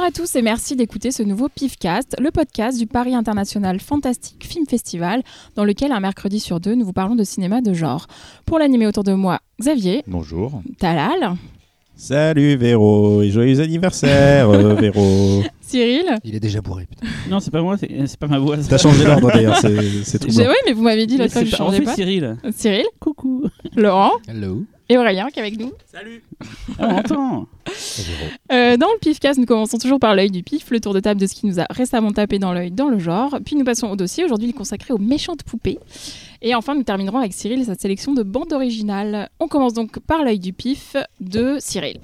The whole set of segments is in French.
à tous et merci d'écouter ce nouveau PIFcast, le podcast du Paris International Fantastic Film Festival, dans lequel un mercredi sur deux, nous vous parlons de cinéma de genre. Pour l'animer autour de moi, Xavier. Bonjour. Talal. Salut Véro, et joyeux anniversaire Véro. Cyril. Il est déjà bourré, putain. Non, c'est pas moi, c'est pas ma voix. T'as changé l'ordre d'ailleurs, c'est trop Oui, mais vous m'avez dit l'autre fois que je changeais pas. Cyril. Cyril. Coucou. Laurent. Hello. Et Aurélien qui est avec nous. Salut. On entend. Dans le PIFcast, nous commençons toujours par l'œil du pif, le tour de table de ce qui nous a récemment tapé dans l'œil dans le genre. Puis nous passons au dossier, aujourd'hui consacré aux méchantes poupées. Et enfin, nous terminerons avec Cyril et sa sélection de bandes originales. On commence donc par l'œil du pif de Cyril.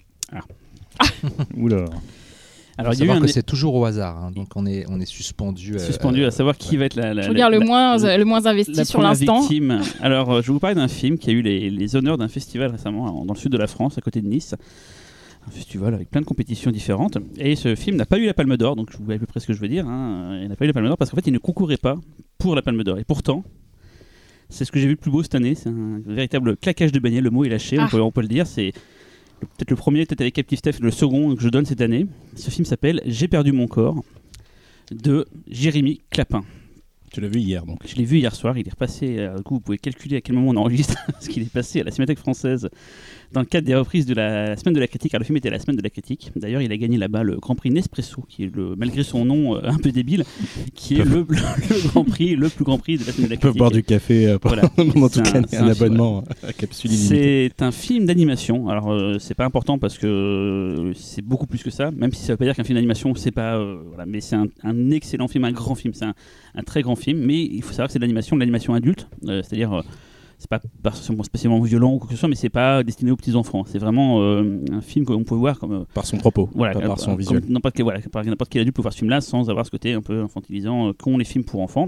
Oula. Alors, il y a eu c'est toujours au hasard, hein, donc on est suspendu. Suspendu à savoir qui va être je regarde le moins investi sur l'instant. Victime. Alors, je vais vous parler d'un film qui a eu les honneurs d'un festival récemment dans le sud de la France, à côté de Nice. Un festival avec plein de compétitions différentes. Et ce film n'a pas eu la Palme d'Or, donc vous voyez à peu près ce que je veux dire. Hein. Il n'a pas eu la Palme d'Or parce qu'en fait, il ne concourait pas pour la Palme d'Or. Et pourtant, c'est ce que j'ai vu le plus beau cette année. C'est un véritable claquage de beignet. Le mot est lâché, on peut le dire. C'est peut-être le premier, peut-être avec Captive Steph, le second que je donne cette année. Ce film s'appelle J'ai perdu mon corps de Jérémy Clapin. Tu l'as vu hier donc. Je l'ai vu hier soir, il est repassé, du coup vous pouvez calculer à quel moment on enregistre, parce qu'il est passé à la Cinémathèque française dans le cadre des reprises de la Semaine de la Critique. Alors le film était la Semaine de la Critique, d'ailleurs il a gagné là-bas le Grand Prix Nespresso, qui est malgré son nom un peu débile, qui est le Grand Prix, le plus Grand Prix de la Semaine de la Critique. On peut boire du café pendant toute l'année, un abonnement à capsule illimitée. C'est un film d'animation, alors c'est pas important parce que c'est beaucoup plus que ça, même si ça veut pas dire qu'un film d'animation c'est pas... mais c'est un excellent film, un grand film, c'est un très grand film, mais il faut savoir que c'est de l'animation adulte, c'est-à-dire c'est pas spécialement violent ou quoi que ce soit, mais c'est pas destiné aux petits enfants. C'est vraiment un film qu'on peut voir comme par son propos, pas par son visuel. N'importe quel adulte peut voir ce film-là sans avoir ce côté un peu infantilisant qu'ont les films pour enfants.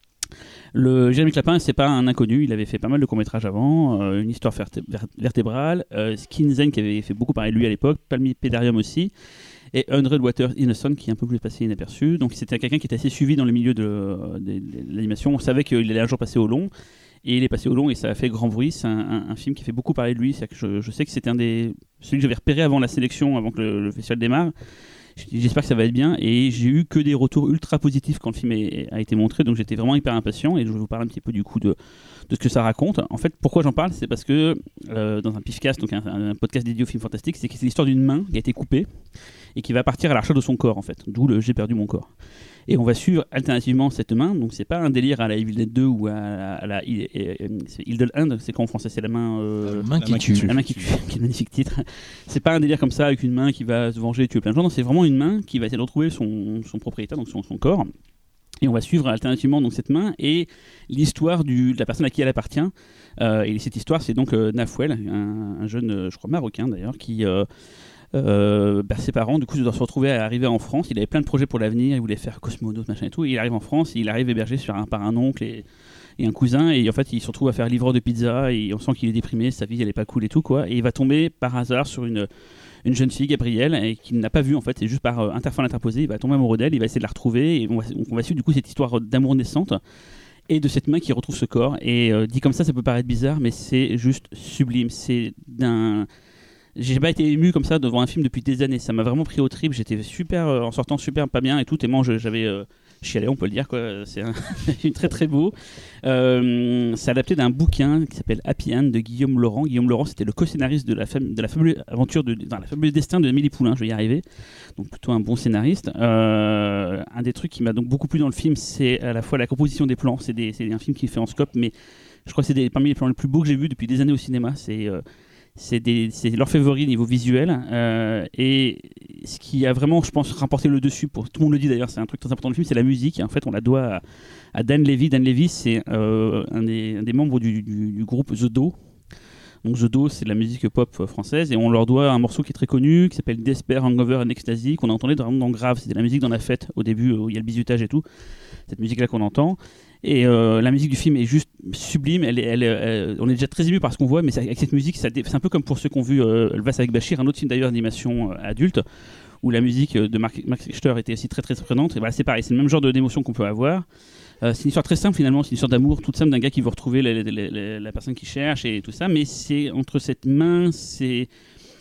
Le Jérémy Clapin, c'est pas un inconnu, il avait fait pas mal de courts-métrages avant, une histoire vertébrale, Skin Zen qui avait fait beaucoup parler de lui à l'époque, Palmipédarium aussi, et 100 Waters Innocent qui est un peu plus passé inaperçu. Donc c'était quelqu'un qui était assez suivi dans le milieu de l'animation. On savait qu'il allait un jour passer au long, et il est passé au long et ça a fait grand bruit. C'est un film qui fait beaucoup parler de lui. C'est que je sais que c'était celui que j'avais repéré avant la sélection, avant que le festival démarre. J'espère que ça va être bien, et j'ai eu que des retours ultra positifs quand le film a été montré, donc j'étais vraiment hyper impatient, et je vais vous parler un petit peu du coup de ce que ça raconte. En fait, pourquoi j'en parle, c'est parce que dans un PIFcast, donc un podcast dédié au film fantastique, c'est l'histoire d'une main qui a été coupée et qui va partir à la recherche de son corps, en fait, d'où le J'ai perdu mon corps. Et on va suivre alternativement cette main, donc c'est pas un délire à la Evil Dead 2 ou à la Evil Hand, c'est quoi en français, c'est la main qui tue. La main qui tue, qui est un magnifique titre. C'est pas un délire comme ça avec une main qui va se venger et tuer plein de gens, non, c'est vraiment une main qui va essayer de retrouver son propriétaire, donc son corps. Et on va suivre alternativement donc cette main et l'histoire de la personne à qui elle appartient. Et cette histoire, c'est donc Nafouel, un jeune, je crois marocain d'ailleurs, qui ses parents du coup doivent se retrouver à arriver en France. Il avait plein de projets pour l'avenir, il voulait faire cosmonaute machin et tout, et il arrive en France, il arrive hébergé par un oncle et un cousin, et en fait il se retrouve à faire livreur de pizza, et on sent qu'il est déprimé, sa vie elle est pas cool et tout quoi, et il va tomber par hasard sur une jeune fille, Gabrielle, et qu'il n'a pas vue en fait, c'est juste par interphone interposé, il va tomber amoureux d'elle, il va essayer de la retrouver, et on va suivre du coup cette histoire d'amour naissante et de cette main qui retrouve ce corps. Et dit comme ça peut paraître bizarre, mais c'est juste sublime. J'ai pas été ému comme ça devant un film depuis des années, ça m'a vraiment pris au trip, j'étais super en sortant super pas bien et tout, tellement j'avais chialé, on peut le dire quoi. C'est très très beau. C'est adapté d'un bouquin qui s'appelle Happy End de Guillaume Laurent. Guillaume Laurent, c'était le co-scénariste de la fabuleuse aventure la fabuleuse destin de Amélie Poulain, je vais y arriver, donc plutôt un bon scénariste. Un des trucs qui m'a donc beaucoup plu dans le film, c'est à la fois la composition des plans, c'est un film qui est fait en scope, mais je crois que c'est parmi les plans les plus beaux que j'ai vus depuis des années au cinéma. C'est l'orfèvrerie niveau visuel, et ce qui a vraiment, je pense, remporté le dessus, tout le monde le dit d'ailleurs, c'est un truc très important du film, c'est la musique. En fait on la doit à Dan Levy. Dan Levy, c'est un des membres du groupe The Do. Donc The Do, c'est de la musique pop française, et on leur doit un morceau qui est très connu qui s'appelle Despair, Hangover and Ecstasy, qu'on a entendu dans Grave. C'était la musique dans la fête au début où il y a le bizutage et tout, cette musique là qu'on entend. Et la musique du film est juste sublime. On est déjà très ému par ce qu'on voit, mais avec cette musique, c'est un peu comme pour ceux qui ont vu Le Vas avec Bachir, un autre film d'ailleurs d'animation adulte, où la musique de Mark Richter était aussi très très prenante. Et voilà, c'est pareil, c'est le même genre d'émotion qu'on peut avoir. C'est une histoire très simple finalement, c'est une histoire d'amour toute simple d'un gars qui veut retrouver la personne qu'il cherche et tout ça, mais c'est entre cette main,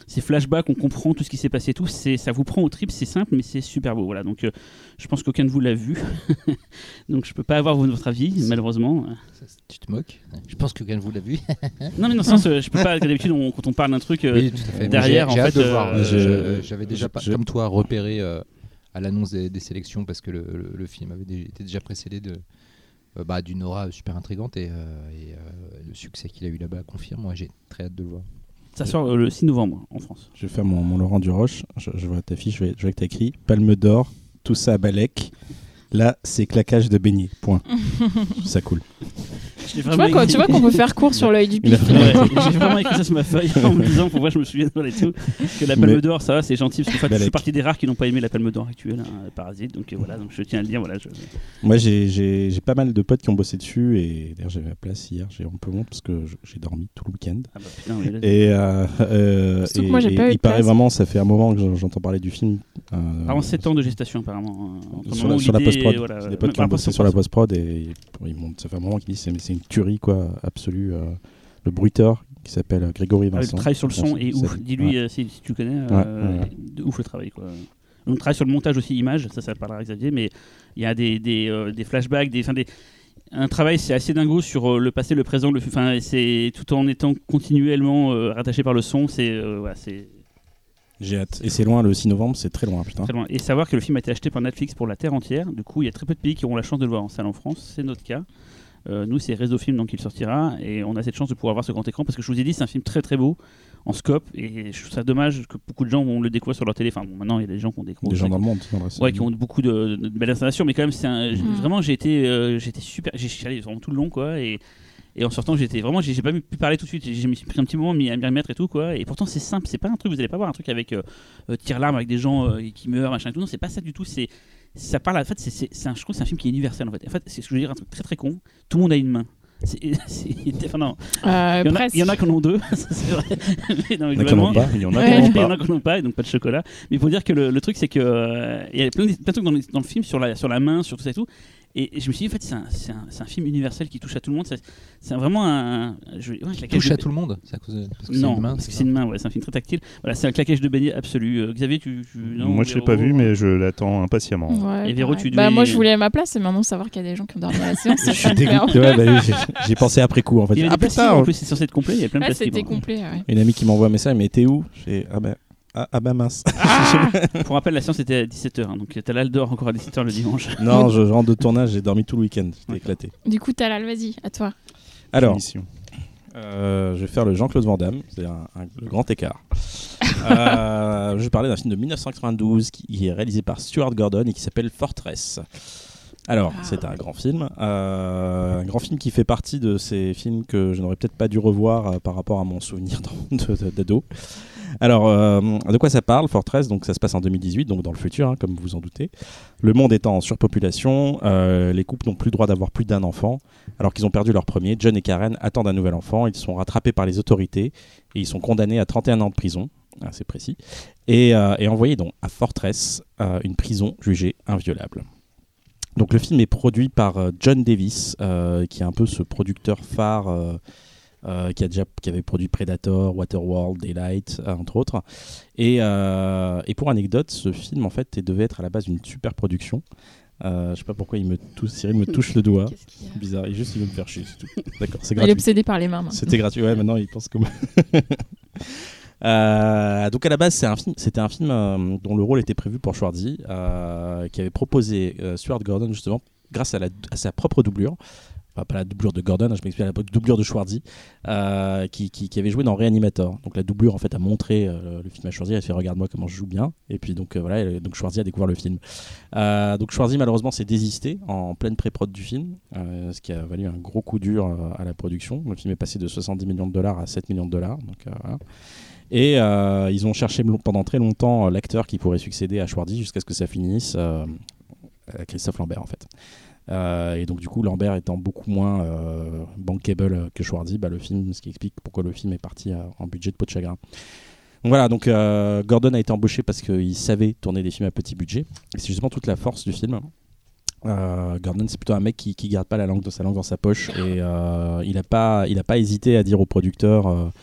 ces flashbacks, on comprend tout ce qui s'est passé, tout, ça vous prend au trip, c'est simple, mais c'est super beau. Voilà, donc je pense qu'aucun de vous l'a vu, donc je peux pas avoir votre avis, malheureusement. Tu te moques? Je pense qu'aucun de vous l'a vu. Non, mais dans le sens, je peux pas. D'habitude, quand on parle d'un truc oui, derrière, j'ai en hâte fait, de voir. J'avais déjà comme toi repéré à l'annonce des sélections parce que le film était déjà précédé d'une aura super intrigante et le succès qu'il a eu là-bas confirme. Moi, j'ai très hâte de le voir. Ça sort le 6 novembre en France. Je vais faire mon Laurent Duroche. Je vois ta fiche, je vois que t'as écrit Palme d'Or, tout ça à Balek. Là, c'est claquage de beignet. Point. Ça coule. Tu vois qu'on peut faire court sur l'œil du pif. Ouais, j'ai vraiment écrit ça sur ma feuille en me disant, pour voir, je me souviens et tout, que la Palme d'Or, ça va, c'est gentil, parce que je fais partie des rares qui n'ont pas aimé la Palme d'Or actuelle, Parasite, donc voilà, donc je tiens à le dire. Voilà, Moi, j'ai pas mal de potes qui ont bossé dessus, et d'ailleurs, j'avais ma place hier, j'ai un peu honte parce que j'ai dormi tout le week-end. Ah bah putain, oui, là, et moi, j'ai pas eu il paraît vraiment, ça fait un moment que j'entends parler du film. Avant 7 ans de gestation, apparemment. Sur la post-prod. C'est des potes qui ont bossé sur la post-prod, et ça fait un moment qu'ils disent c'est une tuerie, quoi. Absolu. Le bruiteur qui s'appelle Grégory Vincent. Le travail sur le son est ouf. Dis-lui si tu connais. De ouf le travail, quoi. On travaille sur le montage aussi image, ça parlera à Xavier, mais il y a des flashbacks, un travail c'est assez dingo sur le passé, le présent, c'est tout en étant continuellement rattaché par le son. J'ai hâte. Et c'est loin, le 6 novembre, c'est très loin, putain. Très loin. Et savoir que le film a été acheté par Netflix pour la terre entière. Du coup, il y a très peu de pays qui auront la chance de le voir en salle en France. C'est notre cas. Nous, c'est Réseau Film, donc il sortira, et on a cette chance de pouvoir voir ce grand écran parce que je vous ai dit, c'est un film très très beau en scope, et je trouve ça dommage que beaucoup de gens vont le découvrir sur leur télé. Enfin, bon, maintenant il y a des gens qui ont découvert. Des gens dans le monde, qui ont beaucoup de belles installations, mais quand même, vraiment, j'étais super. J'y allé vraiment tout le long, quoi, et en sortant, j'ai pas pu parler tout de suite. Je me suis pris un petit moment à m'y remettre et tout, quoi. Et pourtant, c'est simple, c'est pas un truc, vous allez pas voir un truc avec tire-larme avec des gens qui meurent, machin et tout. Non, c'est pas ça du tout. Ça parle. En fait, je trouve que c'est un film qui est universel. En fait, c'est ce que je veux dire, un truc très très con. Tout le monde a une main. Il y en a qui en ont deux, c'est vrai. Il y en a qui en ont pas, et donc pas de chocolat. Mais il faut dire que le truc, c'est que il y a plein de trucs dans le film sur la main, sur tout ça et tout. Et je me suis dit, en fait, c'est un film universel qui touche à tout le monde. C'est vraiment touche à tout le monde, c'est à cause parce que non, c'est une main, parce que c'est une main, ouais, c'est un film très tactile. Voilà, c'est un claquage de beignet absolu. Xavier, moi, je l'ai pas vu, mais je l'attends impatiemment. Ouais, et Véro, moi, je voulais ma place, et maintenant savoir qu'il y a des gens qui ont dormi à la séance. Je suis dégoûté. J'ai pensé après coup, en fait. Il y avait des plastiques, en plus, c'est censé être complet. Il y a plein de plastiques. C'était complet. Ouais. Une amie qui m'envoie un message, mais t'es où? Ah bah mince. Pour rappel, la séance était à 17h, hein, donc Talal dort encore à 17h le dimanche. Non, je rentre de tournage, j'ai dormi tout le week-end, j'étais éclaté. Du coup, Talal, vas-y, à toi. Alors, je vais faire le Jean-Claude Van Damme, c'est-à-dire le grand écart. Je vais parler d'un film de 1992 qui est réalisé par Stuart Gordon et qui s'appelle Fortress. Alors, c'est un grand film qui fait partie de ces films que je n'aurais peut-être pas dû revoir par rapport à mon souvenir d'ado. Alors, de quoi ça parle, Fortress? Donc, ça se passe en 2018, donc dans le futur, hein, comme vous en doutez. Le monde étant en surpopulation, les couples n'ont plus le droit d'avoir plus d'un enfant, alors qu'ils ont perdu leur premier. John et Karen attendent un nouvel enfant. Ils sont rattrapés par les autorités et ils sont condamnés à 31 ans de prison, c'est précis, et envoyés donc à Fortress, une prison jugée inviolable. Donc, le film est produit par John Davis, qui est un peu ce producteur phare. Qui avait produit Predator, Waterworld, Daylight, entre autres. Et pour anecdote, ce film en fait devait être à la base une super production. Je sais pas pourquoi Cyril me touche le doigt. Bizarre, il veut me faire chier. C'est tout. D'accord, c'est gratuit. Il est obsédé par les mains. C'était gratuit, ouais. Maintenant, il pense comme. Donc à la base, c'était un film dont le rôle était prévu pour Schwarzy, qui avait proposé Stuart Gordon justement grâce à sa propre doublure. Enfin, pas la doublure de Gordon, je m'explique, la doublure de Schwarzy, qui avait joué dans Reanimator. Donc la doublure en fait a montré le film à Schwarzy, elle a fait regarde-moi comment je joue bien, et puis donc voilà, donc Schwarzy a découvert le film. Donc Schwarzy malheureusement s'est désisté en pleine pré-prod du film, ce qui a valu un gros coup dur à la production. Le film est passé de 70 millions de dollars à 7 millions de dollars. Donc voilà. Et ils ont cherché pendant très longtemps l'acteur qui pourrait succéder à Schwarzy jusqu'à ce que ça finisse Christophe Lambert en fait. Et donc du coup Lambert étant beaucoup moins bankable que Schwarzy, le film, ce qui explique pourquoi le film est parti en budget de peau de chagrin. Donc voilà, donc Gordon a été embauché parce qu'il savait tourner des films à petit budget, et c'est justement toute la force du film. Gordon, c'est plutôt un mec qui garde pas sa langue dans sa poche, et il a pas hésité à dire au producteur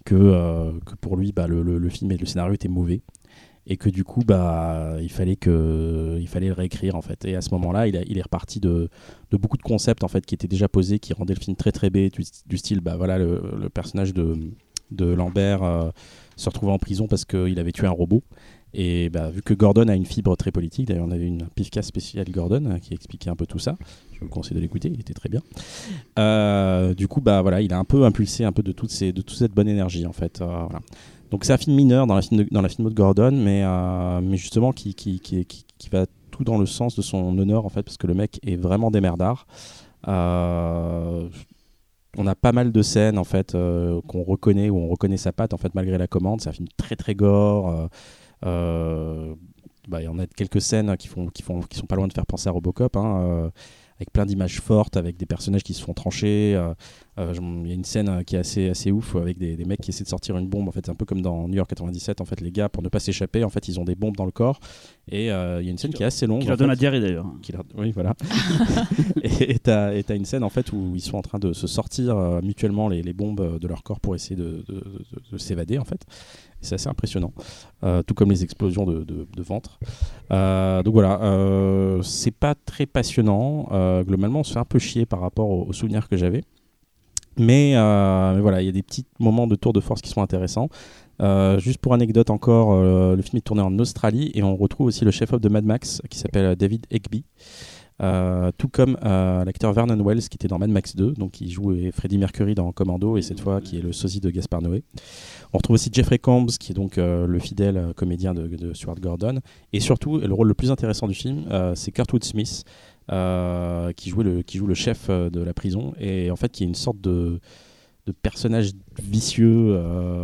que pour lui, le film et le scénario étaient mauvais. Et que du coup, il fallait le réécrire en fait. Et à ce moment-là, il est reparti de beaucoup de concepts en fait qui étaient déjà posés, qui rendaient le film très très B, du style, le personnage de Lambert se retrouvait en prison parce qu'il avait tué un robot. Et vu que Gordon a une fibre très politique, d'ailleurs on avait une pifcast spéciale Gordon qui expliquait un peu tout ça. Je vous conseille de l'écouter, il était très bien. Du coup, il a un peu impulsé un peu de toute cette bonne énergie en fait. Voilà. Donc c'est un film mineur dans la filmo de Gordon, mais justement qui va tout dans le sens de son honneur en fait, parce que le mec est vraiment démerdard. On a pas mal de scènes en fait qu'on reconnaît, où on reconnaît sa patte en fait malgré la commande. C'est un film très très gore. Il y en a quelques scènes qui sont pas loin de faire penser à Robocop. Avec plein d'images fortes, avec des personnages qui se font trancher. Il y a une scène qui est assez ouf avec des mecs qui essaient de sortir une bombe. En fait, c'est un peu comme dans New York 97. En fait, les gars, pour ne pas s'échapper, en fait, ils ont des bombes dans le corps. Et il y a une scène qui est assez longue. Qui leur donne la diarrhée d'ailleurs. Oui, voilà. et t'as une scène en fait où ils sont en train de se sortir mutuellement les bombes de leur corps pour essayer de s'évader en fait. Et c'est assez impressionnant. Tout comme les explosions de ventre. Donc voilà, c'est pas très passionnant. Globalement, on se fait un peu chier par rapport aux souvenirs que j'avais. Mais voilà, il y a des petits moments de tour de force qui sont intéressants. Juste pour anecdote encore, le film est tourné en Australie et on retrouve aussi le chef-op de Mad Max qui s'appelle David Egby. Tout comme l'acteur Vernon Wells qui était dans Mad Max 2, donc qui joue Freddie Mercury dans Commando et cette fois qui est le sosie de Gaspard Noé. On retrouve aussi Jeffrey Combs qui est donc le fidèle comédien de Stuart Gordon, et surtout le rôle le plus intéressant du film c'est Kurtwood Smith qui joue le chef de la prison, et en fait qui est une sorte de personnage vicieux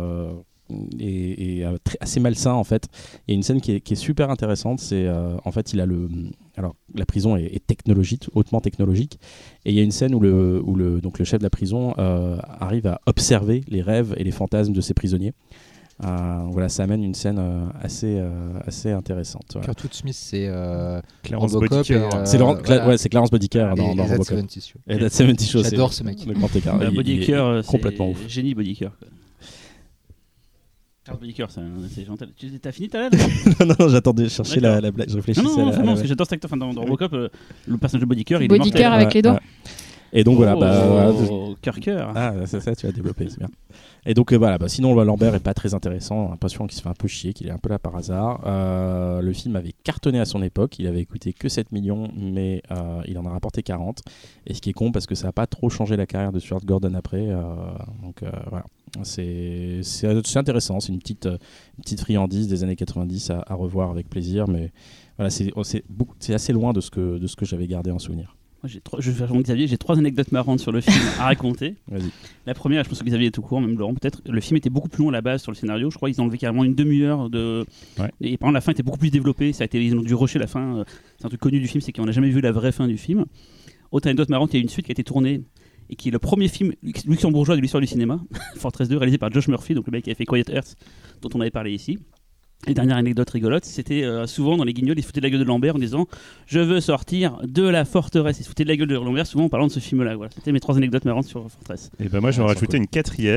et assez malsain en fait. Il y a une scène qui est super intéressante, c'est en fait alors la prison est technologique, hautement technologique, et il y a une scène où le chef de la prison arrive à observer les rêves et les fantasmes de ses prisonniers. Voilà, ça amène une scène assez intéressante. Voilà. Kurtwood Smith, c'est Clarence Robocop. C'est Clarence Bodicker dans Robocop. Et That 70 Show. J'adore ce mec. Le grand écart. Bodicker, c'est complètement ouf. Génie Bodicker. Charles Bodicker, c'est gentil. T'as fini ta Non, j'attendais chercher la blague. Je réfléchissais non, parce que j'adore cet acteur. Dans Robocop, le personnage de Bodicker, il est mortel. Bodicker avec les doigts. Et donc voilà, cœur. Ah, c'est ça, tu as développé, c'est bien. Et donc sinon Lambert est pas très intéressant, on a l'impression qu'il se fait un peu chier, qu'il est un peu là par hasard. Le film avait cartonné à son époque, il avait coûté que 7 millions, mais il en a rapporté 40. Et ce qui est con parce que ça n'a pas trop changé la carrière de Stuart Gordon après. Donc voilà, c'est intéressant, c'est une petite friandise des années 90 à revoir avec plaisir, mais voilà, c'est assez loin de ce que j'avais gardé en souvenir. Je vais faire comme Xavier, j'ai 3 anecdotes marrantes sur le film à raconter. Vas-y. La première, je pense que Xavier est tout court, même Laurent peut-être. Le film était beaucoup plus long à la base sur le scénario. Je crois qu'ils ont enlevé carrément une demi-heure de. Ouais. Et par exemple, la fin était beaucoup plus développée. Ils ont dû rusher la fin. C'est un truc connu du film, c'est qu'on n'a jamais vu la vraie fin du film. Autre anecdote marrante, il y a une suite qui a été tournée et qui est le premier film luxembourgeois de l'histoire du cinéma, Fortress 2, réalisé par Josh Murphy, donc le mec qui a fait Quiet Earth, dont on avait parlé ici. Et dernière anecdote rigolote, c'était souvent dans les guignols, ils se foutaient de la gueule de Lambert en disant « Je veux sortir de la forteresse ». Ils se foutaient de la gueule de Lambert souvent en parlant de ce film-là. Voilà. C'était mes 3 anecdotes marrantes sur Fortress. Et ben moi, je vais en rajouter une 4e.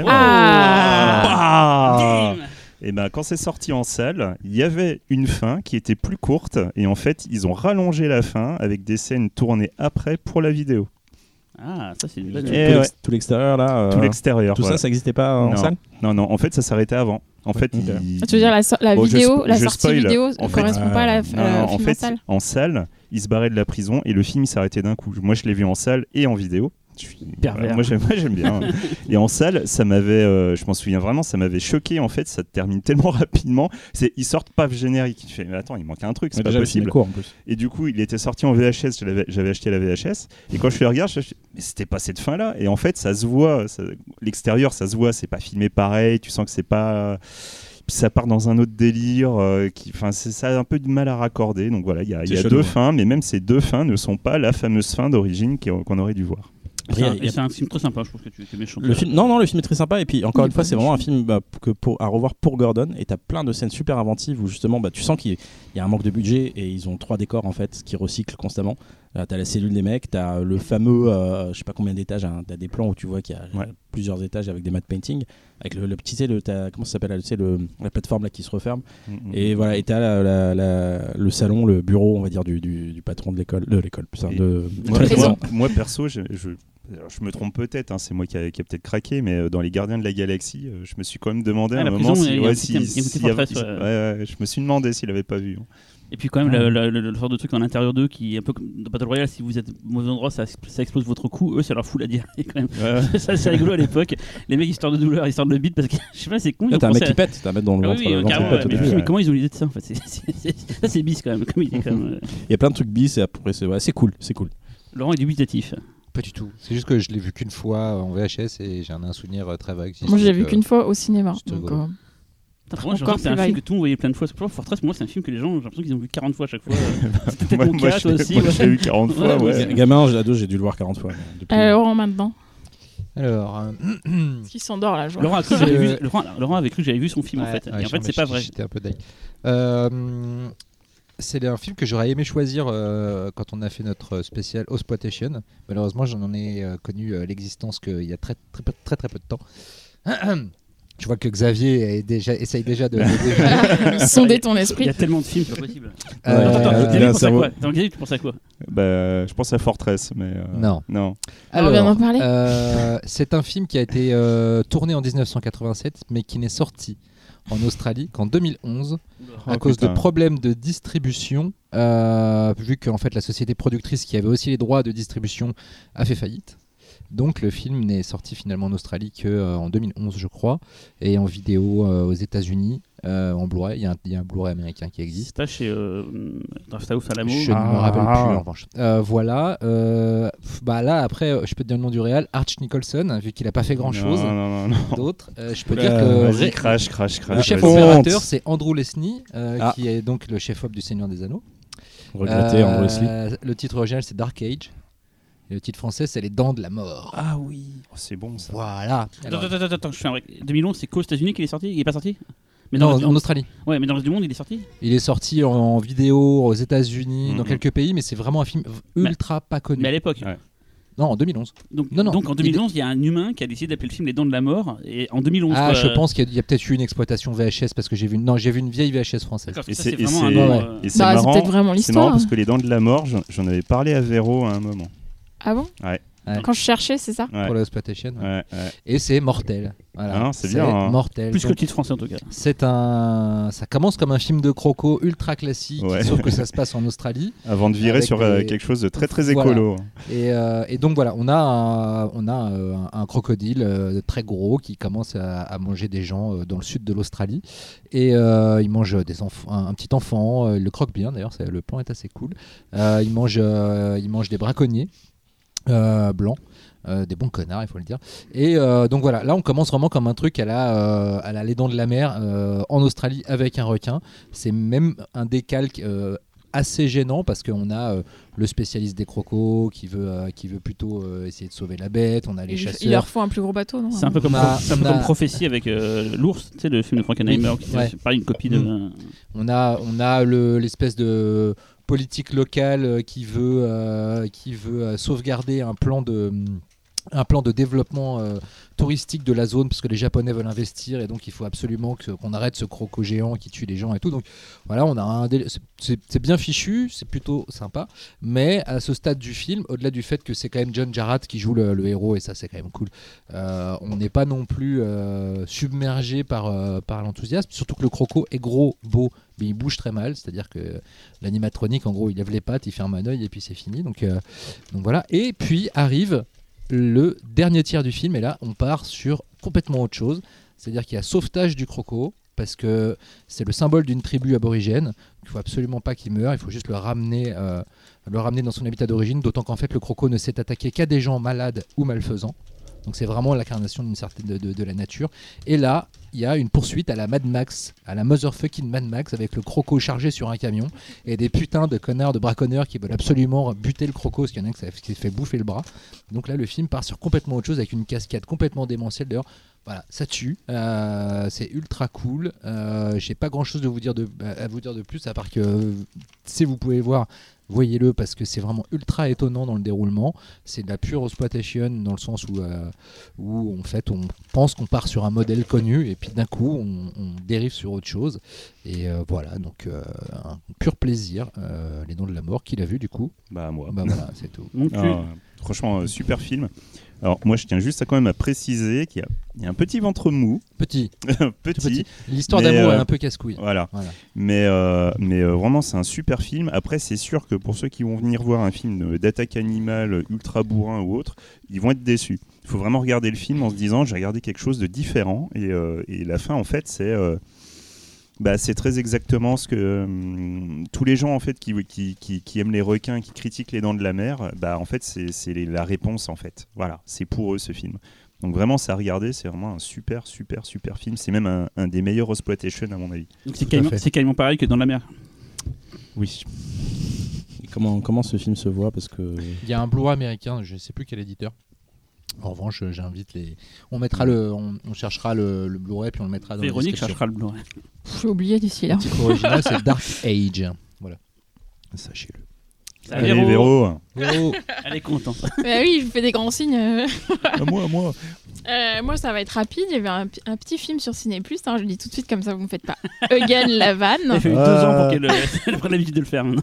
Et ben quand c'est sorti en salle, il y avait une fin qui était plus courte. Et en fait, ils ont rallongé la fin avec des scènes tournées après pour la vidéo. Ah, ça c'est une bonne tout l'extérieur là. Tout l'extérieur. Tout ça n'existait pas en salle ? Non, en fait, ça s'arrêtait avant. En fait, tu veux dire la vidéo, la sortie vidéo ne correspond pas à la film en fait, en salle. En salle, ils se barraient de la prison et le film il s'arrêtait d'un coup. Moi, je l'ai vu en salle et en vidéo. Moi j'aime bien. Et en salle, ça m'avait, je m'en souviens vraiment, ça m'avait choqué en fait. Ça termine tellement rapidement. Ils sortent paf générique. Je fais mais attends, il manque un truc, c'est pas possible. Court, en plus. Et du coup, il était sorti en VHS. J'avais acheté la VHS. Et quand je fais le regard, je me suis dit, mais c'était pas cette fin là. Et en fait, ça se voit. L'extérieur, ça se voit. C'est pas filmé pareil. Tu sens que c'est pas. Ça part dans un autre délire. Ça a un peu de mal à raccorder. Donc voilà, il y a 2 fins, mais même ces 2 fins ne sont pas la fameuse fin d'origine qu'on aurait dû voir. C'est un film très sympa, je pense que tu es méchant. Le film est très sympa, et puis encore une fois c'est vraiment un film à revoir pour Gordon, et t'as plein de scènes super inventives où justement tu sens qu'il y a un manque de budget et ils ont 3 décors en fait qui recyclent constamment. T'as la cellule des mecs, t'as le fameux, je sais pas combien d'étages, hein, t'as des plans où tu vois qu'il y a plusieurs étages avec des matte painting, avec le petit, comment ça s'appelle, la plateforme là qui se referme. Et voilà, et t'as le salon, le bureau, on va dire, du patron de l'école, moi perso, je me trompe peut-être, hein, c'est moi qui a peut-être craqué, mais dans les Gardiens de la Galaxie, je me suis quand même demandé à un moment je me suis demandé s'il avait pas vu. Et puis quand même le genre de truc en intérieur d'eux qui est un peu comme dans Battle Royale, si vous êtes au mauvais endroit ça explose votre cou, eux ça leur fout la diarrhée quand même. Ça c'est rigolo à l'époque, les mecs histoire de douleur, histoire de bite, parce que je sais pas, c'est con. T'as un mec qui pète, t'as un mec dans le ventre. Mais comment ils ont l'idée de ça en fait, ça c'est bis quand même, comme il est quand même. Il y a plein de trucs bis et après c'est cool. Laurent est dubitatif. Pas du tout, c'est juste que je l'ai vu qu'une fois en VHS et j'en ai un souvenir très vague. Moi je l'ai vu qu'une fois au cinéma. Moi, c'est un film que tout le monde voyait plein de fois. Fortress, pour moi, c'est un film que les gens, j'ai l'impression qu'ils ont vu 40 fois à chaque fois. C'était peut-être mon cas, toi aussi. Moi, je l'ai vu 40 fois. Gamin, ado, j'ai dû le voir 40 fois. Laurent, maintenant. Alors. Parce qu'il s'endort là, je vois. Laurent avait cru que j'avais vu son film en fait. Et en fait, c'est pas vrai. J'étais un peu dingue. C'est un film que j'aurais aimé choisir quand on a fait notre spécial Exploitation. Malheureusement, j'en ai connu l'existence qu'il y a très peu de temps. Je vois que Xavier essaye déjà de sonder ton esprit. Il y a tellement de films, c'est pas possible. Xavier, tu penses à quoi? Je pense à Fortress, mais non. Alors, on vient d'en parler. C'est un film qui a été tourné en 1987, mais qui n'est sorti en Australie qu'en 2011 à cause de problèmes de distribution, vu qu'en fait la société productrice qui avait aussi les droits de distribution a fait faillite. Donc le film n'est sorti finalement en Australie qu'en 2011 je crois, et en vidéo aux États-Unis en Blu-ray. Il y a un Blu-ray américain qui existe. C'est chez Draft House Alamo. Je ne me rappelle plus en revanche. Voilà. Là après je peux te dire le nom du réal, Arch Nicholson, vu qu'il n'a pas fait grand-chose. Non. D'autres. Je peux dire que crash. Le chef opérateur c'est Andrew Leslie, qui est donc le chef op du Seigneur des Anneaux. Regretté Andrew Leslie. Le titre original c'est Dark Age. Et le titre français, c'est Les Dents de la Mort. Ah oui, c'est bon ça. Voilà. Attends, je fais un vrai. 2011, c'est qu'aux États-Unis qu'il est sorti? Il est pas sorti? Mais non, en Australie. Ouais, mais dans le reste du monde, il est sorti? Il est sorti en vidéo aux États-Unis, dans quelques pays, mais c'est vraiment un film ultra pas connu. Mais à l'époque. Non, en 2011. Donc en 2011, il y a un humain qui a décidé d'appeler le film Les Dents de la Mort. Et en 2011. Je pense qu'il y a peut-être eu une exploitation VHS parce que j'ai vu une vieille VHS française. Et c'est marrant. C'est peut-être vraiment l'histoire. C'est marrant parce que Les Dents de la Mort, j'en avais parlé à Véro à un moment. Ah bon? Ouais. Quand je cherchais, c'est ça? Pour l'exploitation. Ouais. Et c'est mortel. Voilà. C'est bien. Mortel. Plus que le titre français en tout cas. Ça commence comme un film de croco ultra classique, sauf que ça se passe en Australie. Avant de virer sur quelque chose de très très écolo. Et donc voilà, on a un crocodile très gros qui commence à manger des gens dans le sud de l'Australie. Et il mange un petit enfant, il le croque bien d'ailleurs, le plan est assez cool. Il mange des braconniers. Blancs, des bons connards il faut le dire, et donc voilà, là on commence vraiment comme un truc à la Les Dents de la Mer en Australie avec un requin. C'est même un décalque assez gênant parce qu'on a le spécialiste des crocos qui veut plutôt essayer de sauver la bête, on a les chasseurs. Il leur faut un plus gros bateau, non? C'est un peu comme Prophétie avec l'ours, tu sais, le film de Frankenheimer, qui pas une copie de... On a l'espèce de politique locale qui veut sauvegarder un plan de développement touristique de la zone parce que les Japonais veulent investir et donc il faut absolument qu'on arrête ce croco géant qui tue les gens et tout. Donc voilà, on a c'est bien fichu, c'est plutôt sympa, mais à ce stade du film, au-delà du fait que c'est quand même John Jarratt qui joue le héros et ça c'est quand même cool, on n'est pas non plus submergé par l'enthousiasme, surtout que le croco est gros, beau, mais il bouge très mal, c'est-à-dire que l'animatronique en gros il lève les pattes, il ferme un œil et puis c'est fini, donc voilà. Et puis arrive le dernier tiers du film et là on part sur complètement autre chose, c'est-à-dire qu'il y a sauvetage du croco parce que c'est le symbole d'une tribu aborigène, il ne faut absolument pas qu'il meure, il faut juste le ramener dans son habitat d'origine, d'autant qu'en fait le croco ne s'est attaqué qu'à des gens malades ou malfaisants. Donc c'est vraiment l'incarnation d'une certaine de la nature. Et là, il y a une poursuite à la Mad Max, à la motherfucking Mad Max, avec le croco chargé sur un camion et des putains de connards de braconneurs qui veulent absolument buter le croco, parce qu'il y en a un qui s'est fait bouffer le bras. Donc là, le film part sur complètement autre chose avec une cascade complètement démentielle. D'ailleurs, voilà, ça tue. C'est ultra cool. J'ai pas grand chose à vous dire de plus, à part que si vous pouvez voir, voyez-le, parce que c'est vraiment ultra étonnant dans le déroulement. C'est de la pure exploitation, dans le sens où en fait on pense qu'on part sur un modèle connu et puis d'un coup on dérive sur autre chose. Et voilà, donc un pur plaisir. Les Dents de la Mort, qui l'a vu du coup? Bah moi. Bah voilà, c'est tout. Franchement, super film. Alors moi je tiens juste quand même à préciser qu'il y a un petit ventre mou. Petit. Petit. L'histoire d'amour est un peu casse-couille. Voilà. Mais vraiment c'est un super film. Après c'est sûr que pour ceux qui vont venir voir un film d'attaque animale ultra bourrin ou autre, ils vont être déçus. Il faut vraiment regarder le film en se disant j'ai regardé quelque chose de différent et la fin en fait c'est très exactement ce que tous les gens en fait qui aiment les requins, qui critiquent les Dents de la Mer, en fait c'est la réponse en fait. Voilà, c'est pour eux ce film. Donc vraiment c'est à regarder, c'est vraiment un super film. C'est même un des meilleurs exploitation à mon avis. Donc c'est quasiment pareil que Dans la Mer. Oui. Et comment ce film se voit, parce que il y a un Blu-ray américain, je sais plus quel éditeur. En revanche, j'invite on mettra on cherchera le Blu-ray puis on le mettra dans la description. Véronique cherchera le Blu-ray. J'ai oublié d'ici là. Le titre original, c'est Dark Age. Voilà. Sachez-le. Allez Véro. Elle est contente. Oui, je vous fais des grands signes. Moi. Moi, ça va être rapide. Il y avait un petit film sur Ciné+. Je le dis tout de suite, comme ça, vous ne me faites pas again la vanne. Ça fait 2 ans pour qu'elle prenne l'habitude de le faire maintenant.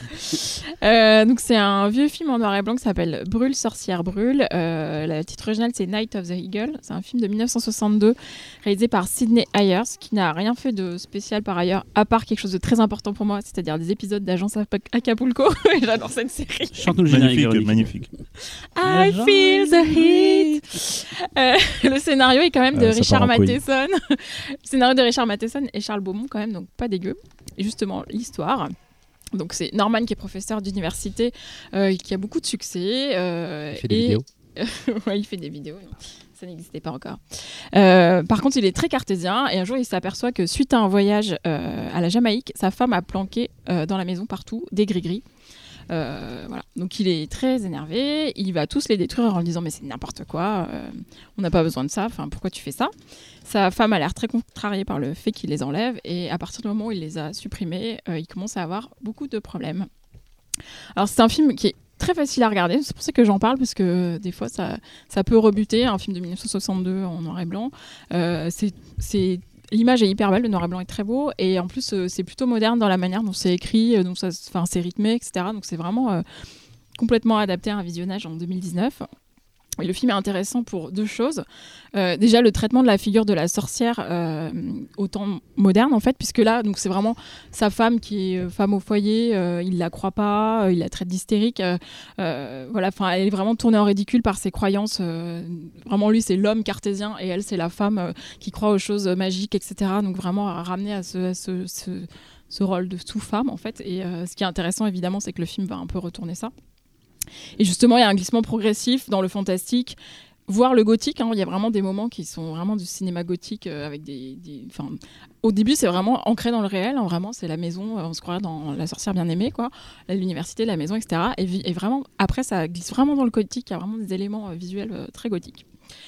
Donc, c'est un vieux film en noir et blanc qui s'appelle Brûle, sorcière, brûle. Le titre original, c'est Night of the Eagle. C'est un film de 1962 réalisé par Sidney Ayers, qui n'a rien fait de spécial par ailleurs, à part quelque chose de très important pour moi, c'est-à-dire des épisodes d'Agence Acapulco. J'adore cette série. Chante-nous le générique. Magnifique. I feel the heat. Le scénario est quand même de Richard Matheson. Le scénario de Richard Matheson et Charles Beaumont, quand même, donc pas dégueu. Et justement, l'histoire. Donc c'est Norman qui est professeur d'université, qui a beaucoup de succès. Il fait des vidéos. Ouais, il fait des vidéos. Ça n'existait pas encore. Par contre, il est très cartésien et un jour, il s'aperçoit que suite à un voyage à la Jamaïque, sa femme a planqué dans la maison partout des gris-gris. Voilà. Donc il est très énervé, il va tous les détruire en lui disant mais c'est n'importe quoi, on n'a pas besoin de ça, enfin pourquoi tu fais ça? Sa femme a l'air très contrariée par le fait qu'il les enlève et à partir du moment où il les a supprimés, il commence à avoir beaucoup de problèmes. Alors c'est un film qui est très facile à regarder, c'est pour ça que j'en parle, parce que des fois ça peut rebuter, un film de 1962 en noir et blanc. L'image est hyper belle, le noir et blanc est très beau, et en plus c'est plutôt moderne dans la manière dont c'est écrit, c'est rythmé, etc. Donc c'est vraiment complètement adapté à un visionnage en 2019. Et le film est intéressant pour 2 choses. Déjà, le traitement de la figure de la sorcière au temps moderne, en fait, puisque là, donc, c'est vraiment sa femme qui est femme au foyer, il la croit pas, il la traite d'hystérique. Voilà, elle est vraiment tournée en ridicule par ses croyances. Vraiment, lui, c'est l'homme cartésien et elle, c'est la femme qui croit aux choses magiques, etc. Donc, vraiment, à ramener à ce rôle de sous-femme, en fait. Et ce qui est intéressant, évidemment, c'est que le film va un peu retourner ça. Et justement, il y a un glissement progressif dans le fantastique, voire le gothique. Il y a vraiment des moments qui sont vraiment du cinéma gothique avec au début, c'est vraiment ancré dans le réel. Vraiment, c'est la maison. On se croirait dans La sorcière bien aimée, quoi. L'université, la maison, etc. Et vraiment, après, ça glisse vraiment dans le gothique. Il y a vraiment des éléments visuels très gothiques.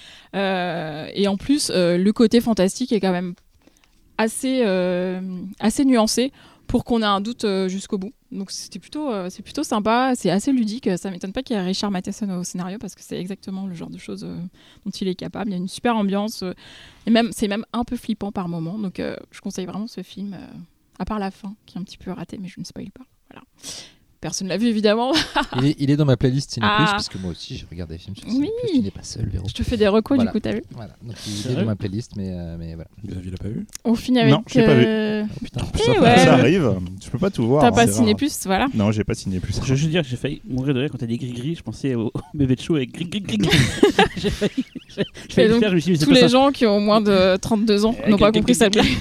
Et en plus, le côté fantastique est quand même assez nuancé pour qu'on ait un doute jusqu'au bout. Donc c'est plutôt sympa, c'est assez ludique. Ça m'étonne pas qu'il y ait Richard Matheson au scénario parce que c'est exactement le genre de choses dont il est capable. Il y a une super ambiance et c'est même un peu flippant par moment. Donc je conseille vraiment ce film, à part la fin qui est un petit peu ratée, mais je ne spoil pas. Voilà. Personne l'a vu évidemment. il est dans ma playlist Ciné+, parce que moi aussi j'ai regardé des films sur Ciné+. Tu n'es pas seul, Véro. Je te fais des recos, voilà. Du coup, t'as vu. Voilà. Donc il est dans ma playlist, mais voilà. Xavier l'a pas vu? On finit avec. Non, je l'ai pas vu. Oh, putain, Ça arrive, je peux pas tout voir. T'as pas Ciné+, voilà. Non, j'ai pas Ciné+. Je veux juste dire que j'ai failli mourir de rire quand t'as dit gris-gris. Je pensais au bébé de chou avec gris-gris. J'ai failli le faire, je me suis dit, tous les gens qui ont moins de 32 ans n'ont pas compris cette blague.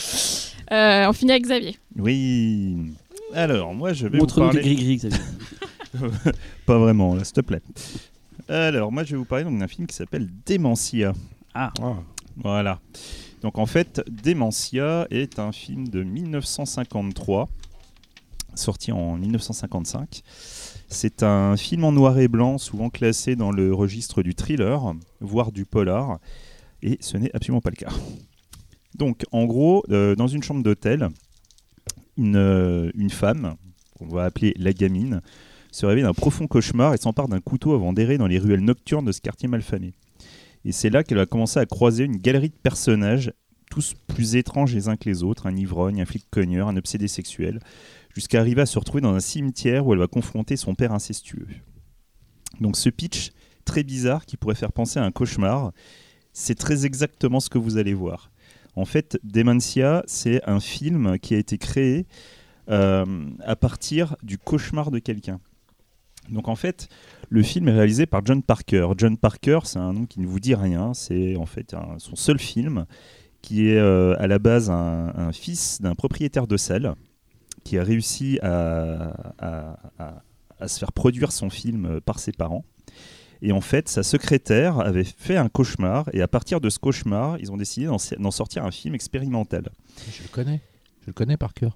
On finit avec Xavier. Oui. Alors, moi, je vais Montre-nous vous parler... des gris-gris, Xavier. Pas vraiment, là, s'il te plaît. Alors, moi, je vais vous parler donc, d'un film qui s'appelle Dementia. Ah. Voilà. Donc en fait, Dementia est un film de 1953, sorti en 1955. C'est un film en noir et blanc, souvent classé dans le registre du thriller, voire du polar, et ce n'est absolument pas le cas. Donc en gros, dans une chambre d'hôtel, une femme, qu'on va appeler la gamine, se réveille d'un profond cauchemar et s'empare d'un couteau avant d'errer dans les ruelles nocturnes de ce quartier malfamé. Et c'est là qu'elle va commencer à croiser une galerie de personnages, tous plus étranges les uns que les autres, un ivrogne, un flic cogneur, un obsédé sexuel, jusqu'à arriver à se retrouver dans un cimetière où elle va confronter son père incestueux. Donc ce pitch très bizarre qui pourrait faire penser à un cauchemar, c'est très exactement ce que vous allez voir. En fait, Dementia, c'est un film qui a été créé à partir du cauchemar de quelqu'un. Donc en fait, le film est réalisé par John Parker. John Parker, c'est un nom qui ne vous dit rien. C'est en fait son seul film, qui est à la base un fils d'un propriétaire de salle qui a réussi à se faire produire son film par ses parents. Et en fait, sa secrétaire avait fait un cauchemar, et à partir de ce cauchemar, ils ont décidé d'en sortir un film expérimental. Je le connais par cœur.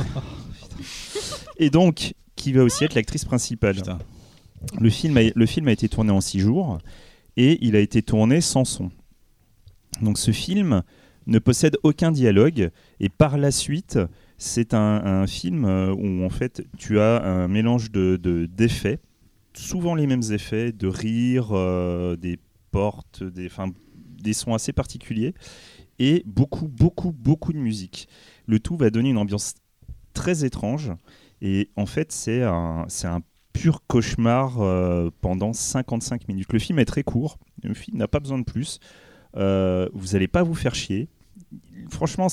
Et donc, qui va aussi être l'actrice principale. Putain. Le film a été tourné en 6 jours, et il a été tourné sans son. Donc ce film ne possède aucun dialogue, et par la suite, c'est un film où en fait, tu as un mélange d'effets, souvent les mêmes effets, de rire, des portes, des sons assez particuliers, et beaucoup de musique. Le tout va donner une ambiance très étrange, et en fait c'est un pur cauchemar pendant 55 minutes. Le film est très court, le film n'a pas besoin de plus, vous n'allez pas vous faire chier. Franchement,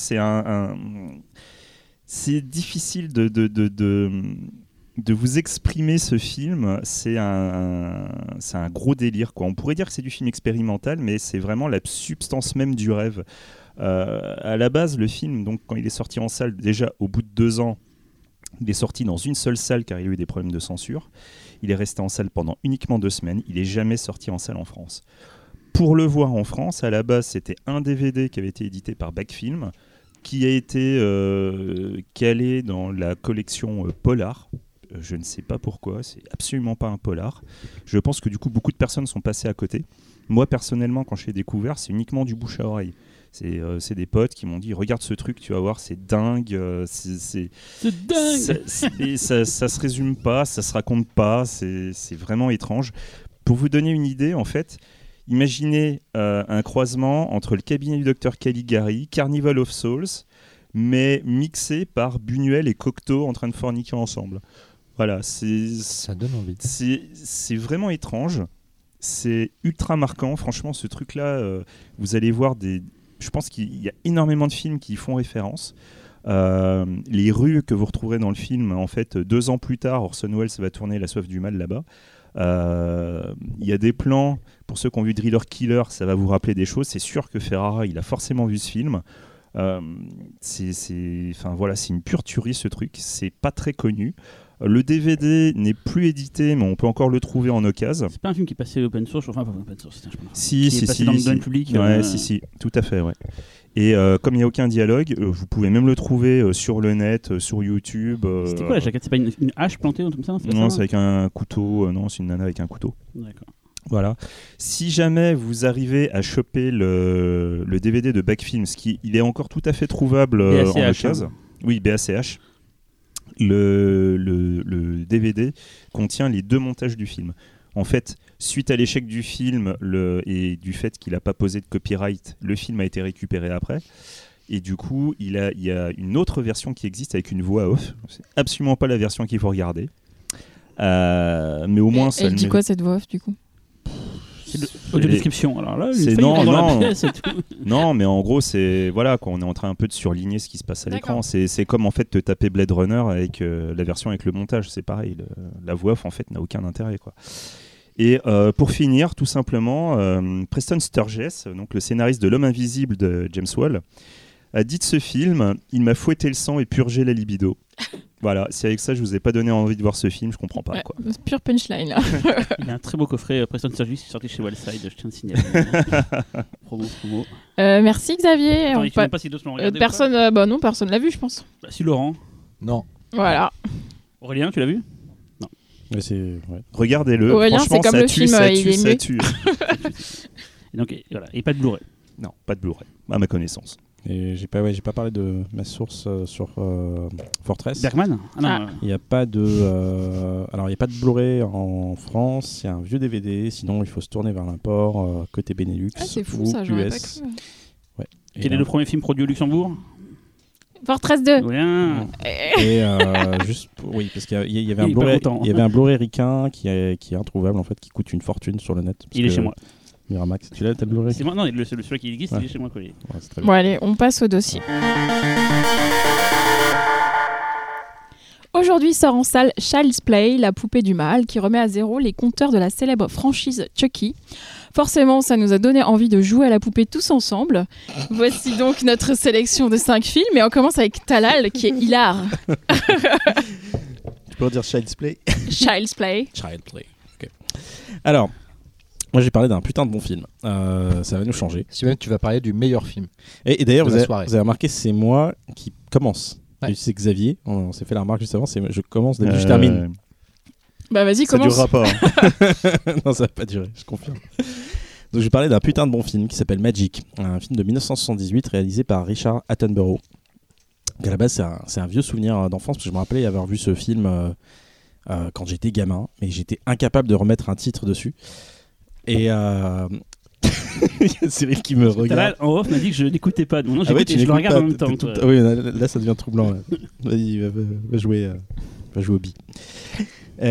c'est difficile de vous exprimer ce film. C'est un gros délire, quoi. On pourrait dire que c'est du film expérimental, mais c'est vraiment la substance même du rêve. À la base, le film, donc, quand il est sorti en salle, déjà au bout de 2 ans, il est sorti dans une seule salle car il y a eu des problèmes de censure. Il est resté en salle pendant uniquement 2 semaines. Il n'est jamais sorti en salle en France. Pour le voir en France, à la base, c'était un DVD qui avait été édité par Backfilm, qui a été calé dans la collection Polar. Je ne sais pas pourquoi, c'est absolument pas un polar. Je pense que du coup, beaucoup de personnes sont passées à côté. Moi, personnellement, quand je l'ai découvert, c'est uniquement du bouche à oreille. C'est des potes qui m'ont dit « Regarde ce truc, tu vas voir, c'est dingue. » C'est dingue. Ça se résume pas, ça se raconte pas, c'est vraiment étrange. Pour vous donner une idée, en fait, imaginez un croisement entre le cabinet du docteur Caligari, Carnival of Souls, mais mixé par Buñuel et Cocteau en train de forniquer ensemble. Voilà, ça donne envie. C'est vraiment étrange, c'est ultra marquant. Franchement, ce truc-là, vous allez voir je pense qu'il y a énormément de films qui y font référence. Les rues que vous retrouverez dans le film, en fait, 2 ans plus tard, Orson Welles va tourner La Soif du Mal là-bas. Il y a des plans, pour ceux qui ont vu Driller Killer, ça va vous rappeler des choses. C'est sûr que Ferrara, il a forcément vu ce film. C'est une pure tuerie, ce truc. C'est pas très connu. Le DVD n'est plus édité, mais on peut encore le trouver en occasion. C'est pas un film qui passait open source, enfin pas open source, je pense. Si, dans le domaine public. Si, tout à fait, ouais. Et comme il n'y a aucun dialogue, vous pouvez même le trouver sur le net, sur YouTube. C'était quoi la jaquette ? C'est pas une hache plantée ou comme ça ? Non, c'est avec un couteau. Non, c'est une nana avec un couteau. D'accord. Voilà. Si jamais vous arrivez à choper le DVD de Backfilm, il est encore tout à fait trouvable en occasion. Oui, BACH. Le DVD contient les 2 montages du film. En fait, suite à l'échec du film et du fait qu'il n'a pas posé de copyright, le film a été récupéré après. Et du coup, il y a une autre version qui existe avec une voix off. C'est absolument pas la version qu'il faut regarder. Mais au moins, elle dit quoi cette voix off du coup ? C'est l'audio description. Alors là, non, mais en gros, c'est voilà, quand on est en train un peu de surligner ce qui se passe à l'écran. C'est comme en fait te taper Blade Runner avec la version avec le montage. C'est pareil. La voix off en fait n'a aucun intérêt, quoi. Et pour finir, tout simplement, Preston Sturges, donc le scénariste de L'Homme Invisible de James Whale, a dit de ce film « Il m'a fouetté le sang et purgé la libido ». Voilà, si avec ça je vous ai pas donné envie de voir ce film, je comprends pas. Ouais, Quoi. c'est pure punchline là. Il a un très beau coffret Preston Sturges sorti chez Wellside, je tiens à signaler. promo. Merci Xavier. Attends, On je sais pa- même pas si d'autres l'ont regardé. personne, non, personne l'a vu, je pense. Bah, si Laurent. Non. Voilà. Aurélien, tu l'as vu? Mais c'est ouais. Regardez-le, Aurélien, franchement c'est comme ça le tue, film, ça il tue, est ça muet. tue. Et donc, voilà. Et pas de Blu-ray. Non, pas de Blu-ray, à ma connaissance. Et j'ai pas parlé de ma source sur Fortress. Bergman? Ah non. Ah. Il n'y a pas de alors il y a pas de Blu-ray en France, il y a un vieux DVD, sinon il faut se tourner vers l'import côté Benelux Ah, c'est fou ou ça, j'aurais US. pas cru. Et Quel est là- le premier film produit au Luxembourg? Fortress 2. Rien. Et oui, parce qu'il y avait un Il est pas Blu-ray, content. il y avait un Blu-ray ricain qui est introuvable en fait, qui coûte une fortune sur le net. parce Il est que chez moi. Miramax, tu l'as, t'as le Blu-ray? C'est moi. Non, celui qui existe, Ouais. il est chez moi collé. Ouais, c'est très bien. Bon allez, on passe au dossier. Aujourd'hui sort en salle Child's Play, la poupée du mal, qui remet à zéro les compteurs de la célèbre franchise Chucky. Forcément, ça nous a donné envie de jouer à la poupée tous ensemble. Voici donc notre sélection de 5 films, et on commence avec Talal, qui est hilar. Tu peux dire Child's Play? Child's Play. Child Play. Ok. Alors, moi j'ai parlé d'un putain de bon film. Ça va nous changer. Steven, tu vas parler du meilleur film. Et d'ailleurs, De vous la avez, soirée. vous avez remarqué, c'est moi qui commence. Ouais. Et c'est Xavier, on s'est fait la remarque juste avant, je commence, d'habitude je termine. Bah vas-y, Ça commence. durera pas. Hein. Non, ça va pas durer, je confirme. Donc je vais parler d'un putain de bon film qui s'appelle Magic, un film de 1978 réalisé par Richard Attenborough. Donc à la base, c'est un vieux souvenir d'enfance, parce que je me rappelais avoir vu ce film quand j'étais gamin, mais j'étais incapable de remettre un titre dessus. Et il y a Cyril qui me regarde. Talal, en off, m'a dit que je n'écoutais pas. Non, Ah ouais, j'écoute et je le n'écoutes regarde pas, en même temps. t'es tout- toi. ah oui, là ça devient troublant. Là. Vas-y, va jouer au bi. Et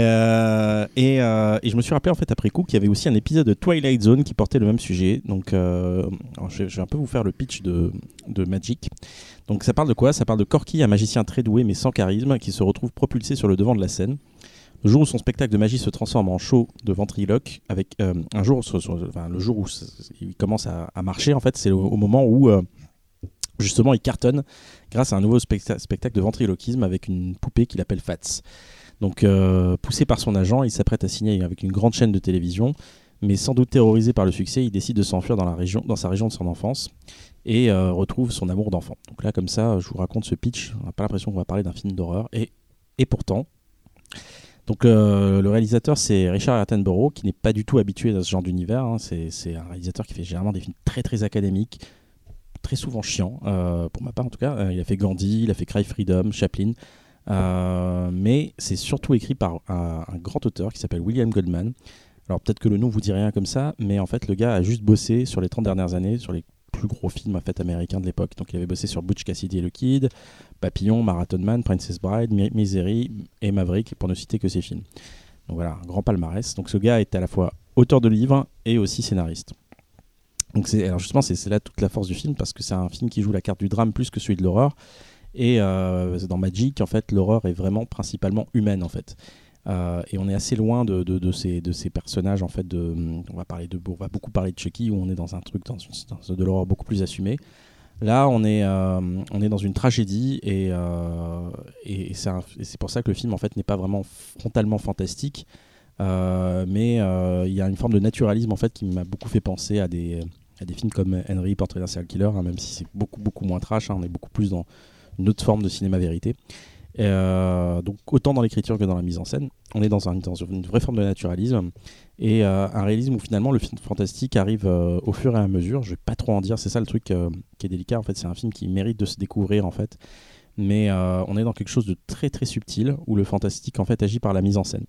je me suis rappelé en fait après coup qu'il y avait aussi un épisode de Twilight Zone qui portait le même sujet. Donc alors, je vais un peu vous faire le pitch de Magic. Donc ça parle de quoi? Ça parle de Corky, un magicien très doué mais sans charisme, qui se retrouve propulsé sur le devant de la scène. Le jour où son spectacle de magie se transforme en show de ventriloque, avec le jour où il commence à marcher, en fait, c'est au moment où justement il cartonne grâce à un nouveau spectacle de ventriloquisme avec une poupée qu'il appelle Fats. Donc poussé par son agent, il s'apprête à signer avec une grande chaîne de télévision, mais sans doute terrorisé par le succès, il décide de s'enfuir dans sa région de son enfance et retrouve son amour d'enfant. Donc là, comme ça, je vous raconte ce pitch, on n'a pas l'impression qu'on va parler d'un film d'horreur, et pourtant... Donc le réalisateur, c'est Richard Attenborough, qui n'est pas du tout habitué à ce genre d'univers. Hein. C'est un réalisateur qui fait généralement des films très très académiques, très souvent chiants, pour ma part en tout cas. Il a fait Gandhi, il a fait Cry Freedom, Chaplin, mais c'est surtout écrit par un grand auteur qui s'appelle William Goldman. Alors peut-être que le nom vous dit rien comme ça, mais en fait le gars a juste bossé sur les 30 dernières années sur les plus gros films en fait, américains de l'époque. Donc il avait bossé sur Butch Cassidy et le Kid, Papillon, Marathon Man, Princess Bride, Misery et Maverick, pour ne citer que ces films. Donc voilà, un grand palmarès. Donc ce gars est à la fois auteur de livres et aussi scénariste. Donc alors justement, c'est là toute la force du film, parce que c'est un film qui joue la carte du drame plus que celui de l'horreur. Et dans Magic, en fait, l'horreur est vraiment principalement humaine, en fait. Et on est assez loin de ces personnages, en fait. On va beaucoup parler de Chucky, où on est dans un truc dans de l'horreur beaucoup plus assumé. Là, on est dans une tragédie, et c'est pour ça que le film, en fait, n'est pas vraiment frontalement fantastique, mais il y a une forme de naturalisme, en fait, qui m'a beaucoup fait penser à des films comme Henry, Portrait d'un serial killer, hein, même si c'est beaucoup moins trash. Hein, on est beaucoup plus dans une autre forme de cinéma vérité. Donc autant dans l'écriture que dans la mise en scène, on est dans une vraie forme de naturalisme, et un réalisme où finalement le film fantastique arrive au fur et à mesure. Je vais pas trop en dire, c'est ça le truc qui est délicat. En fait, c'est un film qui mérite de se découvrir, en fait, mais on est dans quelque chose de très très subtil, où le fantastique en fait agit par la mise en scène.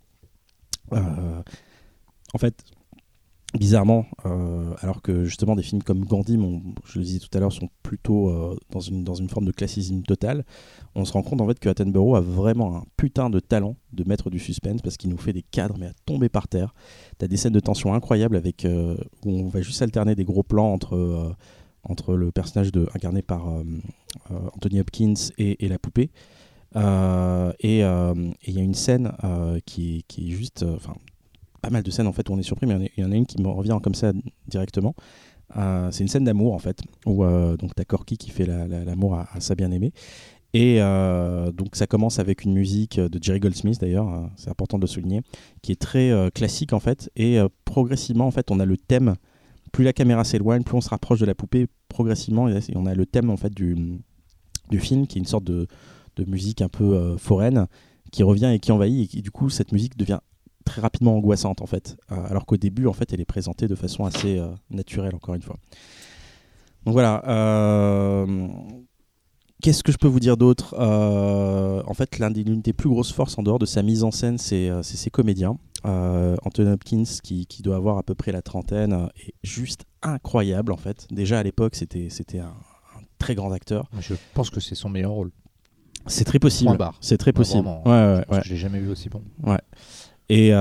En fait, bizarrement, alors que justement des films comme Gandhi, je le disais tout à l'heure, sont plutôt dans une forme de classicisme total, on se rend compte en fait que Attenborough a vraiment un putain de talent de mettre du suspense, parce qu'il nous fait des cadres mais à tomber par terre. T'as des scènes de tension incroyables où on va juste alterner des gros plans entre le personnage incarné par Anthony Hopkins et la poupée. Et il y a une scène qui est juste... pas mal de scènes en fait où on est surpris, mais il y en a une qui me revient comme ça directement. C'est une scène d'amour en fait, où donc t'as Corky qui fait l'amour à sa bien-aimée, Et donc ça commence avec une musique de Jerry Goldsmith d'ailleurs, c'est important de le souligner, qui est très classique en fait, et progressivement en fait on a le thème, plus la caméra s'éloigne, plus on se rapproche de la poupée, progressivement, et on a le thème en fait du film qui est une sorte de musique un peu foraine, qui revient et qui envahit, et qui du coup cette musique devient très rapidement angoissante en fait, alors qu'au début en fait elle est présentée de façon assez naturelle encore une fois. Donc voilà, qu'est-ce que je peux vous dire d'autre ? En fait, l'une des plus grosses forces en dehors de sa mise en scène, c'est ses comédiens. Anthony Hopkins, qui doit avoir à peu près la trentaine, est juste incroyable en fait. Déjà à l'époque, c'était un très grand acteur. Je pense que c'est son meilleur rôle. C'est très possible. C'est très possible. Ouais. Je l'ai jamais vu aussi bon. Ouais. Et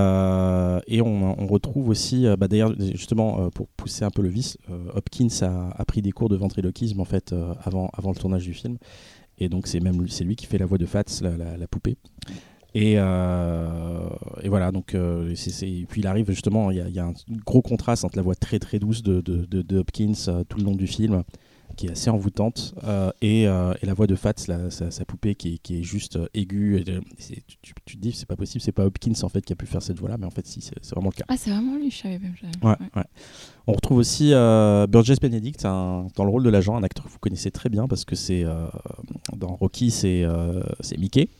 on retrouve aussi, d'ailleurs justement pour pousser un peu le vice, Hopkins a pris des cours de ventriloquisme en fait avant le tournage du film, et donc c'est lui qui fait la voix de Fats, la poupée. Et voilà, donc et puis il arrive justement, il y a un gros contraste entre la voix très très douce de Hopkins tout le long du film, qui est assez envoûtante, et la voix de Fats, sa poupée, qui est juste aiguë. Tu te dis, c'est pas possible, c'est pas Hopkins en fait qui a pu faire cette voix-là, mais en fait, si, c'est vraiment le cas. Ah, c'est vraiment lui, je savais même. Ouais. On retrouve aussi Burgess Benedict dans le rôle de l'agent, un acteur que vous connaissez très bien parce que c'est dans Rocky, c'est Mickey,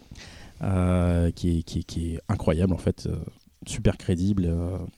qui est incroyable en fait, super crédible.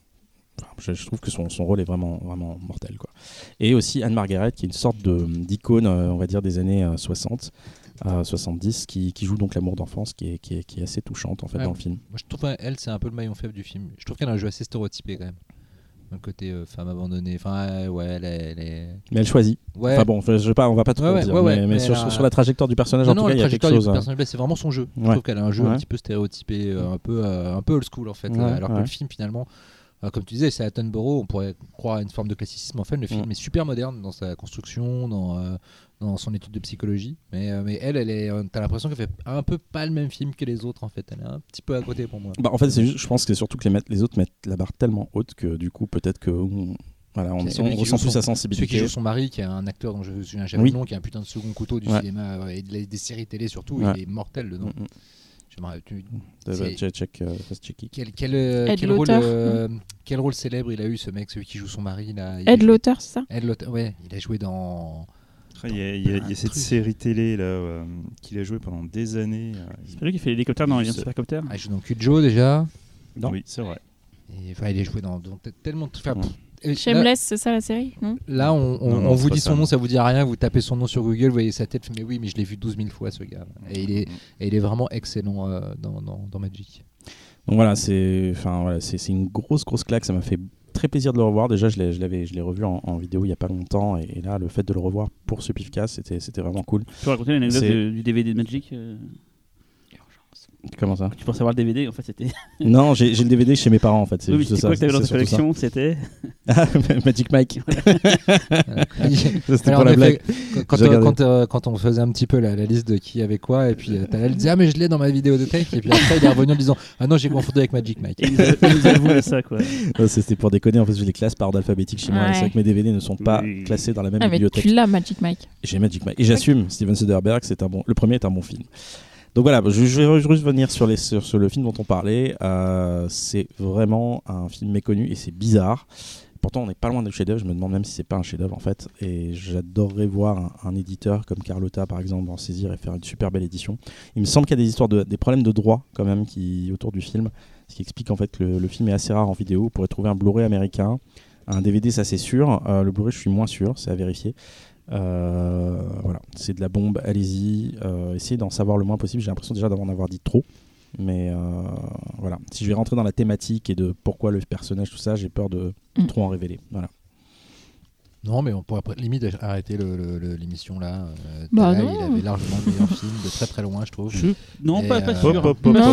Je trouve que son rôle est vraiment, vraiment mortel, quoi. Et aussi Anne Margaret, qui est une sorte d'icône, on va dire, des années 60, 70, qui joue donc l'amour d'enfance, qui est assez touchante en fait, dans le film. Moi, je trouve qu'elle, c'est un peu le maillon faible du film. Je trouve qu'elle a un jeu assez stéréotypé quand même. Un côté femme abandonnée. Enfin, elle est... Mais elle choisit. Ouais. Enfin bon, on va pas trop dire. Mais sur la trajectoire du personnage, en tout cas, il y a quelque chose. C'est vraiment son jeu. Je trouve qu'elle a un jeu un petit peu stéréotypé, un peu old school en fait. Alors que le film, finalement, comme tu disais, c'est Attenborough, on pourrait croire à une forme de classicisme. En fait, le film est super moderne dans sa construction, dans son étude de psychologie. Mais elle t'as l'impression qu'elle fait un peu pas le même film que les autres, en fait. Elle est un petit peu à côté pour moi. En fait, je pense que c'est surtout que les autres mettent la barre tellement haute que du coup, peut-être que on ressent plus sa sensibilité. Celui qui joue son mari, qui est un acteur dont je me souviens jamais le nom, qui est un putain de second couteau du cinéma et des séries télé surtout, il est mortel dedans. Quel rôle célèbre il a eu, ce mec, celui qui joue son mari là, Ed Lauter, c'est ça? Ed Lauter, ouais, il a joué dans... Il y a cette série télé là, qu'il a joué pendant des années. C'est lui qui fait l'hélicoptère dans Alien Supercopter. Il joue dans Cujo déjà. Non. Oui, c'est vrai. Et, il a joué dans tellement de... Shameless, c'est ça la série, non? Là, on vous dit son nom, ça vous dit rien. Vous tapez son nom sur Google, vous voyez sa tête. Mais oui, mais je l'ai vu 12 000 fois, ce gars. Et il est vraiment excellent dans Magic. Donc voilà, c'est une grosse claque. Ça m'a fait très plaisir de le revoir. Déjà, je l'ai revu en vidéo il y a pas longtemps. Et là, le fait de le revoir pour ce Pifcast, c'était vraiment cool. Tu peux raconter l'anecdote du DVD de Magic Comment ça? Tu pensais avoir le DVD, en fait c'était... Non, j'ai le DVD chez mes parents en fait. C'est juste ça. Quoi que t'avais dans ta collection, c'était... Magic Mike. C'était pour la blague. Quand on faisait un petit peu la liste de qui avait quoi, et puis elle disait mais je l'ai dans ma vidéothèque, et puis après il est revenu en disant non, j'ai confondu avec Magic Mike. Il nous avouait ça, quoi. C'était pour déconner, en fait je les classe par ordre alphabétique chez moi. C'est vrai que mes DVD ne sont pas classés dans la même bibliothèque. Mais tu l'as Magic Mike. J'ai Magic Mike et j'assume. Steven Soderbergh, le premier est un bon film. Donc voilà, je vais juste venir sur le film dont on parlait. C'est vraiment un film méconnu et c'est bizarre. Pourtant, on n'est pas loin du chef-d'œuvre. Je me demande même si c'est pas un chef-d'œuvre en fait. Et j'adorerais voir un éditeur comme Carlotta par exemple en saisir et faire une super belle édition. Il me semble qu'il y a des problèmes de droit quand même autour du film, ce qui explique en fait que le film est assez rare en vidéo. Vous pourrez trouver un Blu-ray américain, un DVD, ça c'est sûr. Le Blu-ray, je suis moins sûr, c'est à vérifier. Voilà, c'est de la bombe, allez-y, essayez d'en savoir le moins possible. J'ai l'impression déjà d'en avoir dit trop, mais voilà, si je vais rentrer dans la thématique et de pourquoi le personnage, tout ça, j'ai peur de trop en révéler. Voilà. Non, mais on pourrait limite arrêter l'émission là. Bah là non. Il avait largement le meilleur film de très très loin, je trouve. Non, pas sûr.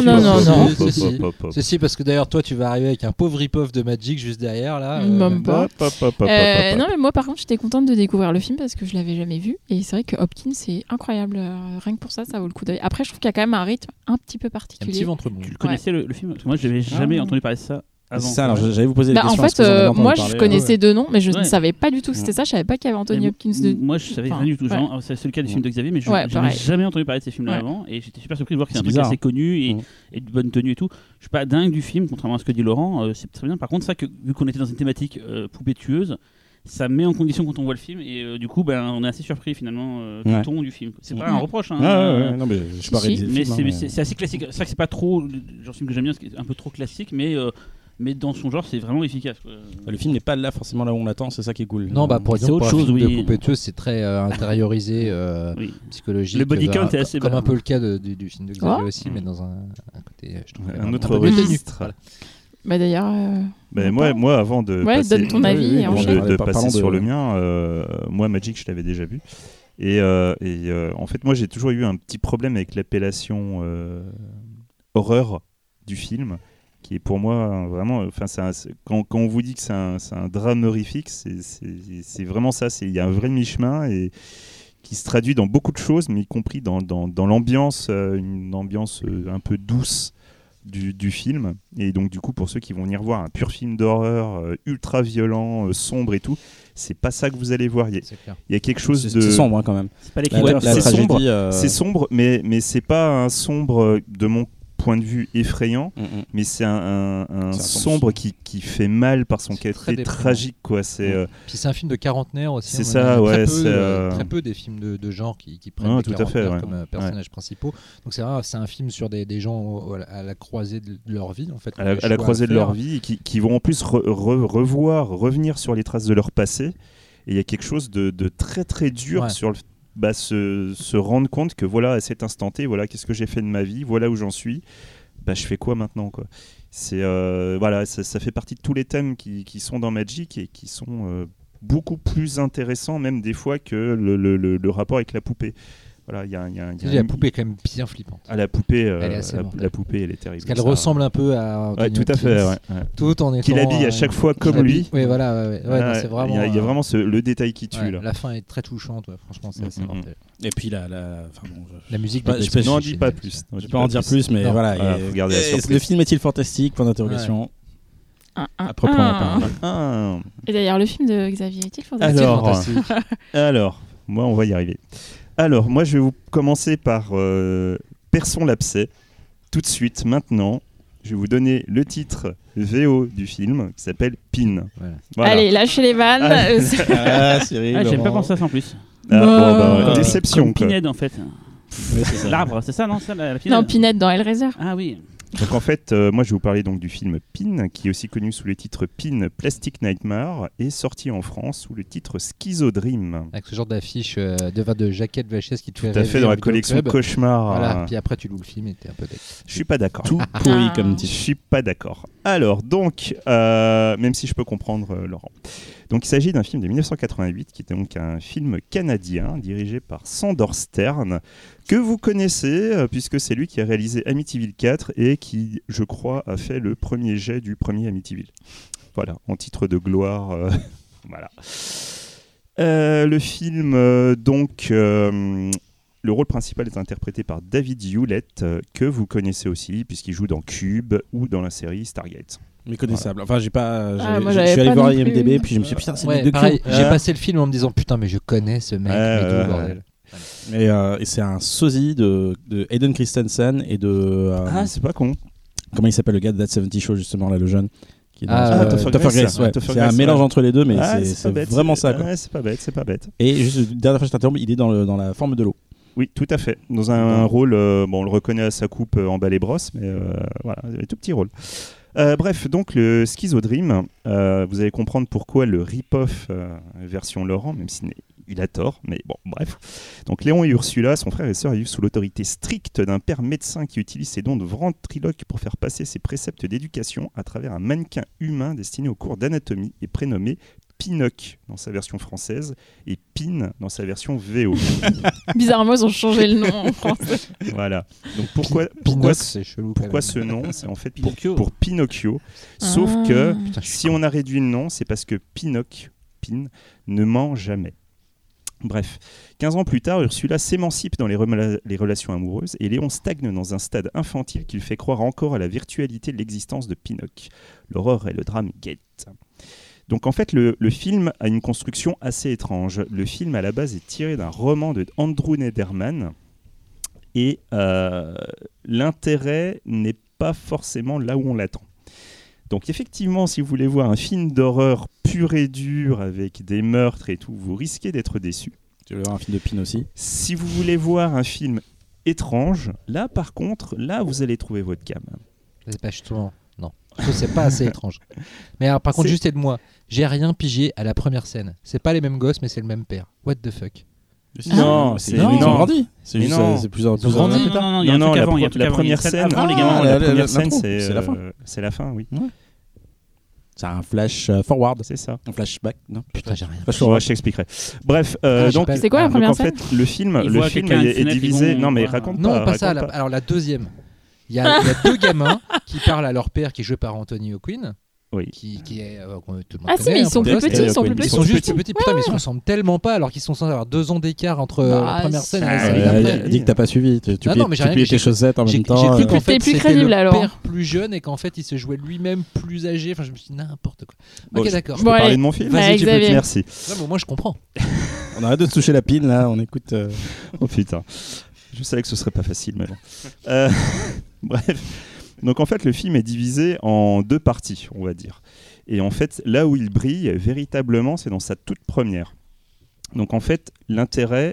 Non. Si, parce que d'ailleurs, toi, tu vas arriver avec un pauvre rip-off de Magic juste derrière là. Même pas. Non, mais moi, par contre, j'étais contente de découvrir le film parce que je l'avais jamais vu. Et c'est vrai que Hopkins, c'est incroyable. Rien que pour ça, ça vaut le coup d'œil. Après, je trouve qu'il y a quand même un rythme un petit peu particulier. Un petit ventre mou. Tu le connaissais le film? Parce que moi, je n'avais jamais entendu parler de ça. avant. C'est ça, alors j'allais vous poser des Bah, en questions. fait, est-ce que vous en avez entendu moi, parler, je connaissais deux noms, mais je Ouais. ne savais pas du tout que c'était ça. Je savais pas qu'il y avait Anthony Et Hopkins de. Moi, je savais Enfin, rien du tout. ouais. Genre, c'est le cas du film de Xavier, mais je Ouais, n'avais pareil. jamais entendu parler de ces films-là Ouais. avant. Et j'étais super surpris de voir que c'est C'est un truc bizarre. assez connu Mm. et de bonne tenue et tout. Je suis pas dingue du film, contrairement à ce que dit Laurent. C'est très bien. Par contre, ça, vu qu'on était dans une thématique poupée tueuse, ça met en condition quand on voit le film. Et du coup, on est assez surpris finalement du Ouais. ton du film. C'est pas Mm. un reproche. Hein, Ouais, non, mais je suis pas Si, réalisé le mais film, c'est assez classique. C'est vrai que c'est pas trop. Genre, film que j'aime bien, c'est un peu trop classique, mais dans son genre, c'est vraiment efficace. Quoi. Le film n'est pas là forcément là où on l'attend, c'est ça qui est cool. Non, bah pour C'est exemple, autre pour un chose, film de oui. poupée tueuse, c'est très intériorisé, Oui. psychologique. Le body count est assez comme bas. un peu le cas du film de Xavier Oh. aussi, mais dans un côté, je trouve, Un autre peu plus tenu. registre. Voilà. Bah d'ailleurs. Ben, moi, avant de Ouais, passer, donne ton avis et avant enchaîne. de Parlons passer de- sur le mien, moi Magic, je l'avais déjà vu. Et en fait, moi, j'ai toujours eu un petit problème avec l'appellation horreur du film, qui est pour moi vraiment. Enfin, quand on vous dit que c'est un drame horrifique, c'est vraiment ça. Il y a un vrai mi-chemin et qui se traduit dans beaucoup de choses, mais y compris dans l'ambiance, une ambiance un peu douce du film. Et donc du coup, pour ceux qui vont venir voir un pur film d'horreur ultra violent, sombre et tout, c'est pas ça que vous allez voir. Il C'est clair. y a quelque chose de C'est sombre hein, quand même. C'est pas La, l'écriture. la c'est tragédie. sombre. C'est sombre, mais c'est pas un sombre de mon point de vue effrayant, mais c'est un C'est un sombre qui fait mal par son C'est très côté déprimant. tragique, quoi. C'est Puis c'est un film de quarantenaire aussi. C'est on ça, a ouais, très peu des films de genre qui prennent Ouais, des tout à fait, quarantenaires ouais. comme personnages principaux. Donc c'est un film sur des gens à la croisée de leur vie en fait. à la croisée de leur vie, et qui vont en plus revenir sur les traces de leur passé. Et il y a quelque chose de très très dur Ouais. sur se rendre compte que voilà, à cet instant T, voilà, qu'est-ce que j'ai fait de ma vie, voilà où j'en suis. Je fais quoi maintenant, quoi. C'est voilà, ça fait partie de tous les thèmes qui sont dans Magic et qui sont beaucoup plus intéressants même des fois que le rapport avec la poupée. Voilà, il y a La poupée est quand même bien flippante. Ah, la poupée, Elle est assez mortelle. la poupée, elle est terrible. Parce qu'elle ressemble un peu à Ouais, Anthony tout à fait. Hopkins, Ouais. tout en étant. Qu'il habille à chaque fois comme lui. Oui, voilà. Ouais, non, c'est vraiment. Il y a vraiment le détail qui tue, ouais, là. la fin est très touchante. Ouais, franchement, c'est assez mortel. Et puis enfin, bon, La musique. Ouais, de je peux- Black N'en Sheep, dis pas génial. plus. je peux en dire plus, mais Non. voilà. Voilà, faut garder la surprise. Le film est-il fantastique ? Point d'interrogation. À proprement parler. Ah. Et d'ailleurs, le film de Xavier est-il fantastique? Alors, Fantastique. Alors, moi, on va y arriver. Alors, moi, je vais vous commencer par Perçons l'abcès. Tout de suite, maintenant, je vais vous donner le titre VO du film qui s'appelle Pin. Voilà. Allez, lâchez les vannes. Allez. Ah, Cyril. Ah, j'aime pas Laurent. penser à ça en plus. Ah, déception, Comme quoi. Pinhead en fait. Oui, c'est ça. L'arbre, c'est ça, non ça, la Pinhead Non, Pinhead dans Hellraiser. Ah oui. Donc en fait, moi je vais vous parler donc du film Pin, qui est aussi connu sous le titre Pin Plastic Nightmare, et sorti en France sous le titre Schizodream. Avec ce genre d'affiche de jaquette VHS qui te fait Tout à fait rêver dans en la collection vidéoclub. Cauchemar. Voilà. Puis après, tu loues le film et t'es un peu deck. Je suis pas d'accord. Tout pourri comme Je titre. suis pas d'accord. Alors, donc, même si je peux comprendre Laurent. Donc, il s'agit d'un film de 1988, qui était donc un film canadien, dirigé par Sandor Stern, que vous connaissez, puisque c'est lui qui a réalisé Amityville 4 et qui, je crois, a fait le premier jet du premier Amityville. Voilà, en titre de gloire. Voilà. Le film, le rôle principal est interprété par David Hewlett, que vous connaissez aussi, puisqu'il joue dans Cube ou dans la série Stargate. Méconnaissable. Enfin, j'ai pas. moi, Je j'avais suis allé pas voir non plus. IMDb, puis je me suis dit, putain, c'est Ouais, le de pareil, Cube. j'ai passé le film en me disant putain, mais je connais ce mec. mais Ouais, tout, bordel. Et c'est un sosie de Hayden Christensen et de. C'est pas con. Comment il s'appelle le gars de That 70 Show, justement, là, le jeune qui est dans Topher Topher Grace. Grace, ouais. Topher C'est un Grace, mélange ouais. entre les deux, mais Ah, c'est pas bête, vraiment ça, quoi. Ouais, c'est pas bête, c'est pas bête. Et juste, dernière fois que je t'interromps, il est dans la forme de l'eau. Oui, tout à fait. Dans un rôle, on le reconnaît à sa coupe en balai brosse, mais voilà, un tout petit rôle. Bref, donc le Schizodream, vous allez comprendre pourquoi le rip-off version Laurent, même s'il a tort, mais bon, bref. Donc Léon et Ursula, son frère et sœur, vivent sous l'autorité stricte d'un père médecin qui utilise ses dons de ventriloque pour faire passer ses préceptes d'éducation à travers un mannequin humain destiné aux cours d'anatomie et prénommé Pinoc dans sa version française et Pin dans sa version VO. Bizarrement, ils ont changé le nom en français. Voilà. Donc pourquoi Pinox, c'est chelou. quand pourquoi même. ce nom? C'est en fait Pinocchio. pour Pinocchio. Sauf Ah. que Putain, je suis si on a réduit le nom, c'est parce que Pin ne ment jamais. Bref, 15 ans plus tard, Ursula s'émancipe dans les relations amoureuses et Léon stagne dans un stade infantile qui lui fait croire encore à la virtualité de l'existence de Pinocchio. L'horreur et le drame guettent. Donc en fait, le film a une construction assez étrange. Le film à la base est tiré d'un roman de Andrew Neiderman et l'intérêt n'est pas forcément là où on l'attend. Donc effectivement, si vous voulez voir un film d'horreur pur et dur avec des meurtres et tout, vous risquez d'être déçu. Tu veux voir un film de Pin aussi ? Si vous voulez voir un film étrange, là par contre, là vous allez trouver votre cam. C'est pas justement... Non, c'est pas assez étrange. Mais alors, par contre, juste aide-moi. J'ai rien pigé à la première scène. C'est pas les mêmes gosses, mais c'est le même père. What the fuck ? Non, c'est grandi. C'est juste, non. c'est plusieurs Ils ont grandi. plus tard. Non, il y a un truc avant. La première scène, avant les gamins. la première scène, l'intro, c'est c'est la fin. C'est la fin, oui. C'est un flash forward. C'est ça. Un flashback, non ? Putain, j'ai rien. Flash Ouais, forward. je t'expliquerai. Bref, donc C'est quoi la première donc, en fait, le film Ils voient quelqu'un à une est fenêtre, divisé. ils vont- Non, mais voilà. raconte Non, pas. pas ça. raconte pas. Alors, la deuxième. Il y a deux gamins qui parlent à leur père qui est joué par Anthony Hopkins. Oui. Qui est. Tout le monde Ah si, connaît, mais ils un sont peu plus gosse. petits, ils sont plus Ils Ils petits. sont juste petits. Putain, mais ils se ressemblent tellement pas alors qu'ils sont censés avoir 2 ans d'écart entre la première scène et la scène d'après. Dis que t'as pas suivi. Tu Non, mais j'ai rien plies que tes j'ai- chaussettes en J'ai même cru temps. qu'en fait T'es plus c'était crédible, le alors. père plus jeune et qu'en fait il se jouait lui-même plus âgé. Enfin, je me suis dit n'importe quoi. Bon, Ok, je- d'accord. Je peux Bon, parler allez. de mon film. Ouais, Xavier. Merci. Ouais, mais au moins je comprends. On arrête de se toucher la pine là. On écoute. Oh putain. Je savais que ce serait pas facile, mais bon. Bref. Donc en fait, le film est divisé en 2 parties, on va dire. Et en fait, là où il brille véritablement, c'est dans sa toute première. Donc en fait, l'intérêt,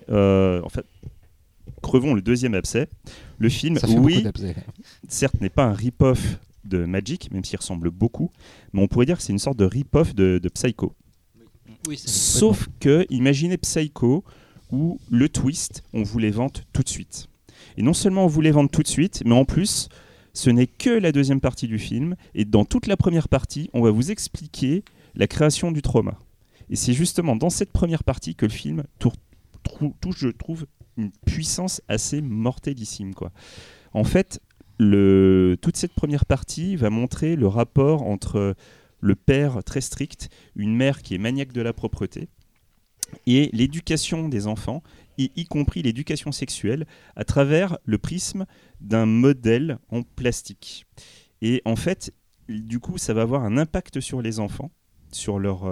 crevons le deuxième abcès. Le film, Ça fait beaucoup oui, d'abcès. certes, n'est pas un rip-off de Magic, même s'il ressemble beaucoup, mais on pourrait dire que c'est une sorte de rip-off de Psycho. Oui, c'est Sauf que, imaginez Psycho, où le twist, on vous les vante tout de suite. Et non seulement on vous les vante tout de suite, mais en plus, ce n'est que la deuxième partie du film. Et dans toute la première partie, on va vous expliquer la création du trauma. Et c'est justement dans cette première partie que le film touche, je trouve, une puissance assez mortellissime, quoi. En fait, toute cette première partie va montrer le rapport entre le père très strict, une mère qui est maniaque de la propreté, et l'éducation des enfants, et y compris l'éducation sexuelle, à travers le prisme d'un modèle en plastique. Et en fait, du coup, ça va avoir un impact sur les enfants, sur leur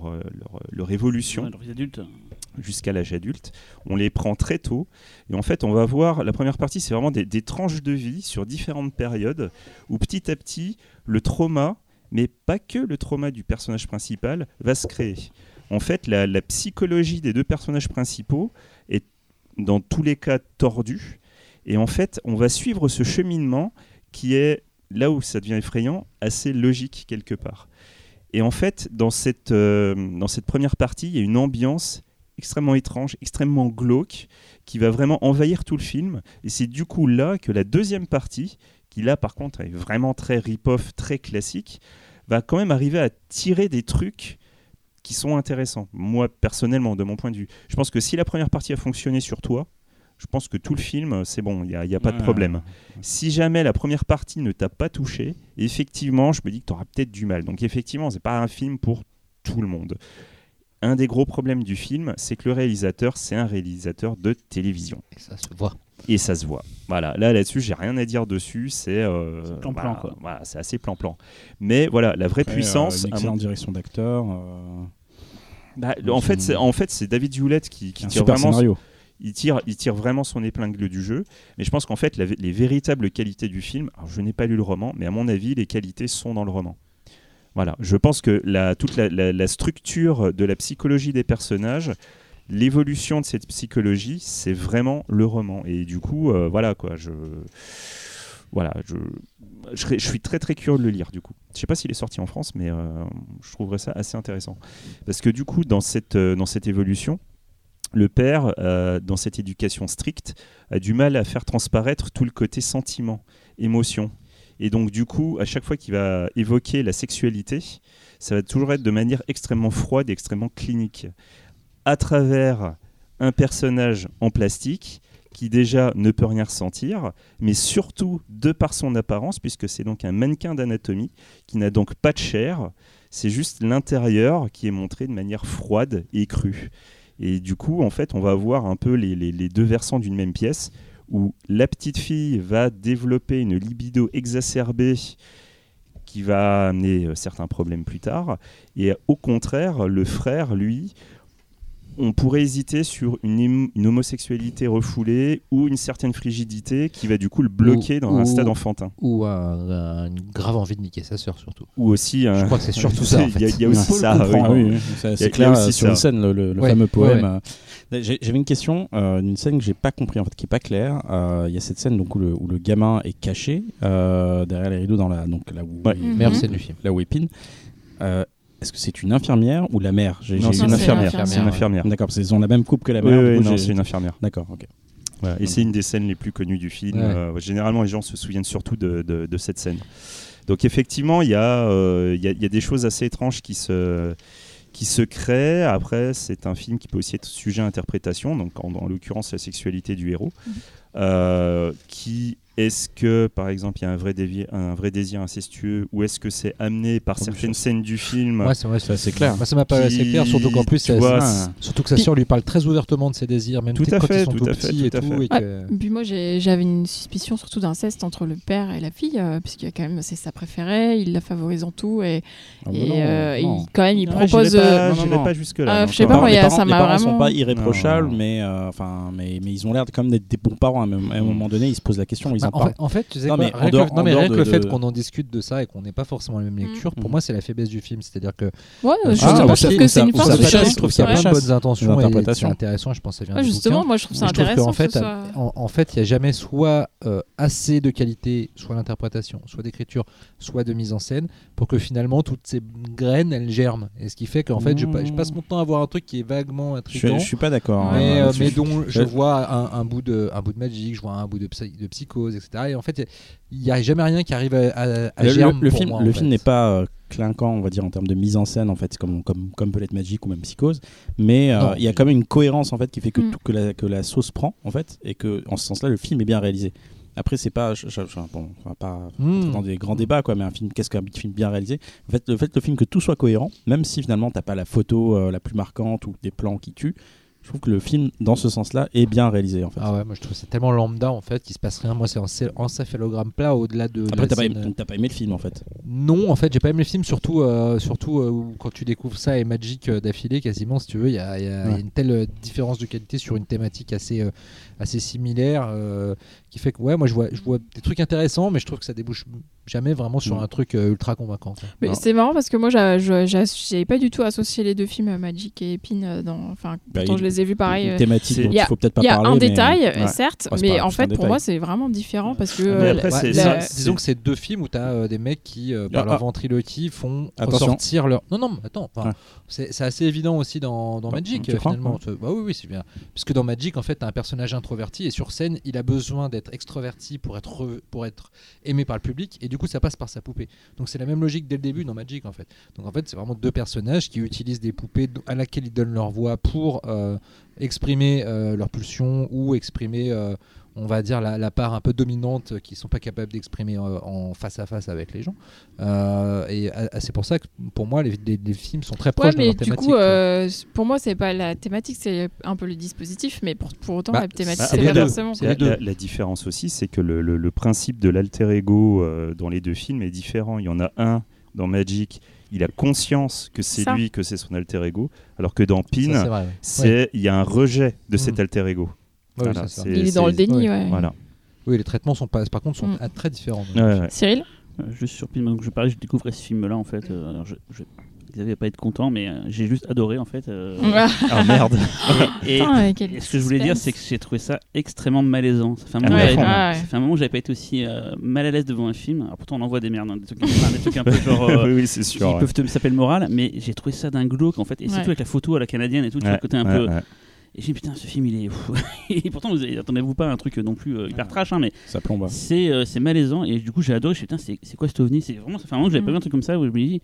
évolution. Ouais, les adultes. Jusqu'à l'âge adulte. On les prend très tôt. Et en fait, on va voir, la première partie, c'est vraiment des tranches de vie sur différentes périodes, où petit à petit, le trauma, mais pas que le trauma du personnage principal, va se créer. En fait, la psychologie des 2 personnages principaux est, dans tous les cas, tordue. Et en fait, on va suivre ce cheminement qui est, là où ça devient effrayant, assez logique quelque part. Et en fait, dans cette première partie, il y a une ambiance extrêmement étrange, extrêmement glauque, qui va vraiment envahir tout le film. Et c'est du coup là que la deuxième partie, qui là par contre est vraiment très rip-off, très classique, va quand même arriver à tirer des trucs qui sont intéressants. Moi, personnellement, de mon point de vue. Je pense que si la première partie a fonctionné sur toi, je pense que tout le film, c'est bon, il n'y a pas de problème. Si jamais la première partie ne t'a pas touché, effectivement, je me dis que tu auras peut-être du mal. Donc effectivement, c'est pas un film pour tout le monde. Un des gros problèmes du film, c'est que le réalisateur, c'est un réalisateur de télévision. Et ça se voit. Et ça se voit. Voilà, là-dessus, j'ai rien à dire dessus. C'est plan-plan, quoi. Voilà, c'est assez plan-plan. Mais voilà, la vraie puissance. Une excellente direction d'acteur. En fait, c'est David Hewlett qui Un tire super vraiment. scénario. Il tire vraiment son épingle du jeu. Mais je pense qu'en fait, les véritables qualités du film. Alors, je n'ai pas lu le roman, mais à mon avis, les qualités sont dans le roman. Voilà, je pense que toute la structure de la psychologie des personnages, l'évolution de cette psychologie, c'est vraiment le roman. Et du coup, voilà quoi, je suis très très curieux de le lire du coup. Je sais pas s'il est sorti en France, mais je trouverais ça assez intéressant. Parce que du coup, dans cette évolution, le père, dans cette éducation stricte, a du mal à faire transparaître tout le côté sentiment, émotion. Et donc, du coup, à chaque fois qu'il va évoquer la sexualité, ça va toujours être de manière extrêmement froide et extrêmement clinique. À travers un personnage en plastique qui déjà ne peut rien ressentir, mais surtout de par son apparence, puisque c'est donc un mannequin d'anatomie qui n'a donc pas de chair, c'est juste l'intérieur qui est montré de manière froide et crue. Et du coup, en fait, on va avoir un peu les deux versants d'une même pièce, où la petite fille va développer une libido exacerbée qui va amener certains problèmes plus tard. Et au contraire, le frère, lui, on pourrait hésiter sur une homosexualité refoulée ou une certaine frigidité qui va du coup le bloquer dans un stade enfantin. Ou une grave envie de niquer sa sœur, surtout. Ou aussi... Je crois que c'est surtout ça, en fait. Il y a aussi ça. C'est clair, sur une scène, le fameux poème. J'avais une question, une scène que j'ai pas compris, en fait, qui est pas claire. Il y a cette scène donc, où le gamin est caché derrière les rideaux, donc, là où meilleure scène du film. Là où épine. Est-ce que c'est une infirmière ou la mère? Non, c'est une infirmière. C'est une infirmière. D'accord, parce qu'ils ont la même coupe que la mère. Oui, non, c'est une infirmière. D'accord, ok. Voilà. Et c'est une des scènes les plus connues du film. Généralement, les gens se souviennent surtout de cette scène. Donc effectivement, il y a des choses assez étranges qui se créent. Après, c'est un film qui peut aussi être sujet à interprétation, donc en l'occurrence la sexualité du héros. Est-ce que, par exemple, il y a un vrai désir incestueux, ou est-ce que c'est amené par certaines scènes du film? Ouais, c'est assez clair. Moi, ça m'a pas assez clair, surtout qu'en plus, surtout que sa sœur lui parle très ouvertement de ses désirs, même quand ils sont tout petits et tout. Puis moi, j'avais une suspicion surtout d'inceste entre le père et la fille, puisqu'il y a quand même, c'est sa préférée, il la favorise en tout, et quand même, il propose. J'irai pas jusque là. Je sais pas, moi, ça m'a vraiment. Les parents sont pas irréprochables, mais ils ont l'air comme d'être des bons parents. À un moment donné, ils se posent la question. En fait, tu sais rien que le fait qu'on en discute de ça et qu'on n'ait pas forcément la même lecture, pour moi, c'est la faiblesse du film. C'est-à-dire que. Ouais, je trouve que c'est une force. Je trouve qu'il y a plein de bonnes intentions et c'est intéressant. Je pense que ça vient du justement, moi, je trouve ça intéressant. En fait, il n'y a jamais soit assez de qualité, soit d'interprétation, soit d'écriture, soit de mise en scène, pour que finalement toutes ces graines elles germent. Et ce qui fait qu'en fait, je passe mon temps à voir un truc qui est vaguement intriguant. Je suis pas d'accord. Mais dont je vois un bout de Magic, je vois un bout de Psychose, etc. Et en fait, il n'y a jamais rien qui arrive à germe le pour film. moi, Le film n'est pas clinquant, on va dire, en termes de mise en scène, en fait, comme peut l'être Magic ou même Psychose, mais il y a quand même une cohérence en fait qui fait que la sauce prend en fait, et que en ce sens-là, le film est bien réalisé. Après, c'est pas, on va pas dans des grands débats, quoi, mais un film, qu'est-ce qu'un film bien réalisé? En fait, le film que tout soit cohérent, même si finalement t'as pas la photo la plus marquante ou des plans qui tuent. Je trouve que le film, dans ce sens-là, est bien réalisé, en fait. Ah ouais, moi je trouve c'est tellement lambda, en fait, qu'il se passe rien. Moi, c'est en céphalogramme plat, au-delà de. Après, t'as pas aimé le film, en fait? Non, en fait, j'ai pas aimé le film, surtout quand tu découvres ça et Magic d'affilée, quasiment, si tu veux, il y a une telle différence de qualité sur une thématique assez similaire, qui fait que, ouais, moi je vois des trucs intéressants, mais je trouve que ça débouche jamais vraiment sur un truc ultra convaincant, quoi. Mais c'est marrant parce que moi, j'avais pas du tout associé les deux films, Magic et Epine, quand je les ai vus pareil. Une thématique dont il faut peut-être pas parler. Il y a un détail, certes, mais en fait, pour moi, c'est vraiment différent parce que. Disons que c'est deux films où tu as des mecs qui, par leur ventriloquie, font ressortir leur. Non, attends. C'est assez évident aussi dans Magic, finalement. Oui, c'est bien. Puisque dans Magic, en fait, tu as un personnage introverti et sur scène, il a besoin d'être extroverti pour être aimé par le public, et du coup, ça passe par sa poupée. Donc, c'est la même logique dès le début dans Magic, en fait. Donc, en fait, c'est vraiment deux personnages qui utilisent des poupées à laquelle ils donnent leur voix pour exprimer leurs pulsions ou exprimer, on va dire, la part un peu dominante qu'ils ne sont pas capables d'exprimer en face à face avec les gens. Et c'est pour ça que, pour moi, les films sont très proches de leur thématique. Du coup, pour moi, c'est pas la thématique, c'est un peu le dispositif, mais pour autant, la thématique, c'est pas forcément. La différence aussi, c'est que le principe de l'alter ego dans les deux films est différent. Il y en a un dans Magic, il a conscience que c'est lui, que c'est son alter ego, alors que dans Pin, il y a un rejet de cet alter ego. Ouais, voilà, il est dans le déni. Voilà. Oui, les traitements sont très différents. Cyril, juste sur Pin, donc je découvrais ce film-là en fait. Xavier va pas être content, mais j'ai juste adoré en fait. Ah merde. Et ce que je voulais dire, c'est que j'ai trouvé ça extrêmement malaisant. Ça fait un moment où j'avais pas été aussi mal à l'aise devant un film. Alors pourtant on en voit des merdes, des trucs un peu genre oui, c'est sûr, qui peuvent te saper le moral, mais j'ai trouvé ça d'un glauque en fait, et surtout avec la photo à la canadienne et tout, le côté un peu. Et j'ai dit putain, ce film il est fou. Et pourtant attendez-vous pas un truc non plus hyper trash, mais ça plombe. C'est malaisant, et du coup j'ai adoré. Je me suis dit putain, c'est quoi cet ovni? C'est vraiment, ça fait un moment que j'avais pas vu un truc comme ça où je me dis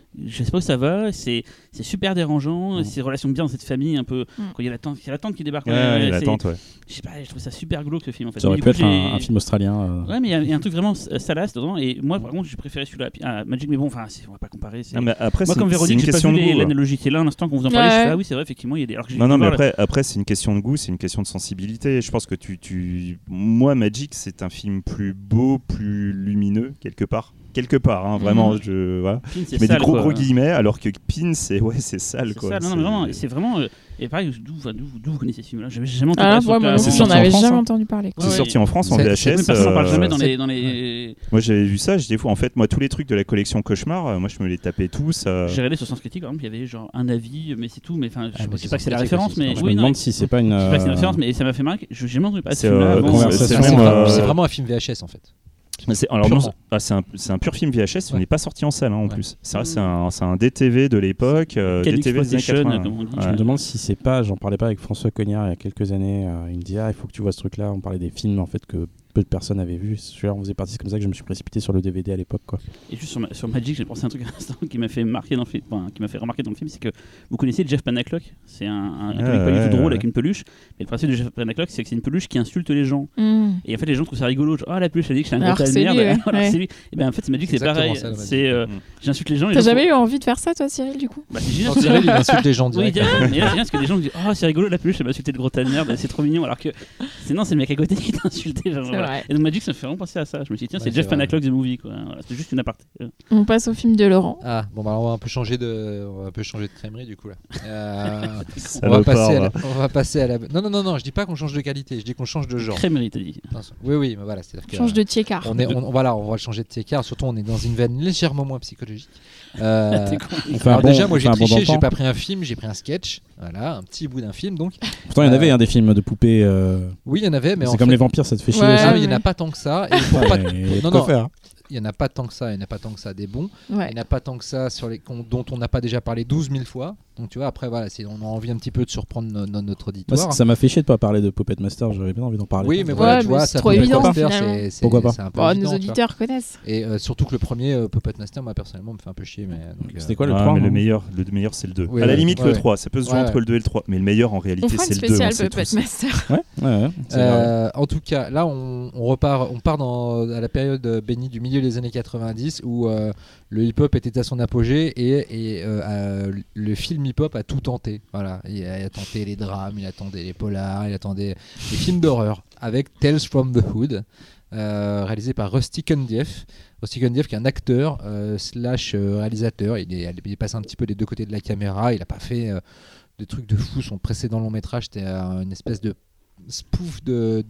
je sais pas où ça va, c'est super dérangeant, ces relations bien dans cette famille un peu, quand il y a la tante qui débarque. La tante, ouais. Je sais pas, je trouve ça super glauque ce film en fait. Ça aurait pu être un film australien. Ouais, mais il y a un truc vraiment salace dedans, et moi par contre j'ai préféré celui-là à Magic, mais bon, enfin on va pas comparer. Mais après, moi comme Véronique, j'ai pas vu l'analogie, c'est là un instant qu'on vous en parlait, je fais ah oui c'est vrai effectivement il y a des. Non, mais après c'est une question de goût, c'est une question de sensibilité. Je pense que moi Magic c'est un film plus beau, plus lumineux quelque part, vraiment. Voilà. Pin, je mets des gros guillemets, alors que Pin c'est sale quoi. Non, mais vraiment, c'est vraiment. Et pareil, d'où vous connaissez ce film-là? J'avais jamais entendu parler. J'en avais jamais entendu parler. C'est sorti en France en VHS. Personne n'en parle jamais dans les. Moi j'avais vu ça, j'étais fou. En fait, moi tous les trucs de la collection Cauchemar, moi je me les tapais tous. J'ai regardé sur Sens Critique, par exemple, il y avait genre un avis, mais c'est tout. Mais enfin, je sais pas que c'est la référence, mais je me demande si c'est pas une. Je sais pas que c'est une référence, mais ça m'a fait marrer. J'ai jamais entendu parler de ce film-là. C'est vraiment un film VHS en fait. C'est un pur film VHS, il n'est pas sorti en salle en plus. C'est un DTV de l'époque, DTV des années 80. Je me demande si c'est pas, j'en parlais pas avec François Cognard il y a quelques années, il me dit il faut que tu vois ce truc-là, on parlait des films en fait que peu de personnes avaient vu. Celui-là on faisait partie, c'est comme ça que je me suis précipité sur le DVD à l'époque quoi. Et juste sur Magic, j'ai pensé à un truc à l'instant qui m'a fait remarquer dans le film, c'est que vous connaissez Jeff Panaclock, c'est un comique pas du tout drôle avec une peluche, mais le principe de Jeff Panaclock c'est que c'est une peluche qui insulte les gens. Et en fait les gens trouvent ça rigolo, genre la peluche elle dit que je suis un gros tas de merde. C'est lui. Et ben en fait c'est Magic, c'est pareil, j'insulte les gens. T'as jamais eu envie de faire ça toi Cyril du coup? Bah c'est génial. Cyril il insulte les gens direct. Oui, mais là c'est bien parce que les gens disent c'est rigolo la peluche, elle m'a insulté le gros tas de merde, c'est trop mignon, alors que c'est le mec à côté qui t'a insulté. Et donc Magic ça me fait vraiment penser à ça. Je me suis dit tiens c'est Jeff Panaclock the movie quoi. C'est juste une aparté. On passe au film de Laurent. Ah bon bah on va un peu changer de crèmerie du coup là. On va passer à la non je dis pas qu'on change de qualité, je dis qu'on change de genre. Crèmerie t'as dit. Oui mais voilà, c'est-à-dire que change de tiécar. On va le changer de tiécar, surtout on est dans une veine légèrement moins psychologique. Déjà moi j'ai triché, j'ai pas pris un film, j'ai pris un sketch, voilà, un petit bout d'un film donc. Pourtant il y en avait des films de poupées. Oui il y en avait mais c'est comme les vampires, ça te fait chier. Il y en a pas tant que ça. Il n'y en a pas tant que ça, des bons. Il n'y en a pas tant que ça dont on n'a pas déjà parlé 12 000 fois. Donc tu vois, après voilà, on a envie un petit peu de surprendre notre auditoire. Ça m'a fait chier de pas parler de Puppet Master, j'avais bien envie d'en parler. Oui, mais voilà, tu vois, c'est trop évident. Pourquoi pas? Nos auditeurs connaissent. Et surtout que le premier Puppet Master, moi personnellement, me fait un peu chier. C'était quoi le 3? Le meilleur c'est le 2. À la limite, le 3, ça peut se jouer entre le 2 et le 3. Mais le meilleur en réalité, c'est le 2. On fera une spéciale Puppet Master. En tout cas, là, on part à la période bénie du milieu des années 90 où le hip-hop était à son apogée et le film hip-hop a tout tenté. Voilà, il a tenté les drames, il a tenté les polars, il a tenté les films d'horreur avec Tales from the Hood, réalisé par Rusty Cundieff. Rusty Cundieff qui est un acteur slash réalisateur. Il passe un petit peu des deux côtés de la caméra. Il n'a pas fait de trucs de fou. Son précédent long métrage c'était une espèce de spoof de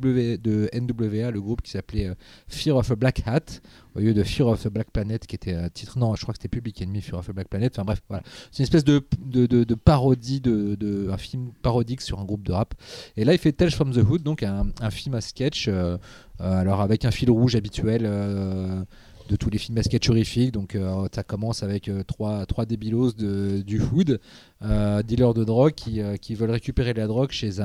NWA, le groupe qui s'appelait Fear of a Black Hat au lieu de Fear of a Black Planet qui était un titre, non je crois que c'était Public Enemy, Fear of a Black Planet, enfin bref voilà, c'est une espèce de parodie un film parodique sur un groupe de rap. Et là il fait Tales from the Hood, donc un film à sketch alors avec un fil rouge habituel de tous les films à sketch horrifiques. Donc ça commence avec trois débilos du Hood, dealers de drogue qui veulent récupérer la drogue chez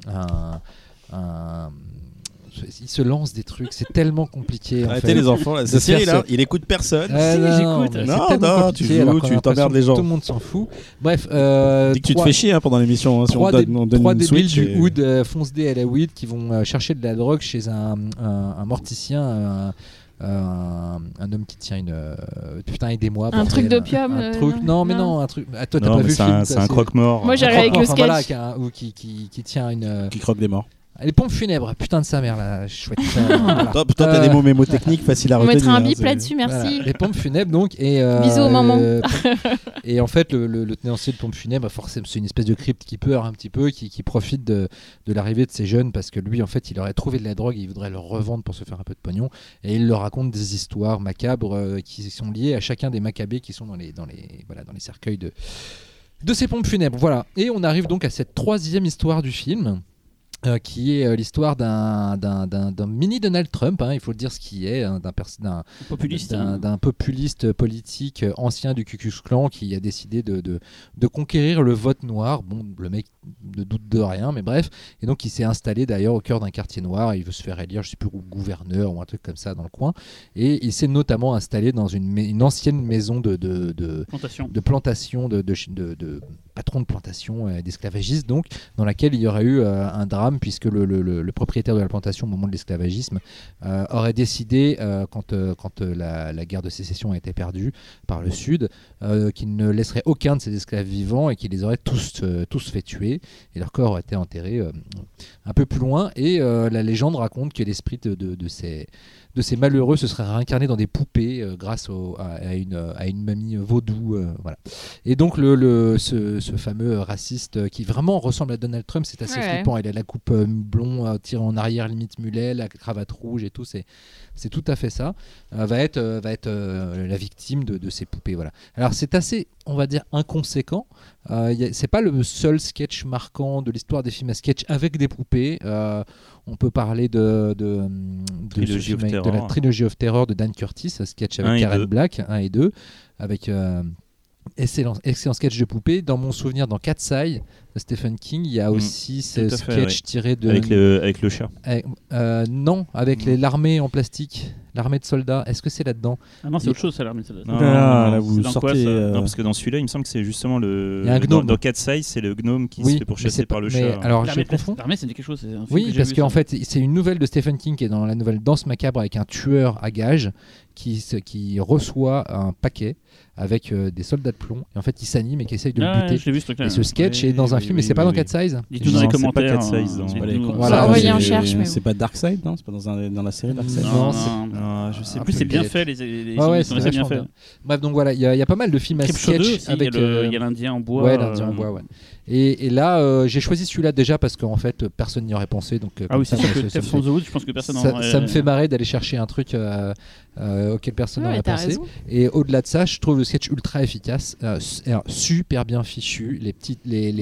ils se lancent des trucs, c'est tellement compliqué. Arrêtez les enfants, là. C'est Cyril, il écoute personne. J'écoute. Non, tu joues, tu t'emmerdes les gens. Tout le monde s'en fout. Bref, dis que tu te fais chier pendant l'émission. Trois débiles du Hood foncent à la weed qui vont chercher de la drogue chez un morticien. Un homme qui tient une putain aidez-moi un truc d'opium un truc un truc toi t'as pas vu le film, c'est un croque-mort. Moi j'ai avec le sketch voilà, qui tient une qui croque des morts. Les pompes funèbres, putain de sa mère là, chouette. Toi t'as des mots mémotechniques faciles à retenir. On mettra un bip là-dessus, merci. Voilà. Les pompes funèbres donc et bisous aux mamans. Et en fait le tenancier de pompes funèbres, forcément c'est une espèce de crypte qui peur un petit peu, qui profite de l'arrivée de ces jeunes parce que lui en fait il aurait trouvé de la drogue et il voudrait le revendre pour se faire un peu de pognon, et il leur raconte des histoires macabres qui sont liées à chacun des macabées qui sont dans les cercueils de ces pompes funèbres. Voilà. Et on arrive donc à cette troisième histoire du film. qui est l'histoire d'un mini Donald Trump, il faut le dire ce qui est, d'un populiste politique ancien du Ku Klux Klan qui a décidé de conquérir le vote noir. Bon, le mec ne doute de rien, mais bref. Et donc il s'est installé d'ailleurs au cœur d'un quartier noir. Il veut se faire élire, je sais plus, gouverneur ou un truc comme ça dans le coin. Et il s'est notamment installé dans une ancienne maison de plantation, de patron de plantation d'esclavagistes, donc, dans laquelle il y aurait eu un drame, puisque le propriétaire de la plantation au moment de l'esclavagisme aurait décidé, quand la guerre de sécession a été perdue par le Sud, qu'il ne laisserait aucun de ses esclaves vivants et qu'il les aurait tous fait tuer, et leur corps aurait été enterré un peu plus loin. Et la légende raconte que l'esprit de ces malheureux se serait réincarné dans des poupées grâce à une mamie vaudou. Voilà. Et donc ce fameux raciste qui vraiment ressemble à Donald Trump, c'est assez flippant. Il a la coupe blond tirée en arrière limite mulet, la cravate rouge et tout, c'est tout à fait ça. Va être la victime de ces poupées. Voilà. Alors c'est assez, on va dire, inconséquent. C'est pas le seul sketch marquant de l'histoire des films à sketch avec des poupées. On peut parler de la Trilogy of Terror de Dan Curtis, un sketch avec Karen Black, 1 et 2, avec excellent sketch de poupée. Dans mon souvenir, dans Cat's Eye de Stephen King, il y a aussi ce sketch tiré de... Avec le chat. Non, avec l'armée en plastique, l'armée de soldats. Est-ce que c'est là-dedans ? Ah non, c'est autre chose, ça, l'armée de soldats. Là, vous sortez... Non, parce que dans celui-là, il me semble que c'est justement le... Il y a un gnome. Dans Cat's Eye, c'est le gnome qui se fait pourchasser par le chat. Alors, je confonds. L'armée, c'est quelque chose. Oui, parce qu'en fait, c'est une nouvelle de Stephen King qui est dans la nouvelle Danse macabre avec un tueur à gages qui reçoit un paquet avec des soldats de plomb, et en fait il s'anime et qui essaye de le buter. Vu, ce et ce sketch est dans un film, mais c'est pas dans Cat's Eyes. Dites-nous dans les commentaires. C'est pas Darkseid, non ? C'est pas dans la série Darkseid ? Non, je sais plus. C'est bien fait, les c'est bien fait. Bref, donc voilà, il y a pas mal de films à sketch avec. Il y a l'Indien en bois. Ouais, l'Indien en bois, ouais. Et là, j'ai choisi celui-là déjà parce qu'en fait personne n'y aurait pensé. Donc, ah oui, c'est sûr que Tales from the Woods, je pense que personne ça me fait marrer d'aller chercher un truc auquel personne n'aurait pensé. Et au-delà de ça, je trouve le sketch ultra efficace, super bien fichu. Les petites,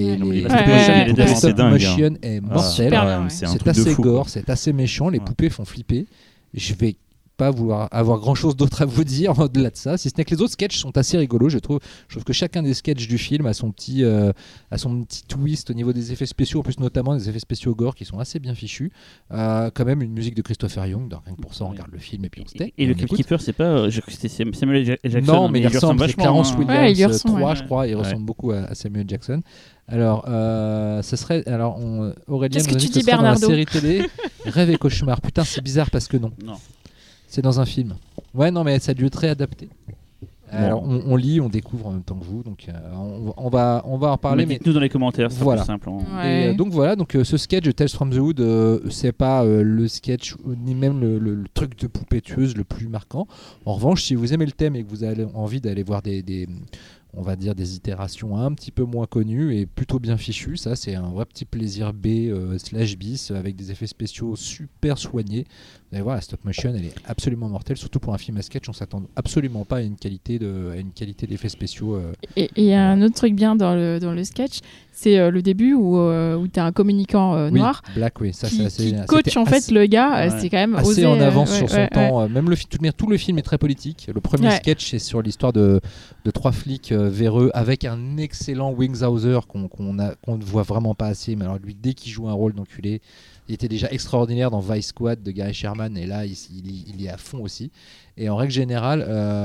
stop motion est mortel. C'est assez gore, c'est assez méchant. Les poupées font flipper. Je vais pas vouloir avoir grand chose d'autre à vous dire au-delà de ça, si ce n'est que les autres sketchs sont assez rigolos. Je trouve que chacun des sketchs du film a son petit twist au niveau des effets spéciaux, en plus notamment des effets spéciaux gore qui sont assez bien fichus. Quand même une musique de Christopher Young, donc rien que pour ça on regarde le film et puis on se tait. Et le Keeper, c'est pas c'était Samuel Jackson. Non, mais il ressemble, c'est Clarence Williams 3, je crois, il ressemble beaucoup à Samuel Jackson. Alors, ce serait, Aurélien, qu'est-ce que tu dis, Bernardo ? Bernardo ? Dans la série télé, Rêve et Cauchemar. Putain, c'est bizarre parce que non. C'est dans un film. Ouais, non, mais ça a dû être réadapté. Alors, on lit, on découvre en même temps que vous, donc on va en parler. Mais dites-nous dans les commentaires, c'est voilà. plus simple. Et donc voilà, ce sketch de Tales from the Hood, c'est pas le sketch ni même le truc de poupée tueuse le plus marquant. En revanche, si vous aimez le thème et que vous avez envie d'aller voir on va dire des itérations un petit peu moins connues et plutôt bien fichues, ça c'est un vrai petit plaisir B/bis avec des effets spéciaux super soignés. Vous allez voir, la stop motion elle est absolument mortelle, surtout pour un film à sketch, on s'attend absolument pas à une qualité d'effets spéciaux. Et il y a un autre truc bien dans le sketch, c'est le début où tu as un communicant noir Black, oui, ça, qui coach en fait le gars, c'est quand même assez osé, en avance sur son temps. Même tout le film est très politique. Le premier sketch c'est sur l'histoire de 3 flics véreux avec un excellent Wingshauser qu'on ne voit vraiment pas assez, mais alors lui dès qu'il joue un rôle d'enculé, il était déjà extraordinaire dans Vice Squad de Gary Sherman, et là il est à fond aussi. Et en règle générale,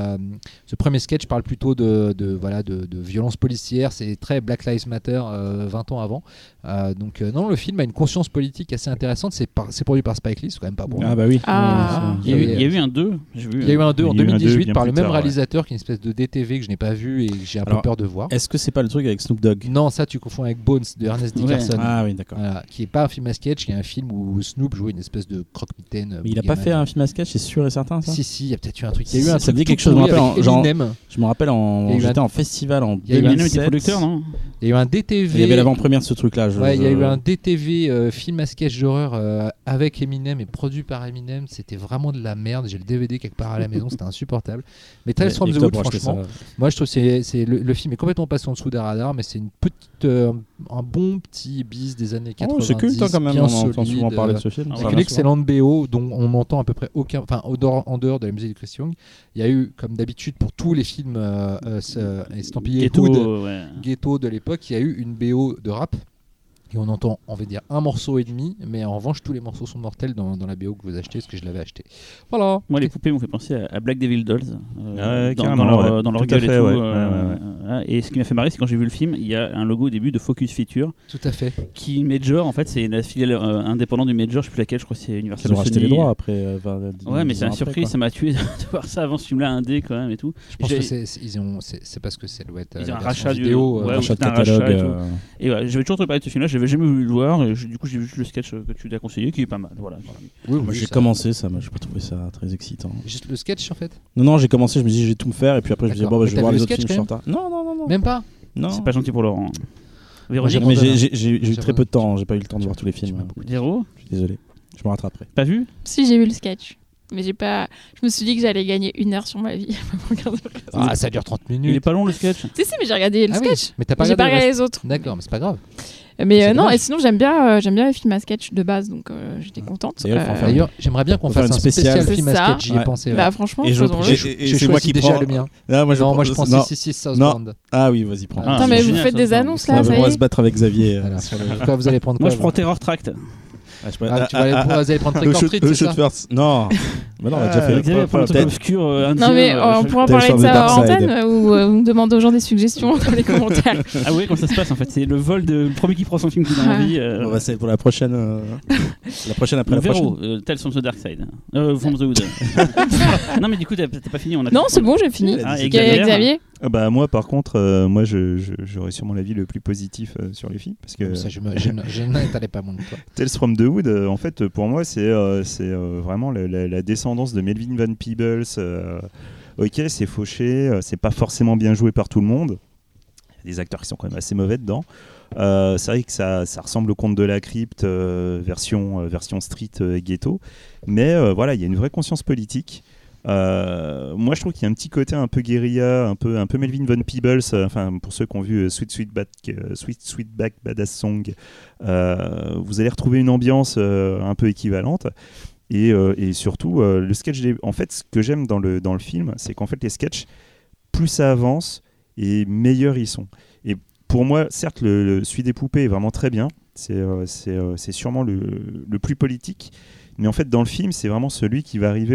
ce premier sketch parle plutôt de violence policière. C'est très Black Lives Matter 20 ans avant. Donc non, le film a une conscience politique assez intéressante. C'est produit par Spike Lee, c'est quand même pas bon. Ah bah oui. Il y a eu un 2. Il y a eu un 2 en 2018 par le même réalisateur, qui est une espèce de DTV que je n'ai pas vu et que j'ai un peu peur de voir. Est-ce que c'est pas le truc avec Snoop Dogg ? Non, ça tu confonds avec Bones de Ernest Dickerson. Ah oui, d'accord. Qui est pas un film à sketch, qui est un film où Snoop jouait une espèce de croque-mitaine. Mais il a pas fait un film à sketch, c'est sûr et certain ça ? Si, il y a peut-être eu un truc. Il y a eu un ça truc dit quelque chose. Je me rappelle, j'étais en festival en 2007. Eminem était producteur, non ? Il y a eu un DTV. Il y avait l'avant-première de ce truc-là. Il y a eu un DTV film à sketch d'horreur avec Eminem et produit par Eminem. C'était vraiment de la merde. J'ai le DVD quelque part à la maison, c'était insupportable. Mais Tales from the Hood, franchement, moi je trouve que le film est complètement passé en dessous des radars, mais c'est une petite, un bon petit bis des années 90. C'est culte quand même, on entend souvent parler de ce film. Avec une excellente BO dont on n'entend à peu près aucun, enfin en dehors de la musique de Chris Young. Il y a eu, comme d'habitude pour tous les films estampillés ghetto de l'époque, il y a eu une BO de rap. Et on entend, on va dire, un morceau et demi, mais en revanche, tous les morceaux sont mortels dans la BO que vous achetez, parce que je l'avais acheté. Voilà. Moi, les poupées m'ont fait penser à Black Devil Dolls, dans leur gueule et tout. Et ce qui m'a fait marrer, c'est quand j'ai vu le film, il y a un logo au début de Focus Feature. Tout à fait. Qui Major, en fait, c'est la filiale indépendante du Major, je sais plus laquelle, je crois que c'est Universal. Ils ont racheté les droits après. Ouais, mais c'est un surprise, ça m'a tué de voir ça avant ce film-là, indé quand même et tout. Je pense que c'est parce que ça doit être un rachat vidéo, rachat de catalogue. Et ouais, j'avais toujours entendu parler de ce film-là, j'avais jamais voulu le voir, et du coup j'ai vu juste le sketch que tu l'as conseillé, qui est pas mal. Voilà. Moi j'ai commencé ça, moi j'ai pas trouvé ça très excitant. Juste le sketch en fait. Non, j'ai commencé, je me dis je vais tout me faire, et puis après je me dis bon, je vais voir les autres films sur tard. Non. Même pas. Non. C'est pas gentil pour Laurent. Véronique, mais j'ai eu très peu de temps, j'ai pas eu le temps de voir tous les films. Véro, je suis désolé, je me rattraperai. Pas vu ? Si, j'ai vu le sketch. Mais j'ai pas. Je me suis dit que j'allais gagner 1 heure sur ma vie. Ça dure 30 minutes. Il est pas long le sketch. Si, mais j'ai regardé le sketch. Oui, mais t'as pas regardé les autres. D'accord, mais c'est pas grave. Mais non, et sinon j'aime bien les films à sketch de base, donc j'étais contente. D'ailleurs, j'aimerais bien qu'on fasse un spécial film à sketch, j'y ai pensé. Bah franchement, et c'est moi qui déjà prends le mien. Non, moi je pense 666 Southbound. Ah oui, vas-y, prends. Attends, mais vous faites des annonces là, ça y est. On va se battre avec Xavier. Quoi, vous allez prendre quoi? Moi je prends Terror Tract. Vous allez prendre Trick or Treat, c'est ça? Non, on a déjà fait. Xavier prend un truc obscur indien. Non mais on pourra parler de ça en antenne ou vous demandez aux gens des suggestions dans les commentaires. Ah ouais, comment ça se passe en fait? C'est le vol de le premier qui prend son film qu'il a envie. On va essayer pour la prochaine. La prochaine après la prochaine. Tales from the Dark Side. From the Hood. Non mais du coup t'as pas fini. Non c'est bon, j'ai fini. Xavier. Bah moi par contre moi j'aurais sûrement l'avis le plus positif sur les films parce que ça je n'étalais pas mon toi. Tales from the Hood en fait pour moi c'est vraiment la descendance de Melvin Van Peebles. Ok, c'est fauché, c'est pas forcément bien joué par tout le monde. Il y a des acteurs qui sont quand même assez mauvais dedans. C'est vrai que ça ressemble au Conte de la Crypte version street ghetto, mais voilà, il y a une vraie conscience politique. Moi je trouve qu'il y a un petit côté un peu guérilla, un peu Melvin Van Peebles, enfin pour ceux qui ont vu Sweetback Badass Song, vous allez retrouver une ambiance un peu équivalente et surtout le sketch en fait ce que j'aime dans le film c'est qu'en fait les sketchs plus ça avance et meilleurs ils sont, et pour moi certes celui des poupées est vraiment très bien, c'est sûrement le plus politique, mais en fait dans le film c'est vraiment celui qui va arriver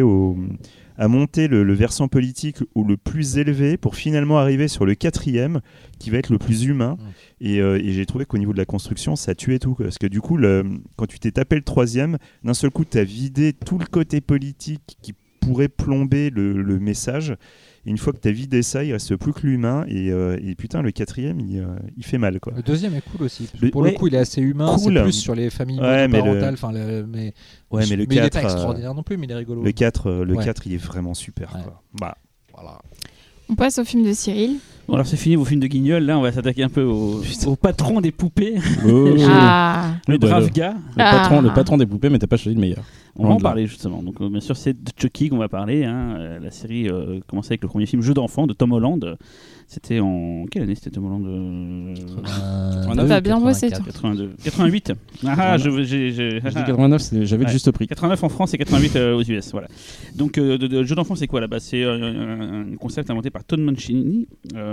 à monter le versant politique ou le plus élevé pour finalement arriver sur le 4e qui va être le plus humain. Et j'ai trouvé qu'au niveau de la construction ça tuait tout, parce que du coup quand tu t'es tapé le 3e, d'un seul coup tu as vidé tout le côté politique qui pourrait plomber le message, et une fois que tu as vidé ça il reste plus que l'humain, et putain le 4e il fait mal quoi. Le 2e est cool aussi pour le coup il est assez humain, cool. C'est plus sur les familles monoparentales, mais le 4 il est pas extraordinaire non plus, mais il est rigolo. Le 4 il est vraiment super quoi. Bah voilà. On passe au film de Cyril. Bon alors c'est fini vos films de guignol, là on va s'attaquer un peu au patron des poupées. Le brave gars. Le patron des poupées, mais t'as pas choisi le meilleur. On va en parler justement. Donc bien sûr c'est de Chucky qu'on va parler. La série commençait avec le premier film Jeu d'enfant de Tom Holland. C'était en quelle année c'était Tom Holland? T'as bien bossé. 82, 88. J'ai dit 89, j'avais le juste prix. 89 en France et 88 aux US. Voilà. Donc Jeu d'enfant c'est quoi là-bas? C'est un concept inventé par Don Mancini.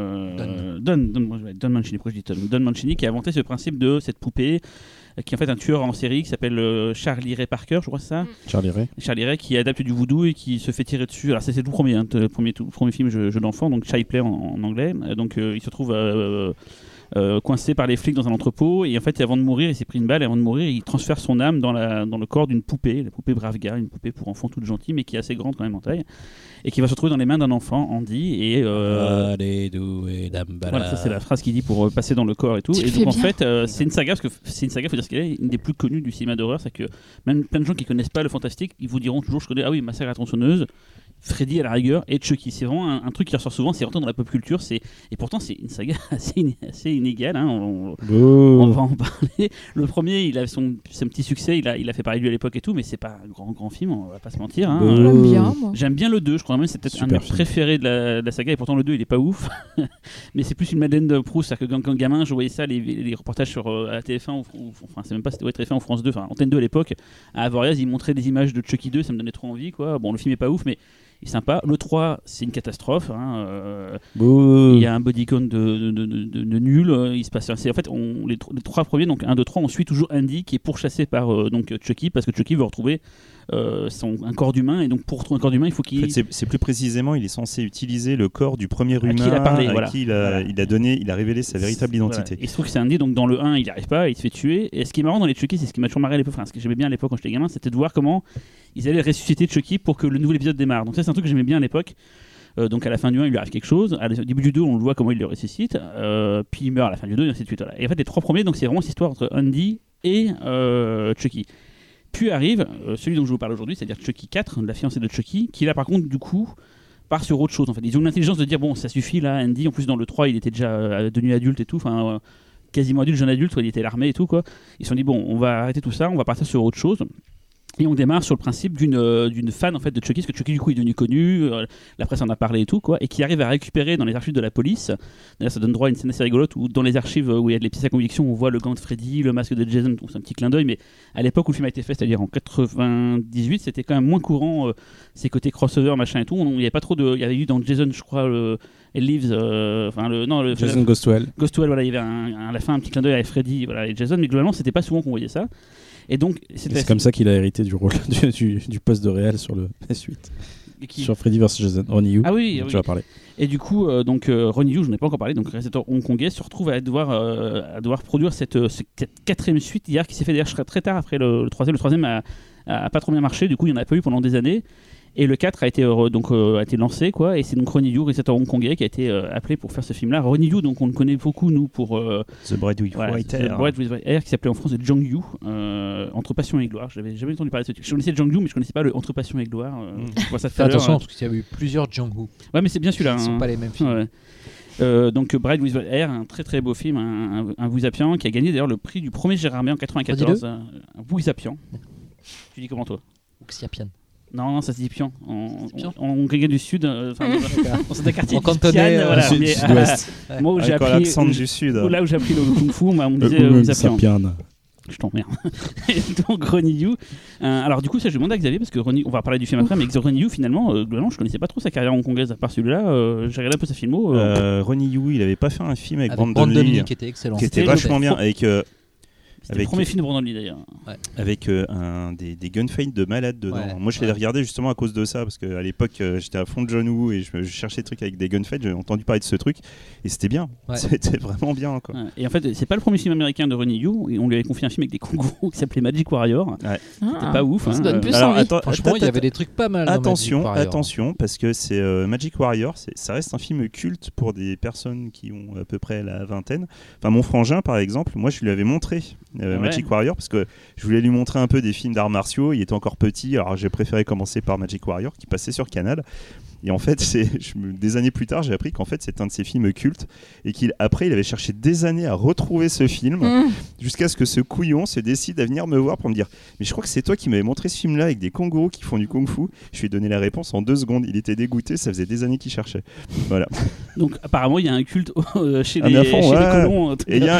Don Mancini, pourquoi je dis Tom? Don Mancini qui a inventé ce principe de cette poupée qui est en fait un tueur en série qui s'appelle Charlie Ray Parker, je crois que c'est ça. Charlie Ray qui adapte du voodoo et qui se fait tirer dessus. Alors c'est le tout premier, le premier film jeu d'enfant, donc Child Play en anglais. Donc il se trouve coincé par les flics dans un entrepôt, et en fait avant de mourir il s'est pris une balle, et avant de mourir il transfère son âme dans le corps d'une poupée, la poupée Brave Gars, une poupée pour enfants toute gentille mais qui est assez grande quand même en taille, et qui va se retrouver dans les mains d'un enfant, Andy, et voilà, ça c'est la phrase qu'il dit pour passer dans le corps et tout. Et donc en fait c'est une saga, parce que c'est une saga, faut dire ce qu'elle est, une des plus connues du cinéma d'horreur. C'est que même plein de gens qui connaissent pas le fantastique, ils vous diront toujours je connais, ah oui, Massacre à la tronçonneuse. Freddy à la rigueur et Chucky. C'est vraiment un truc qui ressort souvent, c'est rentré dans la pop culture, et pourtant c'est une saga assez inégale, hein. On va en parler. Le premier, il a son petit succès, il a fait parler de lui à l'époque et tout, mais c'est pas un grand film, on va pas se mentir, hein. J'aime bien, moi. J'aime bien le 2, je crois même que c'est peut-être un de mes préférés de la saga, et pourtant le 2 il est pas ouf. Mais c'est plus une Madeleine de Proust, c'est-à-dire que quand gamin je voyais ça, les reportages sur à TF1 enfin c'est même pas TF1 ou France 2, enfin Antenne 2 à l'époque, à Avoriaz, ils montraient des images de Chucky 2, ça me donnait trop envie, quoi. Bon, le film est pas ouf, mais il est sympa. Le 3, c'est une catastrophe, hein. Il y a un body count de nul, il se passe en fait les 3 premiers, donc 1, 2, 3, on suit toujours Andy qui est pourchassé par donc Chucky, parce que Chucky veut retrouver un corps d'humain, et donc pour retrouver un corps d'humain il faut qu'il... En fait, c'est plus précisément, il est censé utiliser le corps du premier humain qui il a parlé, qui il a révélé sa véritable identité. Voilà. Il se trouve que c'est Andy, donc dans le 1 il n'y arrive pas, il se fait tuer, et ce qui est marrant dans les Chucky, c'est ce qui m'a toujours marré à l'époque, enfin, ce que j'aimais bien à l'époque quand j'étais gamin, c'était de voir comment ils allaient ressusciter Chucky pour que le nouvel épisode démarre. Donc ça c'est un truc que j'aimais bien à l'époque. Donc à la fin du 1 il lui arrive quelque chose, au début du 2 on le voit comment il le ressuscite, puis il meurt à la fin du 2 et ainsi de suite, voilà. Et en fait les 3 premiers, donc c'est vraiment cette histoire entre Andy et Chucky. Puis arrive celui dont je vous parle aujourd'hui, c'est-à-dire Chucky 4, la fiancée de Chucky, qui là par contre du coup part sur autre chose. En fait, ils ont l'intelligence de dire bon ça suffit là, Andy, en plus dans le 3 il était déjà devenu adulte et tout, enfin quasiment adulte, jeune adulte, il était à l'armée et tout, quoi. Ils se sont dit bon on va arrêter tout ça, on va partir sur autre chose. Et on démarre sur le principe d'une fan en fait de Chucky, parce que Chucky du coup est devenu connu, la presse en a parlé et tout, quoi, et qui arrive à récupérer dans les archives de la police. D'ailleurs ça donne droit à une scène assez rigolote où dans les archives où il y a les pièces à conviction on voit le gant de Freddy, le masque de Jason, c'est un petit clin d'œil, mais à l'époque où le film a été fait, c'est-à-dire en 98, c'était quand même moins courant ces côtés crossover machin et tout. Il y avait pas trop de, il y avait eu dans Jason je crois Leaves, Jason Ghostwell, voilà, il y avait à la fin un petit clin d'œil avec Freddy, voilà, et Jason, mais globalement c'était pas souvent qu'on voyait ça. Et donc c'est comme ça qu'il a hérité du rôle du poste de réal sur la suite. Sur Freddy vs Jason, Ronnie Yu. Ah oui, tu vas parler. Et du coup, Ronnie Yu, je n'en ai pas encore parlé, donc réalisateur hongkongais, se retrouve à devoir produire cette 4e suite hier, qui s'est fait d'ailleurs très tard après le 3e. Le 3e a pas trop bien marché, du coup il n'y en a pas eu pendant des années. Et le 4 a été lancé, quoi, et c'est donc Ronnie Yu, réalisateur hongkongais, qui a été appelé pour faire ce film-là. Ronnie Yu, donc on le connaît beaucoup nous pour The Bride with White Hair. The Bride with White Hair, qui s'appelait en France Jang Yu, Entre Passion et Gloire. J'avais jamais entendu parler de ce truc. Je connaissais Jang Yu, mais je connaissais pas le Entre Passion et Gloire. Fais attention parce qu'il y a eu plusieurs Jang Yu. Ouais, mais c'est bien celui-là. Ce ne sont pas les mêmes films. Ouais. Donc Bride with White Hair, un très très beau film, un Wusapian, qui a gagné d'ailleurs le prix du premier Gérard May en 94. Un Wusapian. Tu dis comment toi? Wuxiapian. Non, ça se dit Pian. En Gréguen du Sud, dans un quartier en cantonais, voilà, sud-ouest. Moi où j'ai appris l'accent du Sud. Là où j'ai appris le Kung Fu, on me disait Wusapian. Je t'emmerde. Donc Ronnie Yu. Alors du coup ça je demande à Xavier parce que on va parler du film après, mais Ronnie Yu finalement globalement je connaissais pas trop sa carrière hongkongaise à part celui-là. J'ai regardé un peu sa filmo. Ronnie Yu il avait pas fait un film avec Brandon Lee qui était excellent, qui était vachement bien avec C'était le premier film de Brandon Lee d'ailleurs. Ouais. Avec des gunfights de malades dedans. Ouais, moi je l'ai regardé justement à cause de ça, parce qu'à l'époque j'étais à fond de John Woo et je cherchais des trucs avec des gunfights, j'ai entendu parler de ce truc et c'était bien. Ouais. C'était vraiment bien, quoi. Ouais. Et en fait c'est pas le premier film américain de Ronnie Yu, on lui avait confié un film avec des kangourous qui s'appelait Magic Warrior. Ouais. C'était pas ouf. Ça donne plus envie. Franchement il y avait des trucs pas mal. Attention, parce que c'est Magic Warrior, ça reste un film culte pour des personnes qui ont à peu près la vingtaine. Enfin mon frangin par exemple, moi je lui avais montré Magic Warrior parce que je voulais lui montrer un peu des films d'arts martiaux, il était encore petit, alors j'ai préféré commencer par Magic Warrior qui passait sur Canal. Et en fait, des années plus tard, j'ai appris qu'en fait, c'est un de ses films cultes et qu'après, il avait cherché des années à retrouver ce film jusqu'à ce que ce couillon se décide à venir me voir pour me dire « Mais je crois que c'est toi qui m'avais montré ce film-là avec des kangourous qui font du kung-fu. » Je lui ai donné la réponse en 2 secondes. Il était dégoûté, ça faisait des années qu'il cherchait. Voilà. Donc apparemment, il y a un culte chez les colons.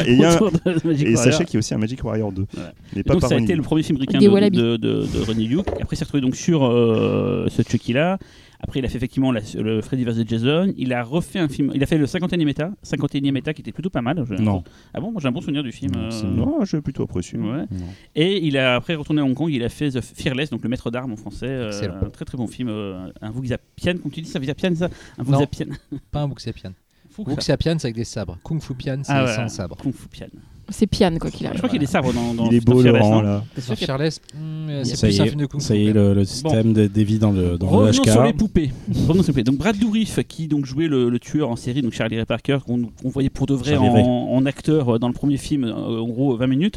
Et sachez qu'il y a aussi un Magic Warrior 2. Ouais. Mais pas donc ça a été le premier film ricain de Ronnie Yu. Après, il s'est retrouvé donc sur ce Chucky-là. Après, il a fait effectivement le Freddy vs Jason. Il a refait un film. Il a fait le 51e état qui était plutôt pas mal. Non. Ah bon, moi j'ai un bon souvenir du film. Non, j'ai plutôt apprécié. Ouais. Et il a après retourné à Hong Kong. Il a fait The Fearless, donc le maître d'armes en français. Un très très bon film. Un Wuxiapian, comme tu dis, ça Wuxiapian ça. Un Wuxiapian. Pas un Wuxiapian. Wuxiapian, c'est avec des sabres. Kung Fu Pian, c'est sans sabre. Kung Fu Pian. C'est Pian quoi qu'il arrive. Je crois qu'il y a des sabres dans il est beau Laurent là. Fearless, c'est plus un film de Kung Fu. Ça y est, le système des vies dans le HK. Revenons sur les poupées. Donc Brad Dourif qui donc jouait le tueur en série, donc Charlie Ray Parker, qu'on voyait pour de vrai en acteur dans le premier film, en gros 20 minutes,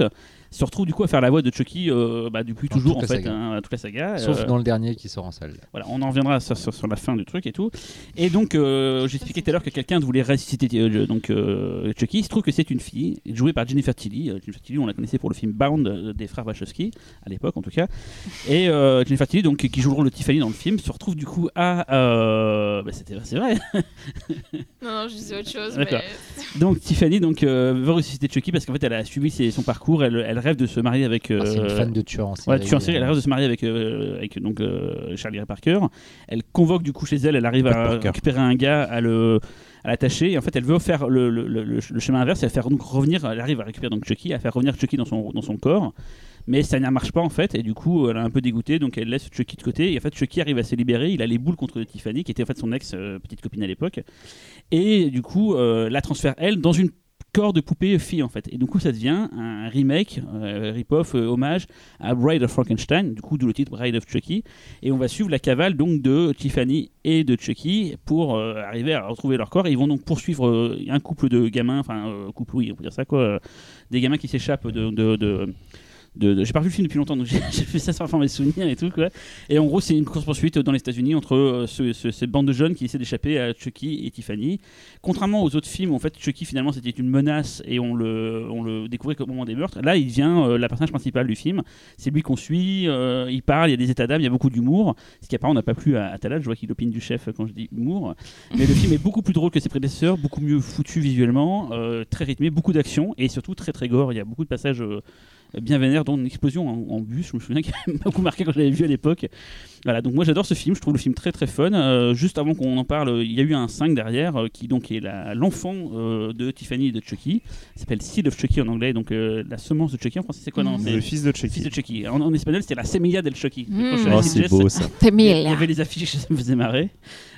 se retrouve du coup à faire la voix de Chucky depuis Dans toujours en toute la fait, saga. toute la saga. Sauf dans le dernier qui sort en salle. Voilà, on en reviendra sur la fin du truc et tout. Et donc, j'expliquais tout à l'heure que quelqu'un voulait ressusciter Chucky. Il se trouve que c'est une fille jouée par Jennifer Tilly. Jennifer Tilly, on la connaissait pour le film Bound des frères Wachowski, à l'époque en tout cas. Et Jennifer Tilly, donc, qui joue le rôle de Tiffany dans le film, se retrouve du coup à. C'est vrai. Non, je disais autre chose. D'accord. Donc Tiffany veut ressusciter Chucky parce qu'en fait elle a suivi son parcours. Elle rêve de se marier avec. C'est une fan de tueur en série. Ouais, tueur en série. Elle rêve de se marier avec Charlie Ray Parker. Elle convoque du coup chez elle. Elle arrive à récupérer un gars, à l'attacher. Et en fait, elle veut faire le chemin inverse. Elle arrive à récupérer donc Chucky, à faire revenir Chucky dans son corps. Mais ça ne marche pas en fait, et du coup elle est un peu dégoûtée, donc elle laisse Chucky de côté. Et en fait, Chucky arrive à se libérer. Il a les boules contre Tiffany, qui était en fait son ex petite copine à l'époque, et du coup la transfère elle dans une corps de poupée fille en fait. Et du coup ça devient un remake, rip-off, hommage à Bride of Frankenstein, du coup d'où le titre Bride of Chucky. Et on va suivre la cavale donc de Tiffany et de Chucky pour arriver à retrouver leur corps. Et ils vont donc poursuivre un couple de gamins, couple, oui on peut dire ça quoi, des gamins qui s'échappent j'ai pas vu le film depuis longtemps, donc j'ai fait ça sans mes souvenirs et tout quoi. Et en gros c'est une course-poursuite dans les États-Unis entre cette bande de jeunes qui essaient d'échapper à Chucky et Tiffany. Contrairement aux autres films, en fait Chucky finalement c'était une menace et on le découvrait au moment des meurtres. Là il devient la personnage principale du film. C'est lui qu'on suit, il parle, il y a des états d'âme, il y a beaucoup d'humour. Ce qui apparemment n'a pas plu à Talal, je vois qu'il opine du chef quand je dis humour. Mais le film est beaucoup plus drôle que ses prédécesseurs, beaucoup mieux foutu visuellement, très rythmé, beaucoup d'action et surtout très très gore. Il y a beaucoup de passages bien vénère, dont une explosion en bus, je me souviens, qui m'a beaucoup marqué quand je l'avais vu à l'époque. Voilà, donc moi j'adore ce film, je trouve le film très très fun. Juste avant qu'on en parle, il y a eu un 5 derrière qui donc est l'enfant de Tiffany et de Chucky. Il s'appelle Seed of Chucky en anglais, donc la semence de Chucky en français c'est quoi non, le fils de Chucky. Fils de Chucky. En espagnol c'était la Semilla del Chucky. Oh, c'est beau ça. Il y avait les affiches, ça me faisait marrer.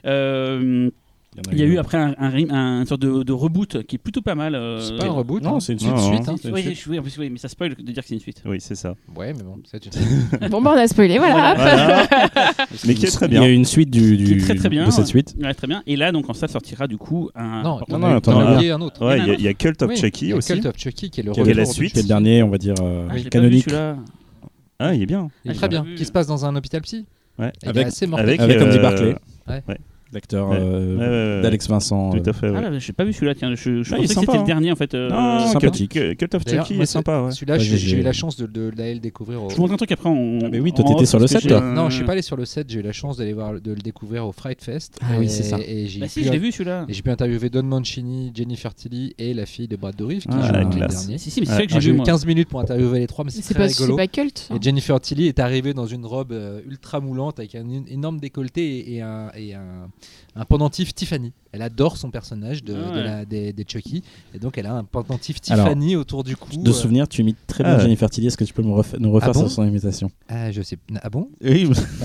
Il y a eu après une sorte de reboot qui est plutôt pas mal. C'est pas un reboot, non, c'est une suite. Oui, mais ça spoil de dire que c'est une suite. Oui, c'est ça. Ouais, mais bon, c'est Bon, on a spoilé, voilà. Mais qui est très bien. Il y a une suite qui est très très bien de cette suite. Ouais, très bien. Et là, donc en salle sortira du coup un. Non, attends, il y a un autre. Ouais, il y a Cult of Chucky aussi. Cult of Chucky qui est le Qui est la suite. C'est le dernier, on va dire, canonique. Ah, il est bien. Il est très bien. Qui se passe dans un hôpital psy. Ouais. Avec Andy Barclay. Ouais. L'acteur d'Alex Vincent. Tout à fait. Ah là, j'ai pas vu celui-là, tiens. Je pensais que sympa, c'était le dernier en fait. Non, Cult of Chucky est sympa. Ouais. Celui-là, j'ai eu la chance de le découvrir. Je vous montre un truc après. Mais oui, toi t'étais sur le set toi. Non, je suis pas allé sur le set, j'ai eu la chance de le découvrir au Fright Fest. Ah oui, c'est ça. Bah si, je l'ai vu celui-là. Et j'ai pu interviewer Don Mancini, Jennifer Tilly et la fille de Brad Dourif qui joue le dernier. Si, mais c'est vrai que j'ai eu 15 minutes pour interviewer les trois, mais c'est très rigolo. C'est pas culte. Et Jennifer Tilly est arrivée dans une robe ultra moulante avec un énorme décolleté et un pendentif Tiffany. Elle adore son personnage des Chucky et donc elle a un pendentif Tiffany autour du cou. De souvenir, tu imites très bien Jennifer Tilly. Est-ce que tu peux nous refaire son imitation? Je sais. Ah bon? Oui.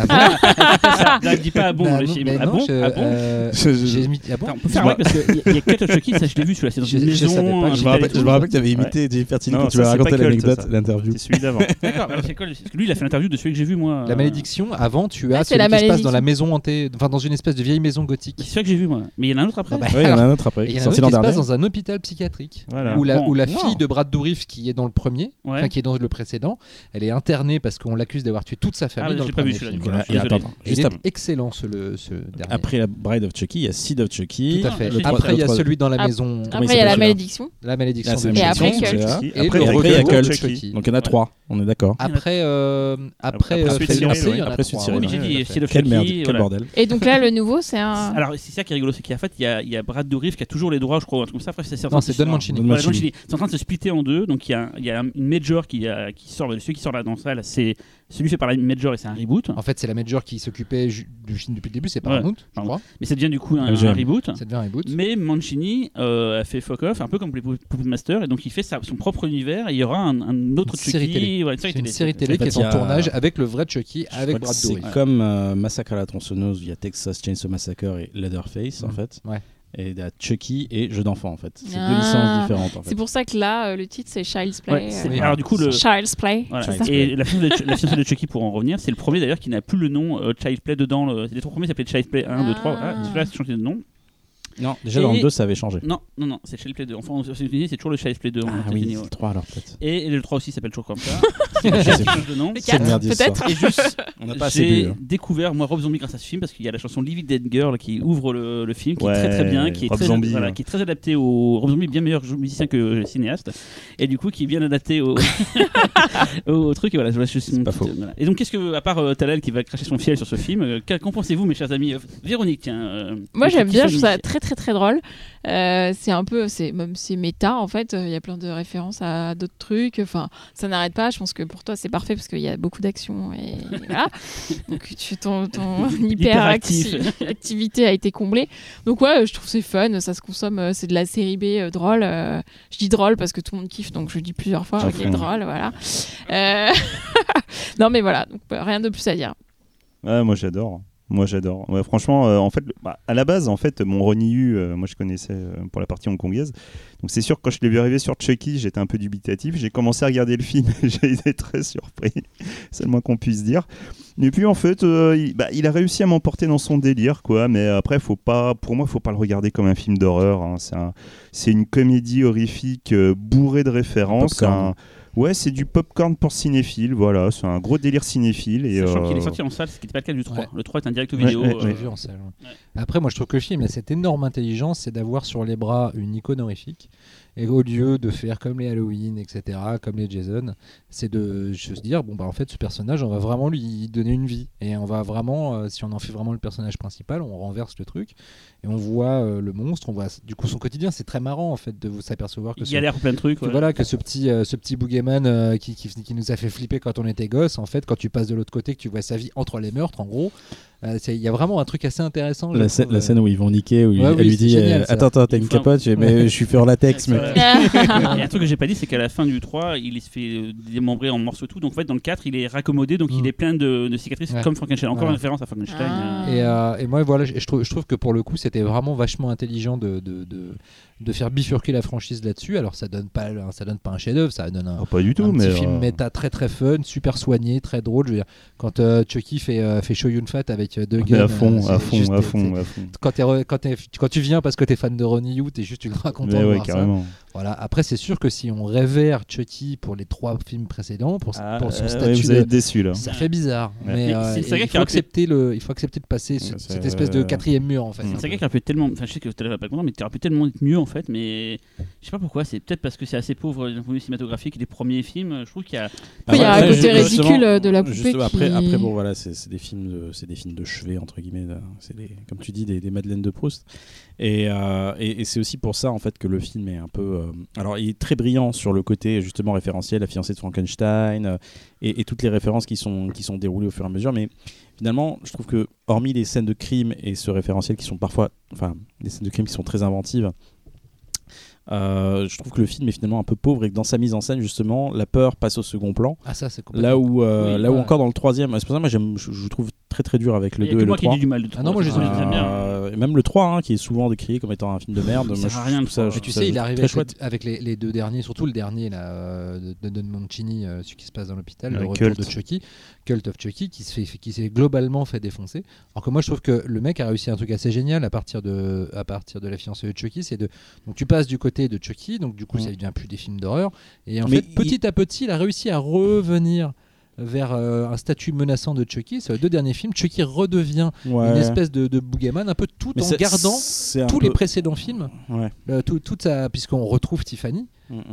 Ne dis pas bon. Ah bon? J'ai imité. Ah bon? On peut faire parce qu'il y a Cult of Chucky, ça je l'ai vu celui-là. C'est dans une maison. Je me rappelle que tu avais imité Jennifer Tilly quand tu m'as raconté l'anecdote, l'interview. C'est celui d'avant. D'accord. C'est quoi? Lui, il a fait l'interview de celui que j'ai vu moi. La malédiction. Avant, tu as celui qui se passe dans la maison hantée, enfin dans une espèce de vieille maison gothique. C'est celui que j'ai vu moi. Mais il y en a un autre après. Oui, il y en a un autre après. Il y en a un autre qui se passe dans un hôpital psychiatrique où la fille de Brad Dourif qui est dans le premier, qui est dans le précédent, elle est internée parce qu'on l'accuse d'avoir tué toute sa famille dans le premier film. Il est excellent ce dernier. Après la Bride of Chucky, il y a Seed of Chucky. Tout à fait. Après il y a celui dans la maison. Après il y a la malédiction. La malédiction. Et après Cult. Après il y a Cult. Donc il y en a 3. On est d'accord. Après Suite Cyril. Après Suite Cyril. J'ai dit Seed of Quelle merde, Chucky. quel bordel. Et donc là le nouveau c'est un. Alors c'est ça qui est rigolo, c'est qu'en fait il y a Brad Dourif qui a toujours les droits, je crois, un truc comme ça. Après, non, c'est Don Mancini. C'est en train de se splitter en deux. Donc il y a une major qui sort, celui qui sort là dans ça, c'est celui fait par la major et c'est un reboot. En fait, c'est la major qui s'occupait du film depuis le début, c'est pas un reboot, je crois. Mais ça devient du coup un reboot. Ça devient un reboot. Mais Mancini a fait fuck off, un peu comme les Puppet Master, et donc il fait son propre univers. Et il y aura un autre Chucky. C'est une série télé qui est en tournage avec le vrai Chucky, avec Brad Dourif. C'est comme Massacre à la tronçonneuse via Texas Chainsaw Massacre et Leatherface en fait. Ouais. Et il y a Chucky et Jeux d'enfant en fait. C'est deux licences différentes en fait. C'est pour ça que là le titre c'est Child's Play. Alors du coup Child's Play. Voilà. Et la film de Chucky pour en revenir, c'est le premier d'ailleurs qui n'a plus le nom Child's Play dedans. Les trois premiers s'appelaient Child's Play 1, 2, 3. Celui-là c'est changé de nom. Non, déjà dans le 2, ça avait changé. Non, c'est Child's Play 2. Enfin, aux États-Unis, c'est toujours le Child's Play 2. Ah oui, c'est le 3 alors peut-être. Et le 3 aussi s'appelle toujours comme ça. C'est change de nom. Le 4, peut-être. Et juste, on n'a pas assez j'ai bu. découvert moi Rob Zombie grâce à ce film parce qu'il y a la chanson Living Dead Girl qui ouvre le film, qui est Ouais, très très bien, qui est Rob très, Zombie, voilà, ouais. qui est très adapté au Rob Zombie, bien meilleur musicien que cinéaste, et du coup qui est bien adapté au au truc. Et voilà, je suis pas faux. voilà. Et donc qu'est-ce que, à part Talal qui va cracher son fiel sur ce film, qu'en pensez-vous, mes chers amis? Véronique, tiens. Moi j'aime bien, je trouve ça Tiffany. très très très drôle. C'est un peu, c'est méta en fait. Il y a plein de références à d'autres trucs. Enfin, ça n'arrête pas. Je pense que pour toi c'est parfait parce qu'il y a beaucoup d'action et voilà. Donc ton hyperactivité a été comblée. Donc ouais, je trouve c'est fun. Ça se consomme. C'est de la série B drôle. Je dis drôle parce que tout le monde kiffe, donc je le dis plusieurs fois. Ok, drôle, voilà. Non mais voilà, donc, rien de plus à dire. Ouais, moi j'adore. Ouais, franchement, en fait, à la base, en fait, mon Ronnie Yu, moi je connaissais pour la partie hongkongaise. Donc c'est sûr que quand je l'ai vu arriver sur Chucky, j'étais un peu dubitatif. J'ai commencé à regarder le film et j'ai été très surpris. C'est le moins qu'on puisse dire. Et puis en fait, il a réussi à m'emporter dans son délire, quoi. Mais après, pour moi, faut pas le regarder comme un film d'horreur. Hein. C'est une comédie horrifique bourrée de références. Ouais, c'est du popcorn pour cinéphile, voilà, c'est un gros délire cinéphile. Et Sachant qu'il est sorti en salle, ce qui n'était pas le cas du 3. Ouais. Le 3 est un direct vidéo. Ouais, Je l'ai vu en salle. Ouais. Après, moi, je trouve que le film a cette énorme intelligence, c'est d'avoir sur les bras une icône horrifique. Et au lieu de faire comme les Halloween, etc., comme les Jason, c'est de se dire, en fait, ce personnage, on va vraiment lui donner une vie. Et on va vraiment, si on en fait vraiment le personnage principal, on renverse le truc. Et on voit le monstre, on voit du coup son quotidien. C'est très marrant, en fait, de vous s'apercevoir que Il y a l'air plein de trucs. que, voilà, que ce petit boogeyman qui nous a fait flipper quand on était gosse, en fait, quand tu passes de l'autre côté, que tu vois sa vie entre les meurtres, en gros, il y a vraiment un truc assez intéressant. La scène où ils vont niquer, où Ouais, elle lui dit génial, attends, t'as une capote? Mais je suis fait en latex, mec. Il y a un truc que j'ai pas dit, c'est qu'à la fin du 3, il se fait démembrer en morceaux tout. Donc en fait, dans le 4, il est raccommodé, donc il est plein de cicatrices, Ouais. comme Frankenstein. Encore Ouais. une référence à Frankenstein. Ah. Et moi, voilà, je trouve que pour le coup, c'était vraiment vachement intelligent de faire bifurquer la franchise là-dessus. Alors, ça donne pas un chef-d'œuvre, ça donne un pas du tout, petit mais film méta très très fun, super soigné, très drôle. Je veux dire, quand Chucky fait Show Yun Fat avec deux on est guns, à fond. Quand tu viens parce que t'es fan de Ronnie Yu, t'es juste ultra content Mais de ouais, voir ça. carrément. Voilà. Après, c'est sûr que si on révère Chucky pour les 3 films précédents, pour son Ouais, statut, vous allez être déçus là. ça fait bizarre. Ouais. Mais Mais c'est une saga il qui faut aurait pu- accepter de passer Ouais, cette espèce de 4e mur en fait. C'est un gars qui aurait pu tellement. Enfin, je sais que tu n'aurais pas content, mais tu aurais pu tellement être mieux en fait. Mais je sais pas pourquoi. C'est peut-être parce que c'est assez pauvre d'un point de vue cinématographique. Les premiers films, je trouve qu'il y a. Il y a Après, un côté justement, ridicule de la poupée justement, qui... après, bon, voilà, c'est des films de chevet entre guillemets. C'est comme tu dis, des Madeleines de Proust. Et c'est aussi pour ça en fait que le film est un peu. Alors, il est très brillant sur le côté justement référentiel, la fiancée de Frankenstein et toutes les références qui sont déroulées au fur et à mesure. Mais finalement, je trouve que hormis les scènes de crime et ce référentiel qui sont parfois, enfin, des scènes de crime qui sont très inventives. Je trouve que le film est finalement un peu pauvre et que dans sa mise en scène justement la peur passe au second plan. Ah ça c'est complètement. Là où ouais. encore dans le troisième, c'est pour ça moi je trouve très très dur avec le Il y a 2 que et le moi qui 3. dis du mal de Ah non, moi, je les aime bien. Et même le 3 hein, qui est souvent décrié comme étant un film de merde. Il Moi, sert à je rien, trouve ça, le je Mais trouve tu ça sais, il est arrivé très chouette. avec les 2 derniers, surtout le dernier là, de Don Mancini, celui qui se passe dans l'hôpital, Le le retour Cult. de Chucky, Cult of Chucky, qui s'est globalement fait défoncer. Alors que moi je trouve que le mec a réussi un truc assez génial à partir de la fiancée de Chucky, c'est donc tu passes du côté de Chucky, donc du coup ça devient plus des films d'horreur, et en Mais fait petit à petit il a réussi à revenir vers un statut menaçant de Chucky. Sur les 2 derniers films, Chucky redevient une espèce de boogeyman, un peu tout Mais en gardant tous les précédents films, Ouais. puisqu'on retrouve Tiffany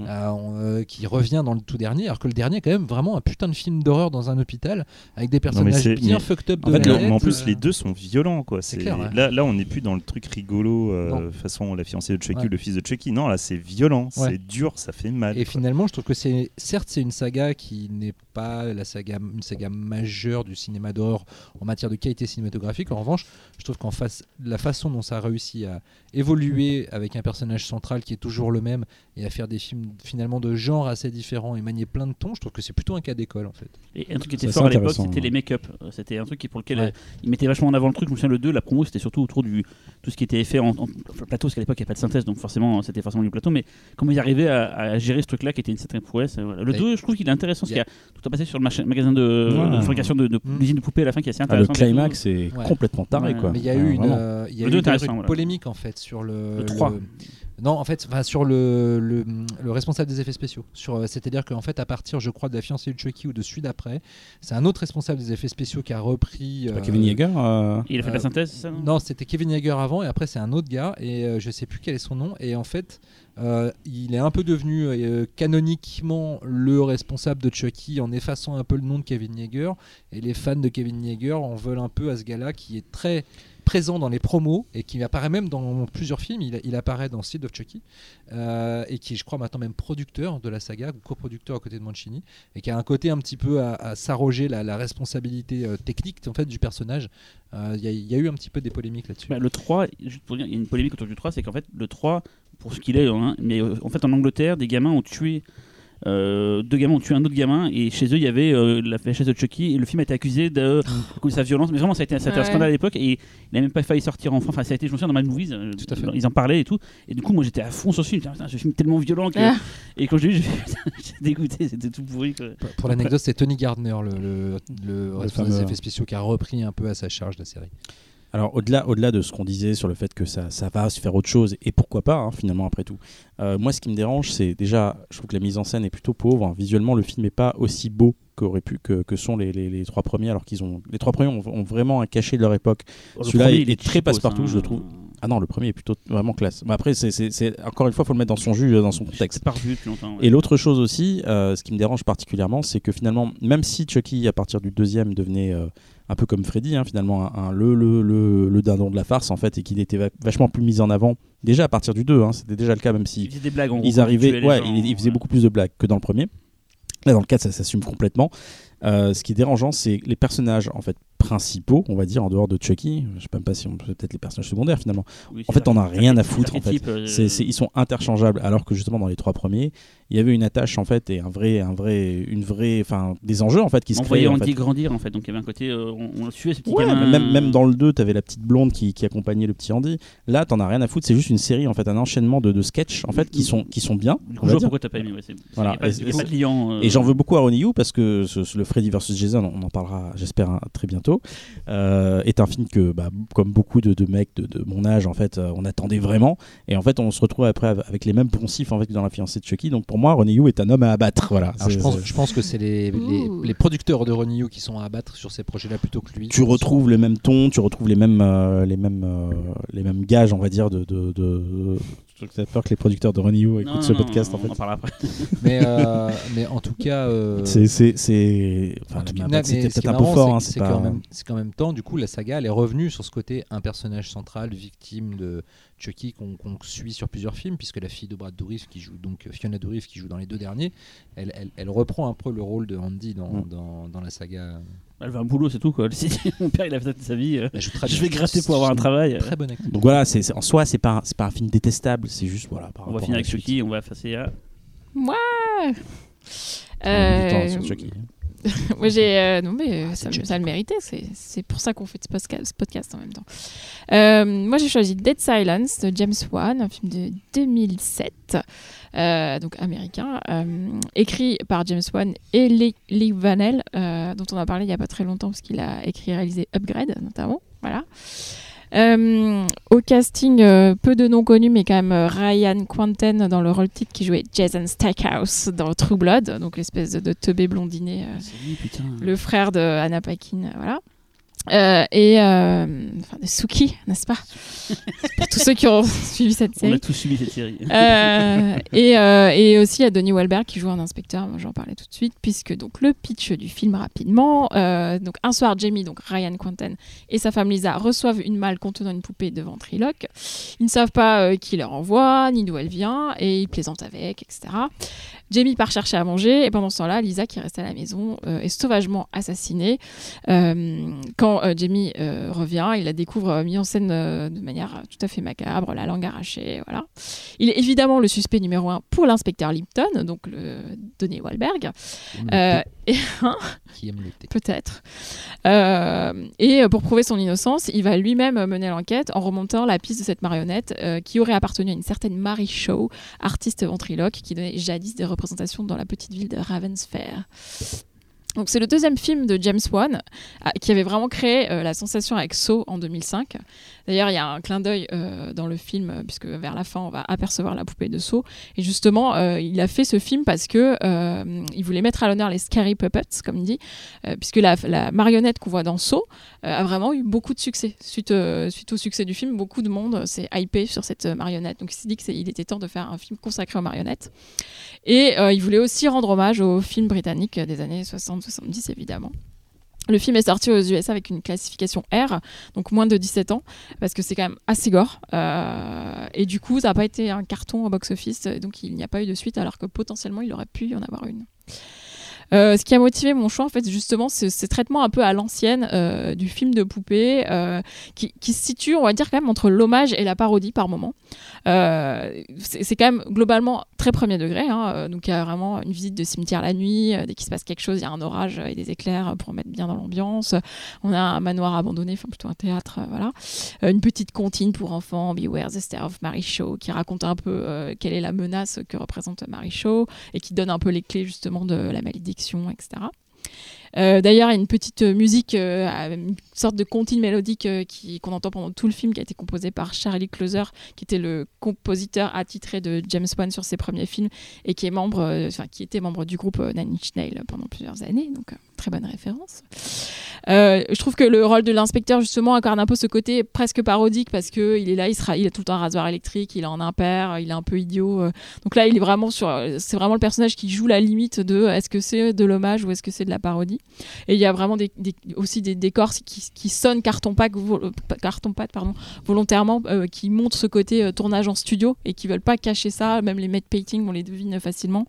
qui revient dans le tout dernier, alors que le dernier est quand même vraiment un putain de film d'horreur dans un hôpital avec des personnages bien fucked up de en fait, la mais en tête, plus les deux sont violents quoi. C'est clair, ouais. Là on n'est plus dans le truc rigolo façon la fiancée de Chucky, Ouais. le fils de Chucky. Non, là c'est violent, Ouais. c'est dur, ça fait mal. Et quoi. finalement, je trouve que certes c'est une saga qui n'est pas une saga majeure du cinéma d'horreur en matière de qualité cinématographique. En revanche, je trouve qu'en face, la façon dont ça a réussi à évoluer avec un personnage central qui est toujours le même et à faire des films finalement de genres assez différents et manier plein de tons, je trouve que c'est plutôt un cas d'école en fait. Et un truc qui était C'est fort à l'époque, intéressant, c'était ouais. les make-up. C'était un truc pour lequel Ouais. ils mettaient vachement en avant le truc. Je me souviens, le 2, la promo, c'était surtout autour du tout ce qui était fait en plateau, parce qu'à l'époque, il n'y avait pas de synthèse, donc forcément, c'était forcément du plateau. Mais comment ils arrivaient à gérer ce truc-là qui était une certaine prouesse. Voilà. Le 2, je trouve qu'il est intéressant, parce qu'il y a tout à passer sur le magasin de fabrication de l'usine de poupées à la fin qui est assez Ah, le intéressant. climax est Ouais. complètement taré, Ouais. quoi. Mais il y a Ouais, eu vraiment. il y a Le eu deux, d'ailleurs intéressant, une voilà. polémique en fait sur Le 3. Non, en fait, sur le responsable des effets spéciaux. C'est-à-dire qu'en fait, à partir, je crois, de La fiancée de Chucky ou de celui d'après, c'est un autre responsable des effets spéciaux qui a repris. C'est pas Kevin Yeager Il a fait de la synthèse, c'est ça Non, c'était Kevin Yeager avant, et après, c'est un autre gars, et je sais plus quel est son nom. Et en fait, il est un peu devenu canoniquement le responsable de Chucky en effaçant un peu le nom de Kevin Yeager. Et les fans de Kevin Yeager en veulent un peu à ce gars-là qui est très présent dans les promos et qui apparaît même dans plusieurs films. Il apparaît dans Seed of Chucky et qui est, je crois, maintenant même producteur de la saga ou coproducteur à côté de Mancini et qui a un côté un petit peu à s'arroger la responsabilité technique en fait du personnage. Il y a eu un petit peu des polémiques là-dessus. Le 3, juste pour dire, il y a une polémique autour du 3, c'est qu'en fait, le 3, pour ce qu'il est, hein, mais en fait, en Angleterre, des gamins ont tué. Deux gamins ont tué un autre gamin et chez eux il y avait la VHS de Chucky et le film a été accusé de sa violence, mais vraiment ça a été un scandale à l'époque et il n'a même pas failli sortir en France. Enfin, ça a été, je me souviens, dans Mad Movies, Tout à fait. ils en parlaient et tout, et du coup moi j'étais à fond sur ce film. Putain, ce film est tellement violent que... et quand je l'ai vu j'étais dégoûté, c'était tout pourri quoi. Pour l'anecdote, c'est Tony Gardner, le responsable des fameux. effets spéciaux, qui a repris un peu à sa charge la série. Alors au-delà de ce qu'on disait sur le fait que ça va se faire autre chose, et pourquoi pas hein, finalement après tout, moi ce qui me dérange c'est déjà, je trouve que la mise en scène est plutôt pauvre, hein. Visuellement le film n'est pas aussi beau que sont les trois premiers, alors qu'ils ont... Les trois premiers ont vraiment un cachet de leur époque. Le Celui-là premier, est il est très cheapos, passe-partout, hein. je le trouve. Ah non, le premier est plutôt vraiment classe. Mais après, c'est encore une fois, il faut le mettre dans son jus, dans son contexte. C'est pas revu depuis longtemps. Ouais. Et l'autre chose aussi, ce qui me dérange particulièrement, c'est que finalement, même si Chucky, à partir du deuxième, devenait un peu comme Freddy, hein, finalement, le dindon de la farce, en fait, et qu'il était vachement plus mis en avant, déjà à partir du 2, hein, c'était déjà le cas, même si Il faisait des blagues en gros, ils quand arrivaient, il tuait les gens, il faisait beaucoup plus de blagues que dans le premier. Là, dans le 4, ça s'assume complètement. Ce qui est dérangeant, c'est les personnages en fait principaux, on va dire, en dehors de Chucky. Je sais même pas si on peut peut-être les personnages secondaires finalement. Oui, En fait, t'en as rien à foutre. En fait, archétype, ils sont interchangeables. Alors que justement dans les trois premiers, il y avait une attache en fait et enfin des enjeux en fait qui se on voyait créaient. En Andy fait. grandir en fait, donc il y avait un côté, on suivait ce petit Ouais, gamin. même dans le 2, t'avais la petite blonde qui accompagnait le petit Andy. Là, t'en as rien à foutre. C'est juste une série en fait, un enchaînement de sketchs en fait qui sont bien. Du on coup, va je vois dire. pourquoi t'as pas aimé. Ouais, Voilà. Il n'y a pas de liant. Et j'en veux beaucoup à Ronnie Yu parce que le Freddy vs Jason, on en parlera j'espère très bientôt, est un film que comme beaucoup de mecs de mon âge en fait on attendait vraiment, et en fait on se retrouve après avec les mêmes poncifs en fait que dans La fiancée de Chucky. Donc pour moi Ronnie Yu est un homme à abattre. Voilà. Alors, je pense que c'est les producteurs de Ronnie Yu qui sont à abattre sur ces projets-là plutôt que lui. Tu retrouves le même ton, tu retrouves les mêmes gages on va dire de j'ai peur que les producteurs de Ronnie Yu écoutent ce podcast en fait. On en parlera après. mais en tout cas, C'était peut-être un peu fort. C'est qu'en même temps, du coup, la saga elle est revenue sur ce côté un personnage central, victime de Chucky qu'on suit sur plusieurs films, puisque la fille de Brad Dourif qui joue donc Fiona Dourif qui joue dans les deux derniers, elle reprend un peu le rôle de Andy dans la saga. Elle veut un boulot, c'est tout quoi. Mon père il a fait sa vie. Je vais gratter pour C'est avoir un une travail. Très bonne actrice. Donc voilà, en soi c'est pas un film détestable, c'est juste voilà. On va finir avec Chucky, on va passer à. Ouais. Sur Chucky. Moi non mais ça le méritait, c'est pour ça qu'on fait ce podcast en même temps. Moi j'ai choisi Dead Silence de James Wan, un film de 2007, donc américain, écrit par James Wan et Lee Vanell, dont on a parlé il n'y a pas très longtemps parce qu'il a écrit et réalisé Upgrade notamment. Voilà. Au casting, peu de noms connus, mais quand même Ryan Quanten dans le rôle titre qui jouait Jason Stackhouse dans True Blood, donc l'espèce de teubé blondiné, C'est lui, putain. le frère de Anna Paquin, voilà. De Suki, n'est-ce pas? Pour tous ceux qui ont suivi cette On série. a tous subi cette série. Et aussi il y a Donnie Wahlberg qui joue un inspecteur. Moi, j'en parlais tout de suite, puisque donc le pitch du film rapidement. Donc un soir, Jamie, donc Ryan Quanten, et sa femme Lisa reçoivent une malle contenant une poupée de ventriloque. Ils ne savent pas qui leur envoie ni d'où elle vient, et ils plaisantent avec, etc. Jamie part chercher à manger, et pendant ce temps-là, Lisa, qui reste à la maison, est sauvagement assassinée. Quand quand Jamie revient, il la découvre mise en scène de manière tout à fait macabre, la langue arrachée, voilà. Il est évidemment le suspect numéro 1 pour l'inspecteur Lipton, donc le Donnie Wahlberg. Qui aime le thé. Peut-être. Et pour prouver son innocence, il va lui-même mener l'enquête en remontant la piste de cette marionnette qui aurait appartenu à une certaine Mary Shaw, artiste ventriloque qui donnait jadis des représentations dans la petite ville de Ravensfair. Donc c'est le deuxième film de James Wan qui avait vraiment créé la sensation avec Saw en 2005. D'ailleurs, il y a un clin d'œil dans le film, puisque vers la fin, on va apercevoir la poupée de Saw. Et justement, il a fait ce film parce que il voulait mettre à l'honneur les scary puppets, comme il dit, puisque la marionnette qu'on voit dans Saw a vraiment eu beaucoup de succès. Suite au succès du film, beaucoup de monde s'est hypé sur cette marionnette. Donc il s'est dit qu'il était temps de faire un film consacré aux marionnettes. Et il voulait aussi rendre hommage aux films britanniques des années 60-70, évidemment. Le film est sorti aux USA avec une classification R, donc moins de 17 ans, parce que c'est quand même assez gore. Et du coup, ça n'a pas été un carton au box-office, donc il n'y a pas eu de suite, alors que potentiellement, il aurait pu y en avoir une. Ce qui a motivé mon choix, en fait, justement, c'est ce traitement un peu à l'ancienne du film de poupée qui se situe, on va dire, quand même entre l'hommage et la parodie par moment. C'est quand même globalement très premier degré. Donc, il y a vraiment une visite de cimetière la nuit. Dès qu'il se passe quelque chose, il y a un orage et des éclairs pour mettre bien dans l'ambiance. On a un manoir abandonné, enfin plutôt un théâtre, voilà. Une petite comptine pour enfants, Beware the Stare of Mary Shaw, qui raconte un peu quelle est la menace que représente Mary Shaw et qui donne un peu les clés, justement, de la malédiction, etc. D'ailleurs, il y a une petite musique, une sorte de comptine mélodique qu'on entend pendant tout le film, qui a été composée par Charlie Closer, qui était le compositeur attitré de James Wan sur ses premiers films et qui était membre du groupe Nine Inch Nails pendant plusieurs années. Donc, très bonne référence. Je trouve que le rôle de l'inspecteur, justement, incarne un peu ce côté presque parodique parce qu'il est là, il a tout le temps un rasoir électrique, il est en impair, il est un peu idiot. Donc là, c'est vraiment le personnage qui joue la limite de est-ce que c'est de l'hommage ou est-ce que c'est de la parodie. Et il y a vraiment aussi des décors qui sonnent carton-pâte volontairement, qui montrent ce côté tournage en studio et qui veulent pas cacher ça. Même les matte paintings, on les devine facilement.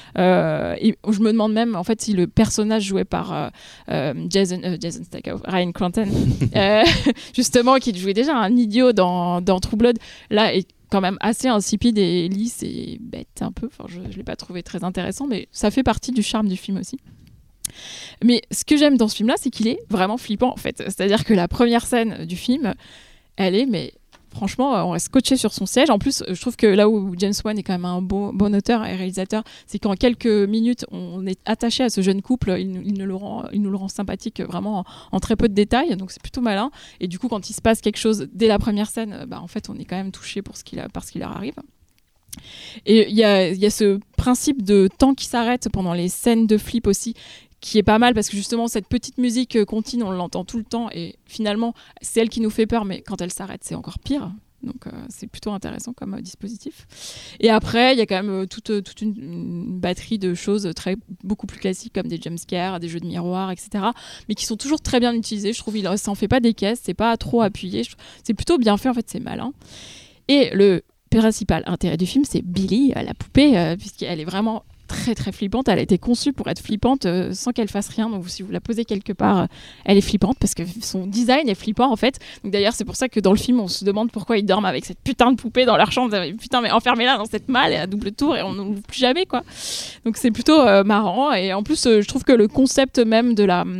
Et je me demande même en fait si le personnage joué par Jason Statham, Ryan Cranton, justement, qui jouait déjà un idiot dans True Blood, là est quand même assez insipide et lisse et bête un peu. Enfin, je l'ai pas trouvé très intéressant, mais ça fait partie du charme du film aussi. Mais ce que j'aime dans ce film-là, c'est qu'il est vraiment flippant, en fait. C'est-à-dire que la première scène du film, franchement, on reste scotché sur son siège. En plus, je trouve que là où James Wan est quand même un bon auteur et réalisateur, c'est qu'en quelques minutes, on est attaché à ce jeune couple. Il nous le rend sympathique vraiment en très peu de détails. Donc c'est plutôt malin. Et du coup, quand il se passe quelque chose dès la première scène, en fait, on est quand même touché par ce qui leur arrive. Et il y a ce principe de temps qui s'arrête pendant les scènes de flip aussi, qui est pas mal parce que justement cette petite musique continue, on l'entend tout le temps et finalement c'est elle qui nous fait peur, mais quand elle s'arrête c'est encore pire. Donc c'est plutôt intéressant comme dispositif. Et après il y a quand même toute une batterie de choses beaucoup plus classiques comme des jumpscares, des jeux de miroirs, etc. Mais qui sont toujours très bien utilisés. Je trouve il s'en fait pas des caisses, c'est pas trop appuyé. C'est plutôt bien fait, en fait, c'est malin. Et le principal intérêt du film, c'est Billy, la poupée, puisqu'elle est vraiment très très flippante. Elle a été conçue pour être flippante sans qu'elle fasse rien. Donc si vous la posez quelque part, elle est flippante parce que son design est flippant, en fait. Donc d'ailleurs c'est pour ça que dans le film on se demande pourquoi ils dorment avec cette putain de poupée dans leur chambre. Putain, mais enfermez-la dans cette malle et à double tour et on n'ouvre plus jamais, quoi. Donc c'est plutôt marrant. Et en plus je trouve que le concept même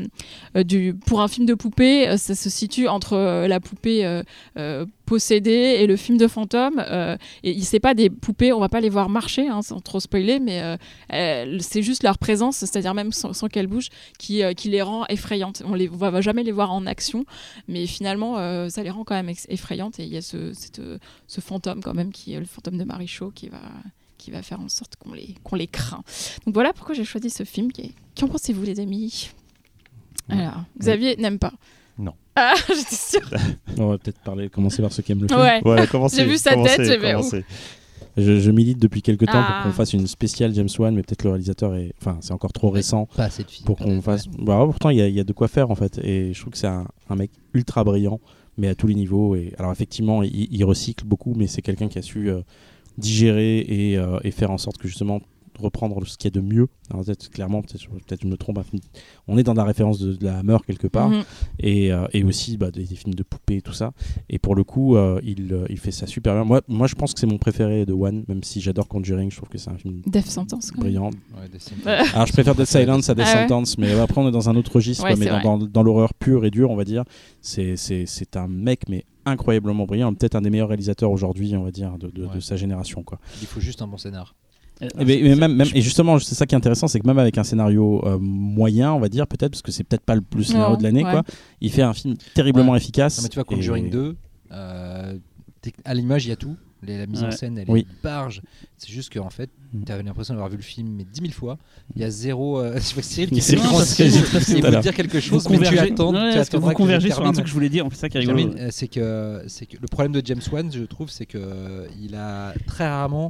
pour un film de poupée, ça se situe entre la poupée possédée et le film de fantôme. Et c'est pas des poupées, on va pas les voir marcher, sans trop spoiler, mais c'est juste leur présence, c'est-à-dire même sans qu'elles bougent, qui les rend effrayantes. On va jamais les voir en action, mais finalement ça les rend quand même effrayantes. Et il y a ce fantôme quand même, qui est le fantôme de Mary Shaw, qui va faire en sorte qu'on les craint. Donc voilà pourquoi j'ai choisi ce film. Qu'en pensez-vous, les amis? Alors, Xavier n'aime pas. Non. Ah, j'étais sûre. On va peut-être commencer par ceux qui aiment le film. Ouais, commencez, j'ai vu sa tête, j'ai commencez. Je milite depuis quelques temps pour qu'on fasse une spéciale James Wan, mais peut-être le réalisateur c'est encore trop récent pas assez de films, pour qu'on fasse. Pourtant, il y a de quoi faire, en fait, et je trouve que c'est un mec ultra brillant, mais à tous les niveaux. Et alors effectivement, il recycle beaucoup, mais c'est quelqu'un qui a su digérer et faire en sorte que justement reprendre ce qu'il y a de mieux. Alors, clairement, peut-être je me trompe. On est dans la référence de la Hammer quelque part, et aussi des films de poupées, tout ça. Et pour le coup, il fait ça super bien. Moi, je pense que c'est mon préféré de Wan, même si j'adore Conjuring. Je trouve que c'est un film Death Sentence, brillant. Ouais, Alors, je préfère Dead Silence à Death Sentence, mais après, on est dans un autre registre, mais dans l'horreur pure et dure, on va dire. C'est un mec, mais incroyablement brillant, peut-être un des meilleurs réalisateurs aujourd'hui, on va dire, de sa génération, quoi. Il faut juste un bon scénar. Et justement, c'est ça qui est intéressant, c'est que même avec un scénario moyen, on va dire, peut-être, parce que c'est peut-être pas le plus scénario de l'année, quoi, il fait un film terriblement efficace. Non, mais tu vois, Conjuring 2, à l'image, il y a tout. La mise en scène, elle est barge. C'est juste qu'en fait, tu avais l'impression d'avoir vu le film mais 10 000 fois. Il y a zéro. Je sais pas si Cyril qui s'est il veut dire quelque chose, mais tu attends. Vous convergez sur un truc que je voulais dire. En fait, ça qui est rigolo. C'est que le problème de James Wan, je trouve, c'est que il a très rarement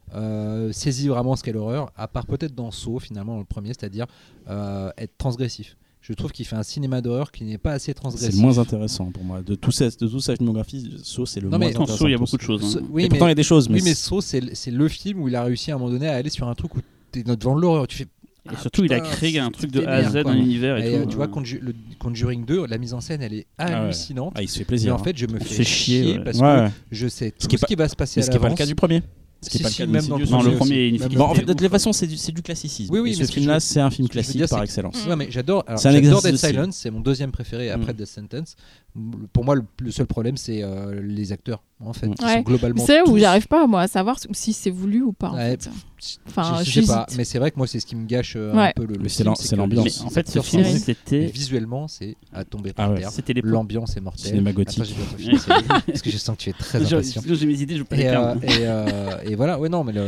saisi vraiment ce qu'est l'horreur, à part peut-être dans Saw, finalement, dans le premier, c'est-à-dire être transgressif. Je trouve qu'il fait un cinéma d'horreur qui n'est pas assez transgressif. C'est le moins intéressant pour moi. De toute sa filmographie, Saw, c'est le moins intéressant. Saw, il y a beaucoup de choses. Et pourtant, il y a des choses. Oui, mais Saw, c'est le film où il a réussi à un moment donné à aller sur un truc où tu es devant l'horreur. Tu fais. Et surtout, il a créé un truc de A à Z dans l'univers. Et tout, tu vois, le Conjuring 2, la mise en scène, elle est hallucinante. Il se fait plaisir. Et en fait, je me fais chier parce que je sais tout ce qui va se passer à l'avance. Ce qui n'est pas le cas du premier. Ce qui est pas le cas même dans le premier. En fait, de toute façon, c'est du classicisme. Oui, ce film-là, c'est un film classique par excellence. Ouais, mais j'adore Dead Silence, c'est mon deuxième préféré après Death Sentence. Pour moi, le seul problème, c'est les acteurs, en fait, qui sont globalement. C'est où j'arrive pas moi à savoir si c'est voulu ou pas. Enfin, je sais pas, mais c'est vrai que moi, c'est ce qui me gâche un peu le film. C'est l'ambiance. En fait, ce film, c'était visuellement, c'est à tomber par terre. L'ambiance est mortelle. Cinéma gothique. Parce que je sens que tu es très impatient. J'ai mes idées, je peux les faire. Et voilà, ouais, non, mais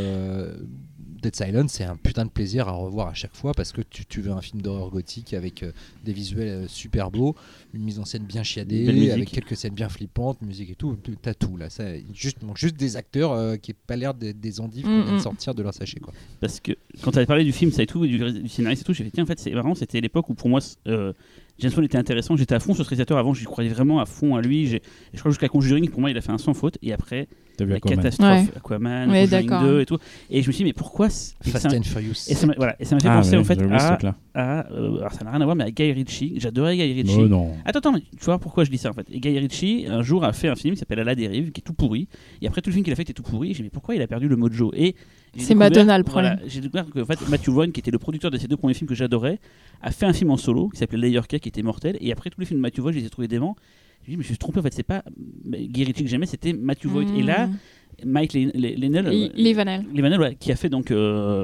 Dead Silence, c'est un putain de plaisir à revoir à chaque fois parce que tu veux un film d'horreur gothique avec des visuels super beaux, une mise en scène bien chiadée, avec quelques scènes bien flippantes, musique et tout. T'as tout là. Ça, manque juste des acteurs qui n'ont pas l'air des endives qui viennent de sortir de leur sachet, quoi. Parce que quand tu avais parlé du film, ça et tout, du scénariste et tout, j'ai fait tiens, en fait, c'est marrant, c'était l'époque où pour moi. James Wan était intéressant, j'étais à fond sur ce réalisateur avant, j'y croyais vraiment à fond à lui. Je crois jusqu'à Conjuring, pour moi, il a fait un sans faute. Et après, la catastrophe, Aquaman, Conjuring 2 et tout. Et je me suis dit, mais pourquoi Fast and Furious. Et ça m'a fait penser en fait alors ça n'a rien à voir, mais à Guy Ritchie. J'adorais Guy Ritchie. Non. Attends, mais tu vois pourquoi je dis ça en fait. Et Guy Ritchie, un jour, a fait un film qui s'appelle À la dérive, qui est tout pourri. Et après, tout le film qu'il a fait était tout pourri. J'ai dit, mais pourquoi il a perdu le mojo? Et c'est Madonna le problème. Voilà, j'ai découvert que en fait, Matthew Vaughn, qui était le producteur de ces deux premiers films que j'adorais, a fait un film en solo qui s'appelait Layer Cake, qui était mortel. Et après, tous les films de Matthew Vaughn, je les ai trouvés déments. Je me suis trompé, en fait, c'est pas Guy Ritchie que j'aimais, c'était Matthew Vaughn. Et là, Mike Levanel, ouais, qui a fait donc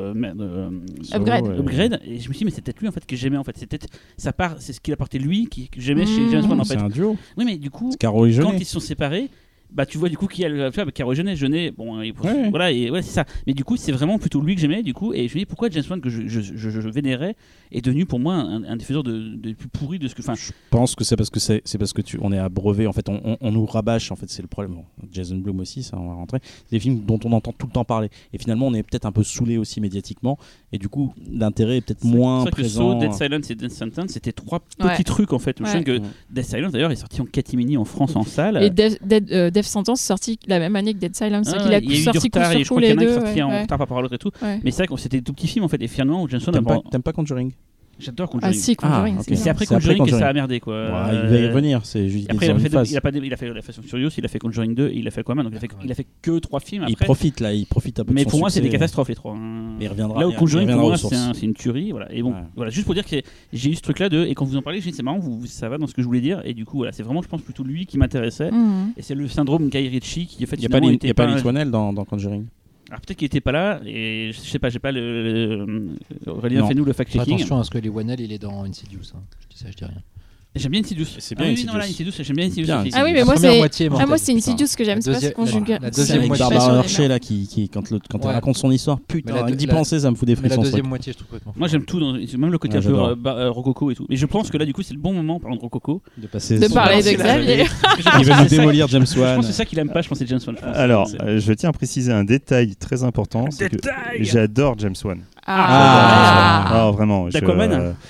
Upgrade. Et je me suis dit, mais c'est peut-être lui en fait que j'aimais en fait. C'est peut-être sa part, c'est ce qu'il apportait lui que j'aimais chez James Wan en fait. C'est un duo. Oui, mais du coup, quand ils se sont séparés. Bah tu vois du coup qui a le Caro Jeunet bon voilà et ouais c'est ça, mais du coup c'est vraiment plutôt lui que j'aimais du coup, et je me dis pourquoi James Wan que je vénérais est devenu pour moi un diffuseur de plus pourri de ce que je pense que c'est parce que on est abreuvé en fait, on nous rabâche en fait, c'est le problème. Jason Blum aussi, ça on va rentrer, c'est des films dont on entend tout le temps parler et finalement on est peut-être un peu saoulé aussi médiatiquement et du coup l'intérêt est peut-être moins présent. C'est vrai que Dead Silence et Death Sentence c'était trois petits trucs en fait. Je sais que Death Silence d'ailleurs est sorti en catimini en France en salle, et Death Sentence sorti la même année que Dead Silence, qu'il a sorti coup sur tous les deux. Sorti en retard par rapport à l'autre et tout. Mais c'est vrai que c'était des tout petits films en fait. Et finalement, James Wan. T'aimes pas Conjuring? J'adore Conjuring. Ah si, Conjuring. Okay. C'est après Conjuring que ça a merdé quoi. Ouais, il va y revenir. C'est juste. Après, il a fait la Fast and Furious, il a fait Conjuring 2, il a fait Aquaman, donc il a fait que 3 films. Après. Il profite un peu. Mais pour moi, c'est des catastrophes les 3. Mais il reviendra. Là où Conjuring pour moi, c'est une tuerie, voilà. Et bon, voilà, juste pour dire que j'ai eu ce truc-là et quand vous en parlez, j'ai dit c'est marrant, ça va dans ce que je voulais dire, et du coup voilà, c'est vraiment, je pense, plutôt lui qui m'intéressait, et c'est le syndrome Guy Ritchie qui en fait. Il y a pas Litwanel dans Conjuring. Alors peut-être qu'il était pas là, et je sais pas, j'ai pas Aurélien, fais-nous le fact-checking. Attention, parce que Litwanel il est dans Insidious, hein. Je dis ça, je dis rien. J'aime bien Insidious. C'est bien Insidious. J'aime bien Insidious. Ah oui, mais moi c'est Insidious que j'aime, c'est pas ce Conjuring. La deuxième moitié, Barbara Hershey là qui quand elle raconte son histoire, putain, d'y penser ça me fout des frissons. La deuxième moitié, je trouve complètement. Moi j'aime tout, même le côté un peu rococo et tout. Mais je pense que là du coup c'est le bon moment, parlant de rococo, de parler de Xavier. Il veut nous démolir James Wan. Je pense que c'est ça qu'il aime pas, je pense que c'est James Wan. Alors, je tiens à préciser un détail très important, c'est que j'adore James Wan. Ah, vraiment. D'Aquaman.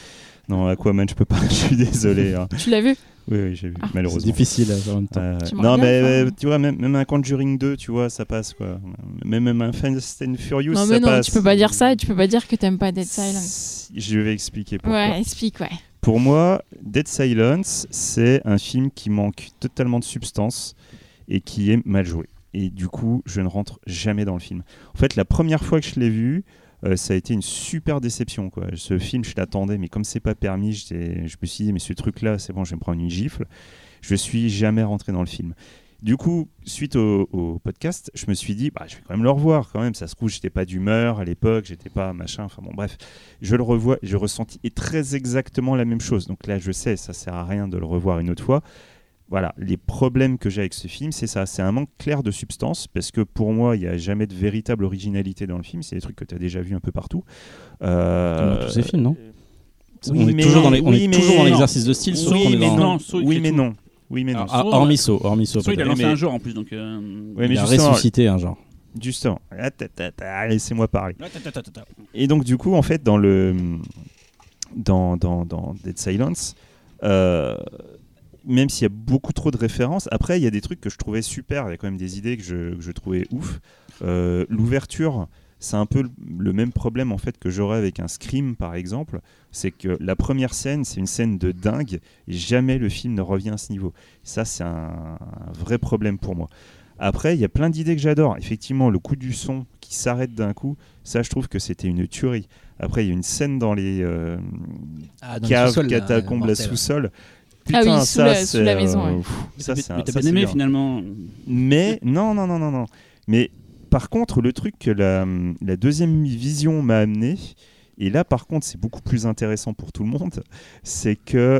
Non, Aquaman, je peux pas. Je suis désolé. Hein. Tu l'as vu? Oui, j'ai vu, C'est malheureusement. difficile en même temps. Non, mais tu vois, même un Conjuring 2, tu vois, ça passe quoi. Même un Fast and Furious, Non, ça mais non, passe. tu peux pas dire ça et tu peux pas dire que t'aimes pas Dead Silence. Je vais expliquer pourquoi. Ouais, explique, ouais. Pour moi, Dead Silence, c'est un film qui manque totalement de substance et qui est mal joué. Et du coup, je ne rentre jamais dans le film. En fait, la première fois que je l'ai vu, ça a été une super déception, quoi. Ce film, je l'attendais, mais comme c'est pas permis, je me suis dit, mais ce truc-là, c'est bon, je vais me prendre une gifle. Je suis jamais rentré dans le film. Du coup, suite au podcast, je me suis dit, je vais quand même le revoir. Quand même, ça se trouve, j'étais pas d'humeur à l'époque, j'étais pas machin. Enfin bon, bref, je le revois, je ressentis très exactement la même chose. Donc là, je sais, ça sert à rien de le revoir une autre fois. Voilà, les problèmes que j'ai avec ce film, c'est ça. C'est un manque clair de substance, parce que pour moi, il n'y a jamais de véritable originalité dans le film. C'est des trucs que tu as déjà vus un peu partout. Comme dans tous ces films, non? Oui, on est mais- toujours dans oui, mais- l'exercice de style, sauf qu'on est dans... Oui, mais non. Oui, mais non. Hormis So, Soit il a peut-être. lancé Mais- un genre en plus, donc. Oui, Il mais a justement, ressuscité un genre. Justement. Laissez-moi parler. Et donc, du coup, en fait, dans Dead Silence, même s'il y a beaucoup trop de références, après, il y a des trucs que je trouvais super. Il y a quand même des idées que je trouvais ouf. L'ouverture, c'est un peu le même problème en fait que j'aurais avec un Scream, par exemple. C'est que la première scène, c'est une scène de dingue et jamais le film ne revient à ce niveau. Ça, c'est un vrai problème pour moi. Après, il y a plein d'idées que j'adore. Effectivement, le coup du son qui s'arrête d'un coup, ça, je trouve que c'était une tuerie. Après, il y a une scène dans les Dans le caves, sous-sol, là, catacombes, la mortel. sous-sol. Ah oui, Putain, sous ça, la- sous la maison, ouais. Ça, c'est un- Mais t'as ça, bien c'est aimé bien. finalement. Mais non. Mais par contre, le truc que la deuxième vision m'a amené, et là par contre c'est beaucoup plus intéressant pour tout le monde, c'est que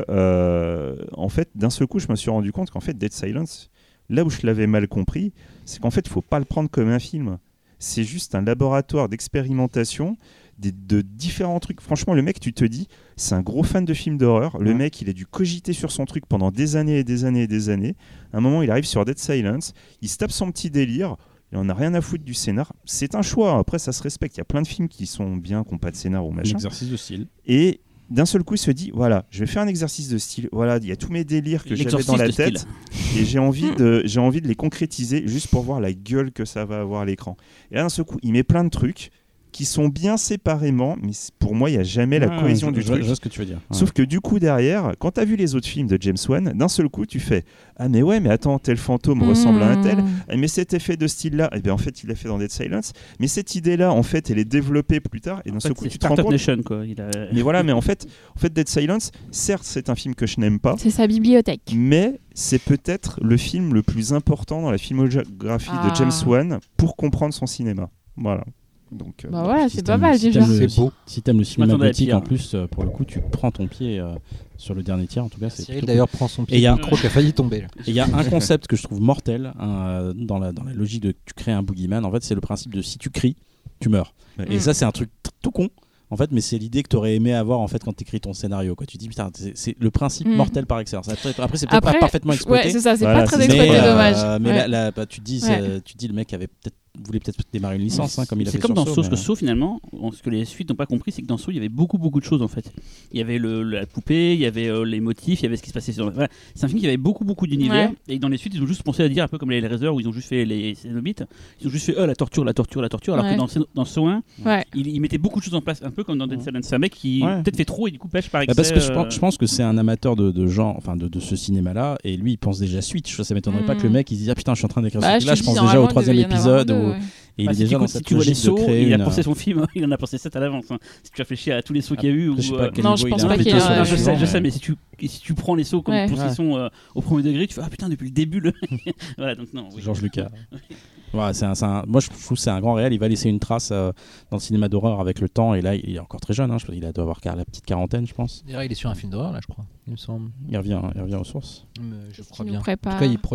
en fait d'un seul coup je me suis rendu compte qu'en fait Dead Silence, là où je l'avais mal compris, c'est qu'en fait il faut pas le prendre comme un film. C'est juste un laboratoire d'expérimentation de différents trucs. Franchement, le mec, tu te dis, c'est un gros fan de films d'horreur. Le mec, il a dû cogiter sur son truc pendant des années et des années et des années. À un moment, il arrive sur Dead Silence, il se tape son petit délire, il en a rien à foutre du scénar. C'est un choix, après ça se respecte. Il y a plein de films qui sont bien, qui n'ont pas de scénar ou Un machin. exercice de style. Et d'un seul coup, il se dit, voilà, je vais faire un exercice de style. Voilà, il y a tous mes délires que j'avais dans la L'exorciste de tête. Et j'ai envie de les concrétiser juste pour voir la gueule que ça va avoir à l'écran. Et là, d'un seul coup, il met plein de trucs qui sont bien séparément, mais pour moi, il n'y a jamais la cohésion du truc. Je vois ce que tu veux dire. Sauf que du coup, derrière, quand tu as vu les autres films de James Wan, d'un seul coup, tu fais « Ah mais ouais, mais attends, tel fantôme ressemble à un tel. Ah, mais cet effet de style-là, eh bien, en fait, il l'a fait dans Dead Silence. Mais cette idée-là, en fait, elle est développée plus tard. Et d'un seul coup, C'est tu te rends Startup compte... Nation quoi. Il a... Mais voilà, mais en fait, Dead Silence, certes, c'est un film que je n'aime pas, C'est sa bibliothèque. mais c'est peut-être le film le plus important dans la filmographie Ah. de James Wan pour comprendre son cinéma. Voilà. Donc, Bah voilà, Si c'est t'aimes- pas mal si déjà. t'aimes le- C'est beau. Si t'aimes le cinéma m'attendais à gothique, pire. en plus, pour le coup, tu prends ton pied sur le dernier tiers. En tout cas, c'est Cyril plutôt d'ailleurs prend son Et pied il y a- de micro qui a failli tomber. Là. cool. Et il y a un concept que je trouve mortel dans la logique de tu crées un boogeyman. En fait, c'est le principe de si tu cries, tu meurs. Ouais. Et ça, c'est un truc tout con. En fait, mais c'est l'idée que tu aurais aimé avoir en fait quand tu écris ton scénario. Quoi. Tu dis putain, c'est le principe mortel par excellence. Après, c'est peut-être pas parfaitement exploité. Ouais, c'est ça, c'est Voilà, pas très c'est ça. exploité, Mais, dommage. Mais Ouais. là, tu dis le mec avait voulait peut-être démarrer une licence, comme il a C'est fait comme sur dans Saw, Saw, mais- que Saw finalement, ce que les suites n'ont pas compris, c'est que dans Saw il y avait beaucoup de choses en fait. Il y avait la poupée, il y avait les motifs, il y avait ce qui se passait sur. Voilà. C'est un film qui avait beaucoup d'univers. Ouais. Et dans les suites ils ont juste pensé à dire un peu comme les Hellraiser où ils ont juste fait les Cénobites, ils ont juste fait la torture, alors Ouais. que dans Saw 1 Ouais. il mettait beaucoup de choses en place, un peu comme dans Dead Silence. C'est un mec qui Ouais. peut-être fait trop et du coup pêche par excès. Parce que je pense que c'est un amateur de genre, enfin de ce cinéma-là, et lui il pense déjà suite. Ça m'étonnerait pas que le mec il se dise ah putain je suis en train d'écrire ce truc-là, je pense déjà au troisième épisode et il est si déjà tu, dans si cette tu vois les logique de sauts, créer il a une. pensé son film, il en a pensé 7 à l'avance. Hein. Si tu réfléchis à tous les sauts qu'il y a eu, Je sais ou, pas à quel Non, niveau je pense il a pas impliqué qu'il y a- sur le ouais, je suivant, sais, mais- mais si tu prends les sauts comme Ouais. pour qu'ils sont au premier degré, tu fais ah putain depuis le début voilà donc non. C'est Georges Lucas. Voilà, moi je trouve que c'est un grand réel. Il va laisser une trace dans le cinéma d'horreur avec le temps. Et là, il est encore très jeune. Il doit avoir la petite quarantaine, je pense. D'ailleurs, il est sur un film d'horreur là, je crois. Il me semble. Il revient aux sources. Je Qu'est-ce crois qu'il bien. nous En prépare tout cas, il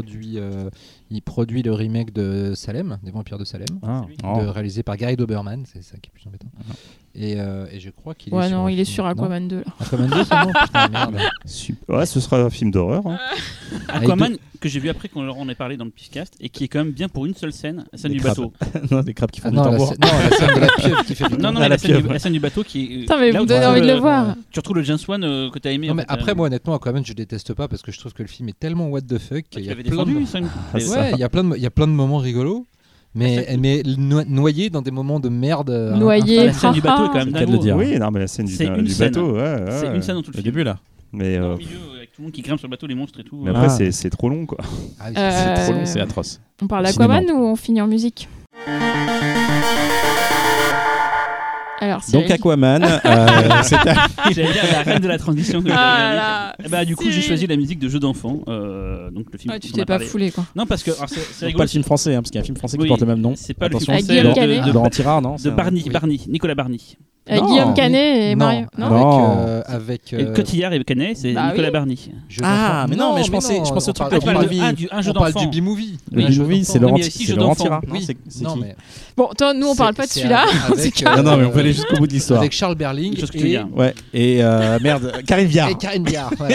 produit le remake de Salem, des Vampires de Salem, Ah. Oh. réalisé par Gary Doberman. C'est ça qui est plus embêtant. Et je crois qu'il est Ouais, sur non, un il est film- sur non Aquaman 2. Là. Aquaman 2, c'est bon. Putain, merde. Ouais, ce sera un film d'horreur. Hein. Aquaman, que j'ai vu après quand on en a parlé dans le Pifcast, et qui est quand même bien pour une seule scène, la scène Les du crabes. bateau. Non, des crabes qui font Ah du non, tambour. la scène de la pieuvre qui fait du Non, tambour. mais la la pieuvre. scène du bateau qui est. Putain, mais là vous où me donnez tu envie de le retrouves, voir. Tu retrouves le James Wan que t'as aimé. Non, en mais fait, après, moi, honnêtement, Aquaman, je déteste pas parce que je trouve que le film est tellement what the fuck qu'il tu y a l'avais plein de... défendu, ça, Ouais, il y a plein de moments rigolos, mais noyé dans des moments de merde. Noyé, La scène du bateau est quand même C'est le cas de dingo. le dire. Oui, non, mais la scène C'est une du scène. bateau, ouais. C'est ouais. une scène dans tout le Le film. début là. Mais, Au milieu, avec tout le monde qui grimpe sur le bateau, les monstres et tout. mais après, Ah. c'est trop long, quoi. Ah oui, C'est trop long, Euh, c'est atroce. On parle Cinéma. d'Aquaman ou on finit en musique? Alors, Donc Cyril. Aquaman, c'est J'allais dire la reine de la transition. Ah là, Et bah, du coup, j'ai Cyril. choisi la musique de Jeux d'enfants. Donc le film. Ouais, tu dont on t'es a pas parlé. foulé quoi. Non, parce que alors, c'est pas rigolo. le film français, hein, parce qu'il y a un film français qui Oui, porte le même nom. c'est pas le Attention, film français. Avec Guillaume Canet. de Laurent Tirard, non De Barney, C'est Nicolas Barney. Non. Guillaume Canet et non, Mario. Non, Non. avec Et Cotillard et Canet, c'est Bah Nicolas oui. Barney. Jeux Ah, d'enfants. mais non, mais je pensais au on truc parle de du On parle B-movie. un jeu on parle d'enfant. du B-movie. Le Un jeu movie, d'enfant. c'est Non, Laurent mais il y a aussi c'est Jeux Laurent d'enfants. Tirard. Oui, C'est non, qui mais Bon, toi, nous on parle pas de c'est celui-là. en avec, tout cas. Non, non, mais on peut aller jusqu'au bout de l'histoire. avec Charles Berling Chose que tu veux et, dire. Ouais, et merde, Karine Viard. et Karine Viard. Voilà.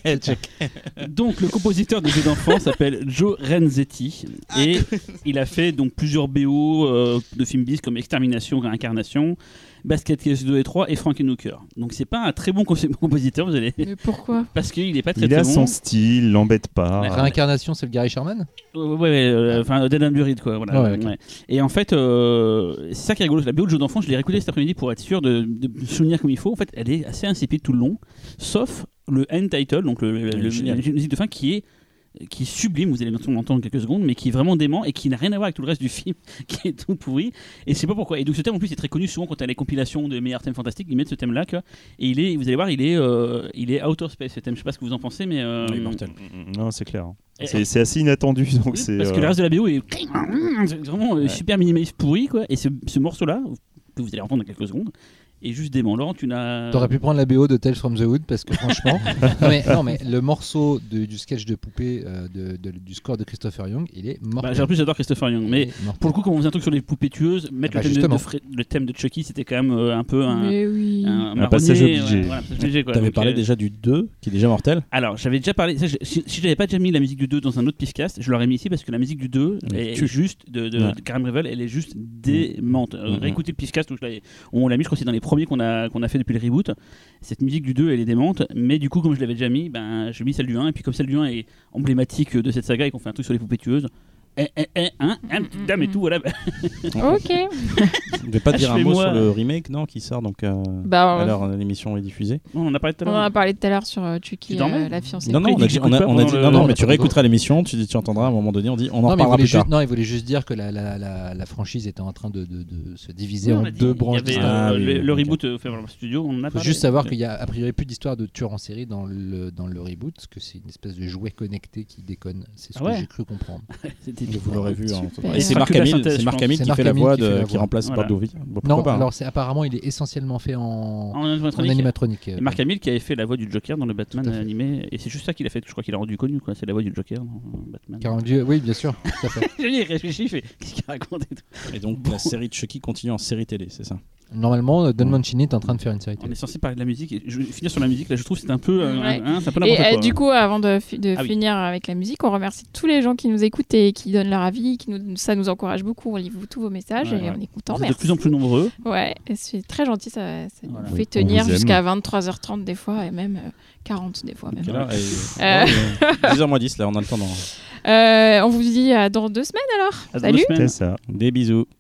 Donc le compositeur des jeux d'enfants s'appelle Joe Renzetti et il a fait donc plusieurs BO de films bis comme Extermination, Réincarnation, Basket Case 2 et 3 et Frankenhooker. Donc c'est pas un très bon compositeur, vous allez, Mais pourquoi? parce qu'il est pas très Il très a bon. son style, l'embête pas. Ouais. Réincarnation, c'est le Gary Sherman. Enfin Dead and Buried quoi. Voilà. Ouais, ok. Ouais. Et en fait, c'est ça qui est rigolo. La BO de jeux d'enfants, je l'ai réécoutée cet après-midi pour être sûr de me souvenir comme il faut. En fait, elle est assez insipide tout le long, sauf le end title, donc le génial. la musique de fin qui est sublime, vous allez l'entendre quelques secondes, mais qui est vraiment dément et qui n'a rien à voir avec tout le reste du film, qui est tout pourri. Et je sais pas pourquoi. Et donc ce thème en plus est très connu souvent quand t'as les compilations de meilleurs thèmes fantastiques, ils mettent ce thème-là, quoi. Et vous allez voir, il est out of space ce thème. Je sais pas ce que vous en pensez, mais Il est mortel. Non, c'est clair. Et- C'est assez inattendu. Donc oui, c'est, parce que le reste de la BO est c'est vraiment super minimaliste pourri, quoi. Et ce morceau-là, que vous allez entendre dans quelques secondes, est juste dément. Laurent, tu n'as. T'aurais pu prendre la BO de Tales from the Wood parce que franchement, non mais le morceau du sketch de poupée du score de Christopher Young, il est mortel. Bah, en plus, j'adore Christopher Young, mais. Il est mortel. Pour le coup, quand on faisait un truc sur les poupées tueuses, mettre Bah, le, thème justement. le thème de Chucky, c'était quand même un peu un, Mais oui. Un passage marronnier, obligé. ouais, voilà, un passage obligé, quoi. T'avais Donc, parlé déjà du 2, qui est déjà mortel. Alors, j'avais déjà parlé. Si j'avais pas déjà mis la musique du 2 dans un autre Pifcast, je l'aurais mis ici parce que la musique du 2 Mais est tu- juste de Ouais. Karim Revel, elle est juste démente. Réécoutez le Pifcast, on l'a mis, je crois que c'est dans les premiers qu'on a fait depuis le reboot. Cette musique du 2, elle est démente, mais du coup, comme je l'avais déjà mis, ben, j'ai mis celle du 1, et puis comme celle du 1 est emblématique de cette saga et qu'on fait un truc sur les poupées tueuses, un petit dame et tout, voilà. Ok. Je vais pas te dire un mot Achevez-moi. sur le remake, non, qui sort donc Bah, alors l'émission est diffusée. On en a parlé tout à on en l'heure. a parlé tout à l'heure sur Chucky, Tu dormais la fiancée. Non, non, Après, on a il dit dit, que j'écoute pas on a dit pendant non, le- non, mais tu pendant- réécouteras l'émission, tu entendras à un moment donné, on dit, on en reparlera plus tard. Non, il voulait juste dire que la franchise était en train de se diviser Oui, on en a dit, deux il y branches avait, distinctes. Ah, oui, le ok. reboot fait dans le studio, on en a Il faut parlé. juste savoir qu'il y a a priori plus d'histoire de tueur en série dans le reboot, parce que c'est une espèce de jouet connecté qui déconne. C'est ce Ah ouais. que j'ai cru comprendre. C'était Vous l'aurez vu. hein. Super. Et c'est Il Marc fera que la Hamill, synthèse, c'est je Marc pense. Hamill C'est qui Marc fait la Hamill voix qui fait la qui voix. remplace Voilà. Bob Dovey. Bon, pourquoi Non, pas, hein. alors apparemment il est essentiellement fait en En animatronique. animatronique. Et Mark Hamill qui avait fait la voix du Joker dans le Batman Tout à fait. animé, et c'est juste ça qu'il a fait. Je crois qu'il a rendu connu, quoi. C'est la voix du Joker dans Batman. Car oui, bien sûr. Tout à fait. J'ai réfléchi, il fait qu'est-ce qu'il raconte et tout. Et donc la série de Chucky continue en série télé, c'est ça. Normalement, Don Mancini est en train de faire une série On télé. est censé parler de la musique. Et je vais finir sur la musique. Là, je trouve que c'est un peu, Ouais. c'est un peu Et n'importe quoi. du coup, avant de Ah oui. finir avec la musique, on remercie tous les gens qui nous écoutent et qui donnent leur avis. Ça nous encourage beaucoup. On lit tous vos messages Ouais, et ouais. on est contents. Vous êtes de Merci. plus en plus nombreux. Ouais, et c'est très gentil. Ça Voilà. nous fait On tenir vous aime. jusqu'à 23h30 des fois et même 40 des fois. Même. Quelle heure est- Euh. 10h moins 10 là, on a le temps. On vous dit à dans 2 semaines alors. À dans Salut. 2 semaines. C'est ça. Des bisous.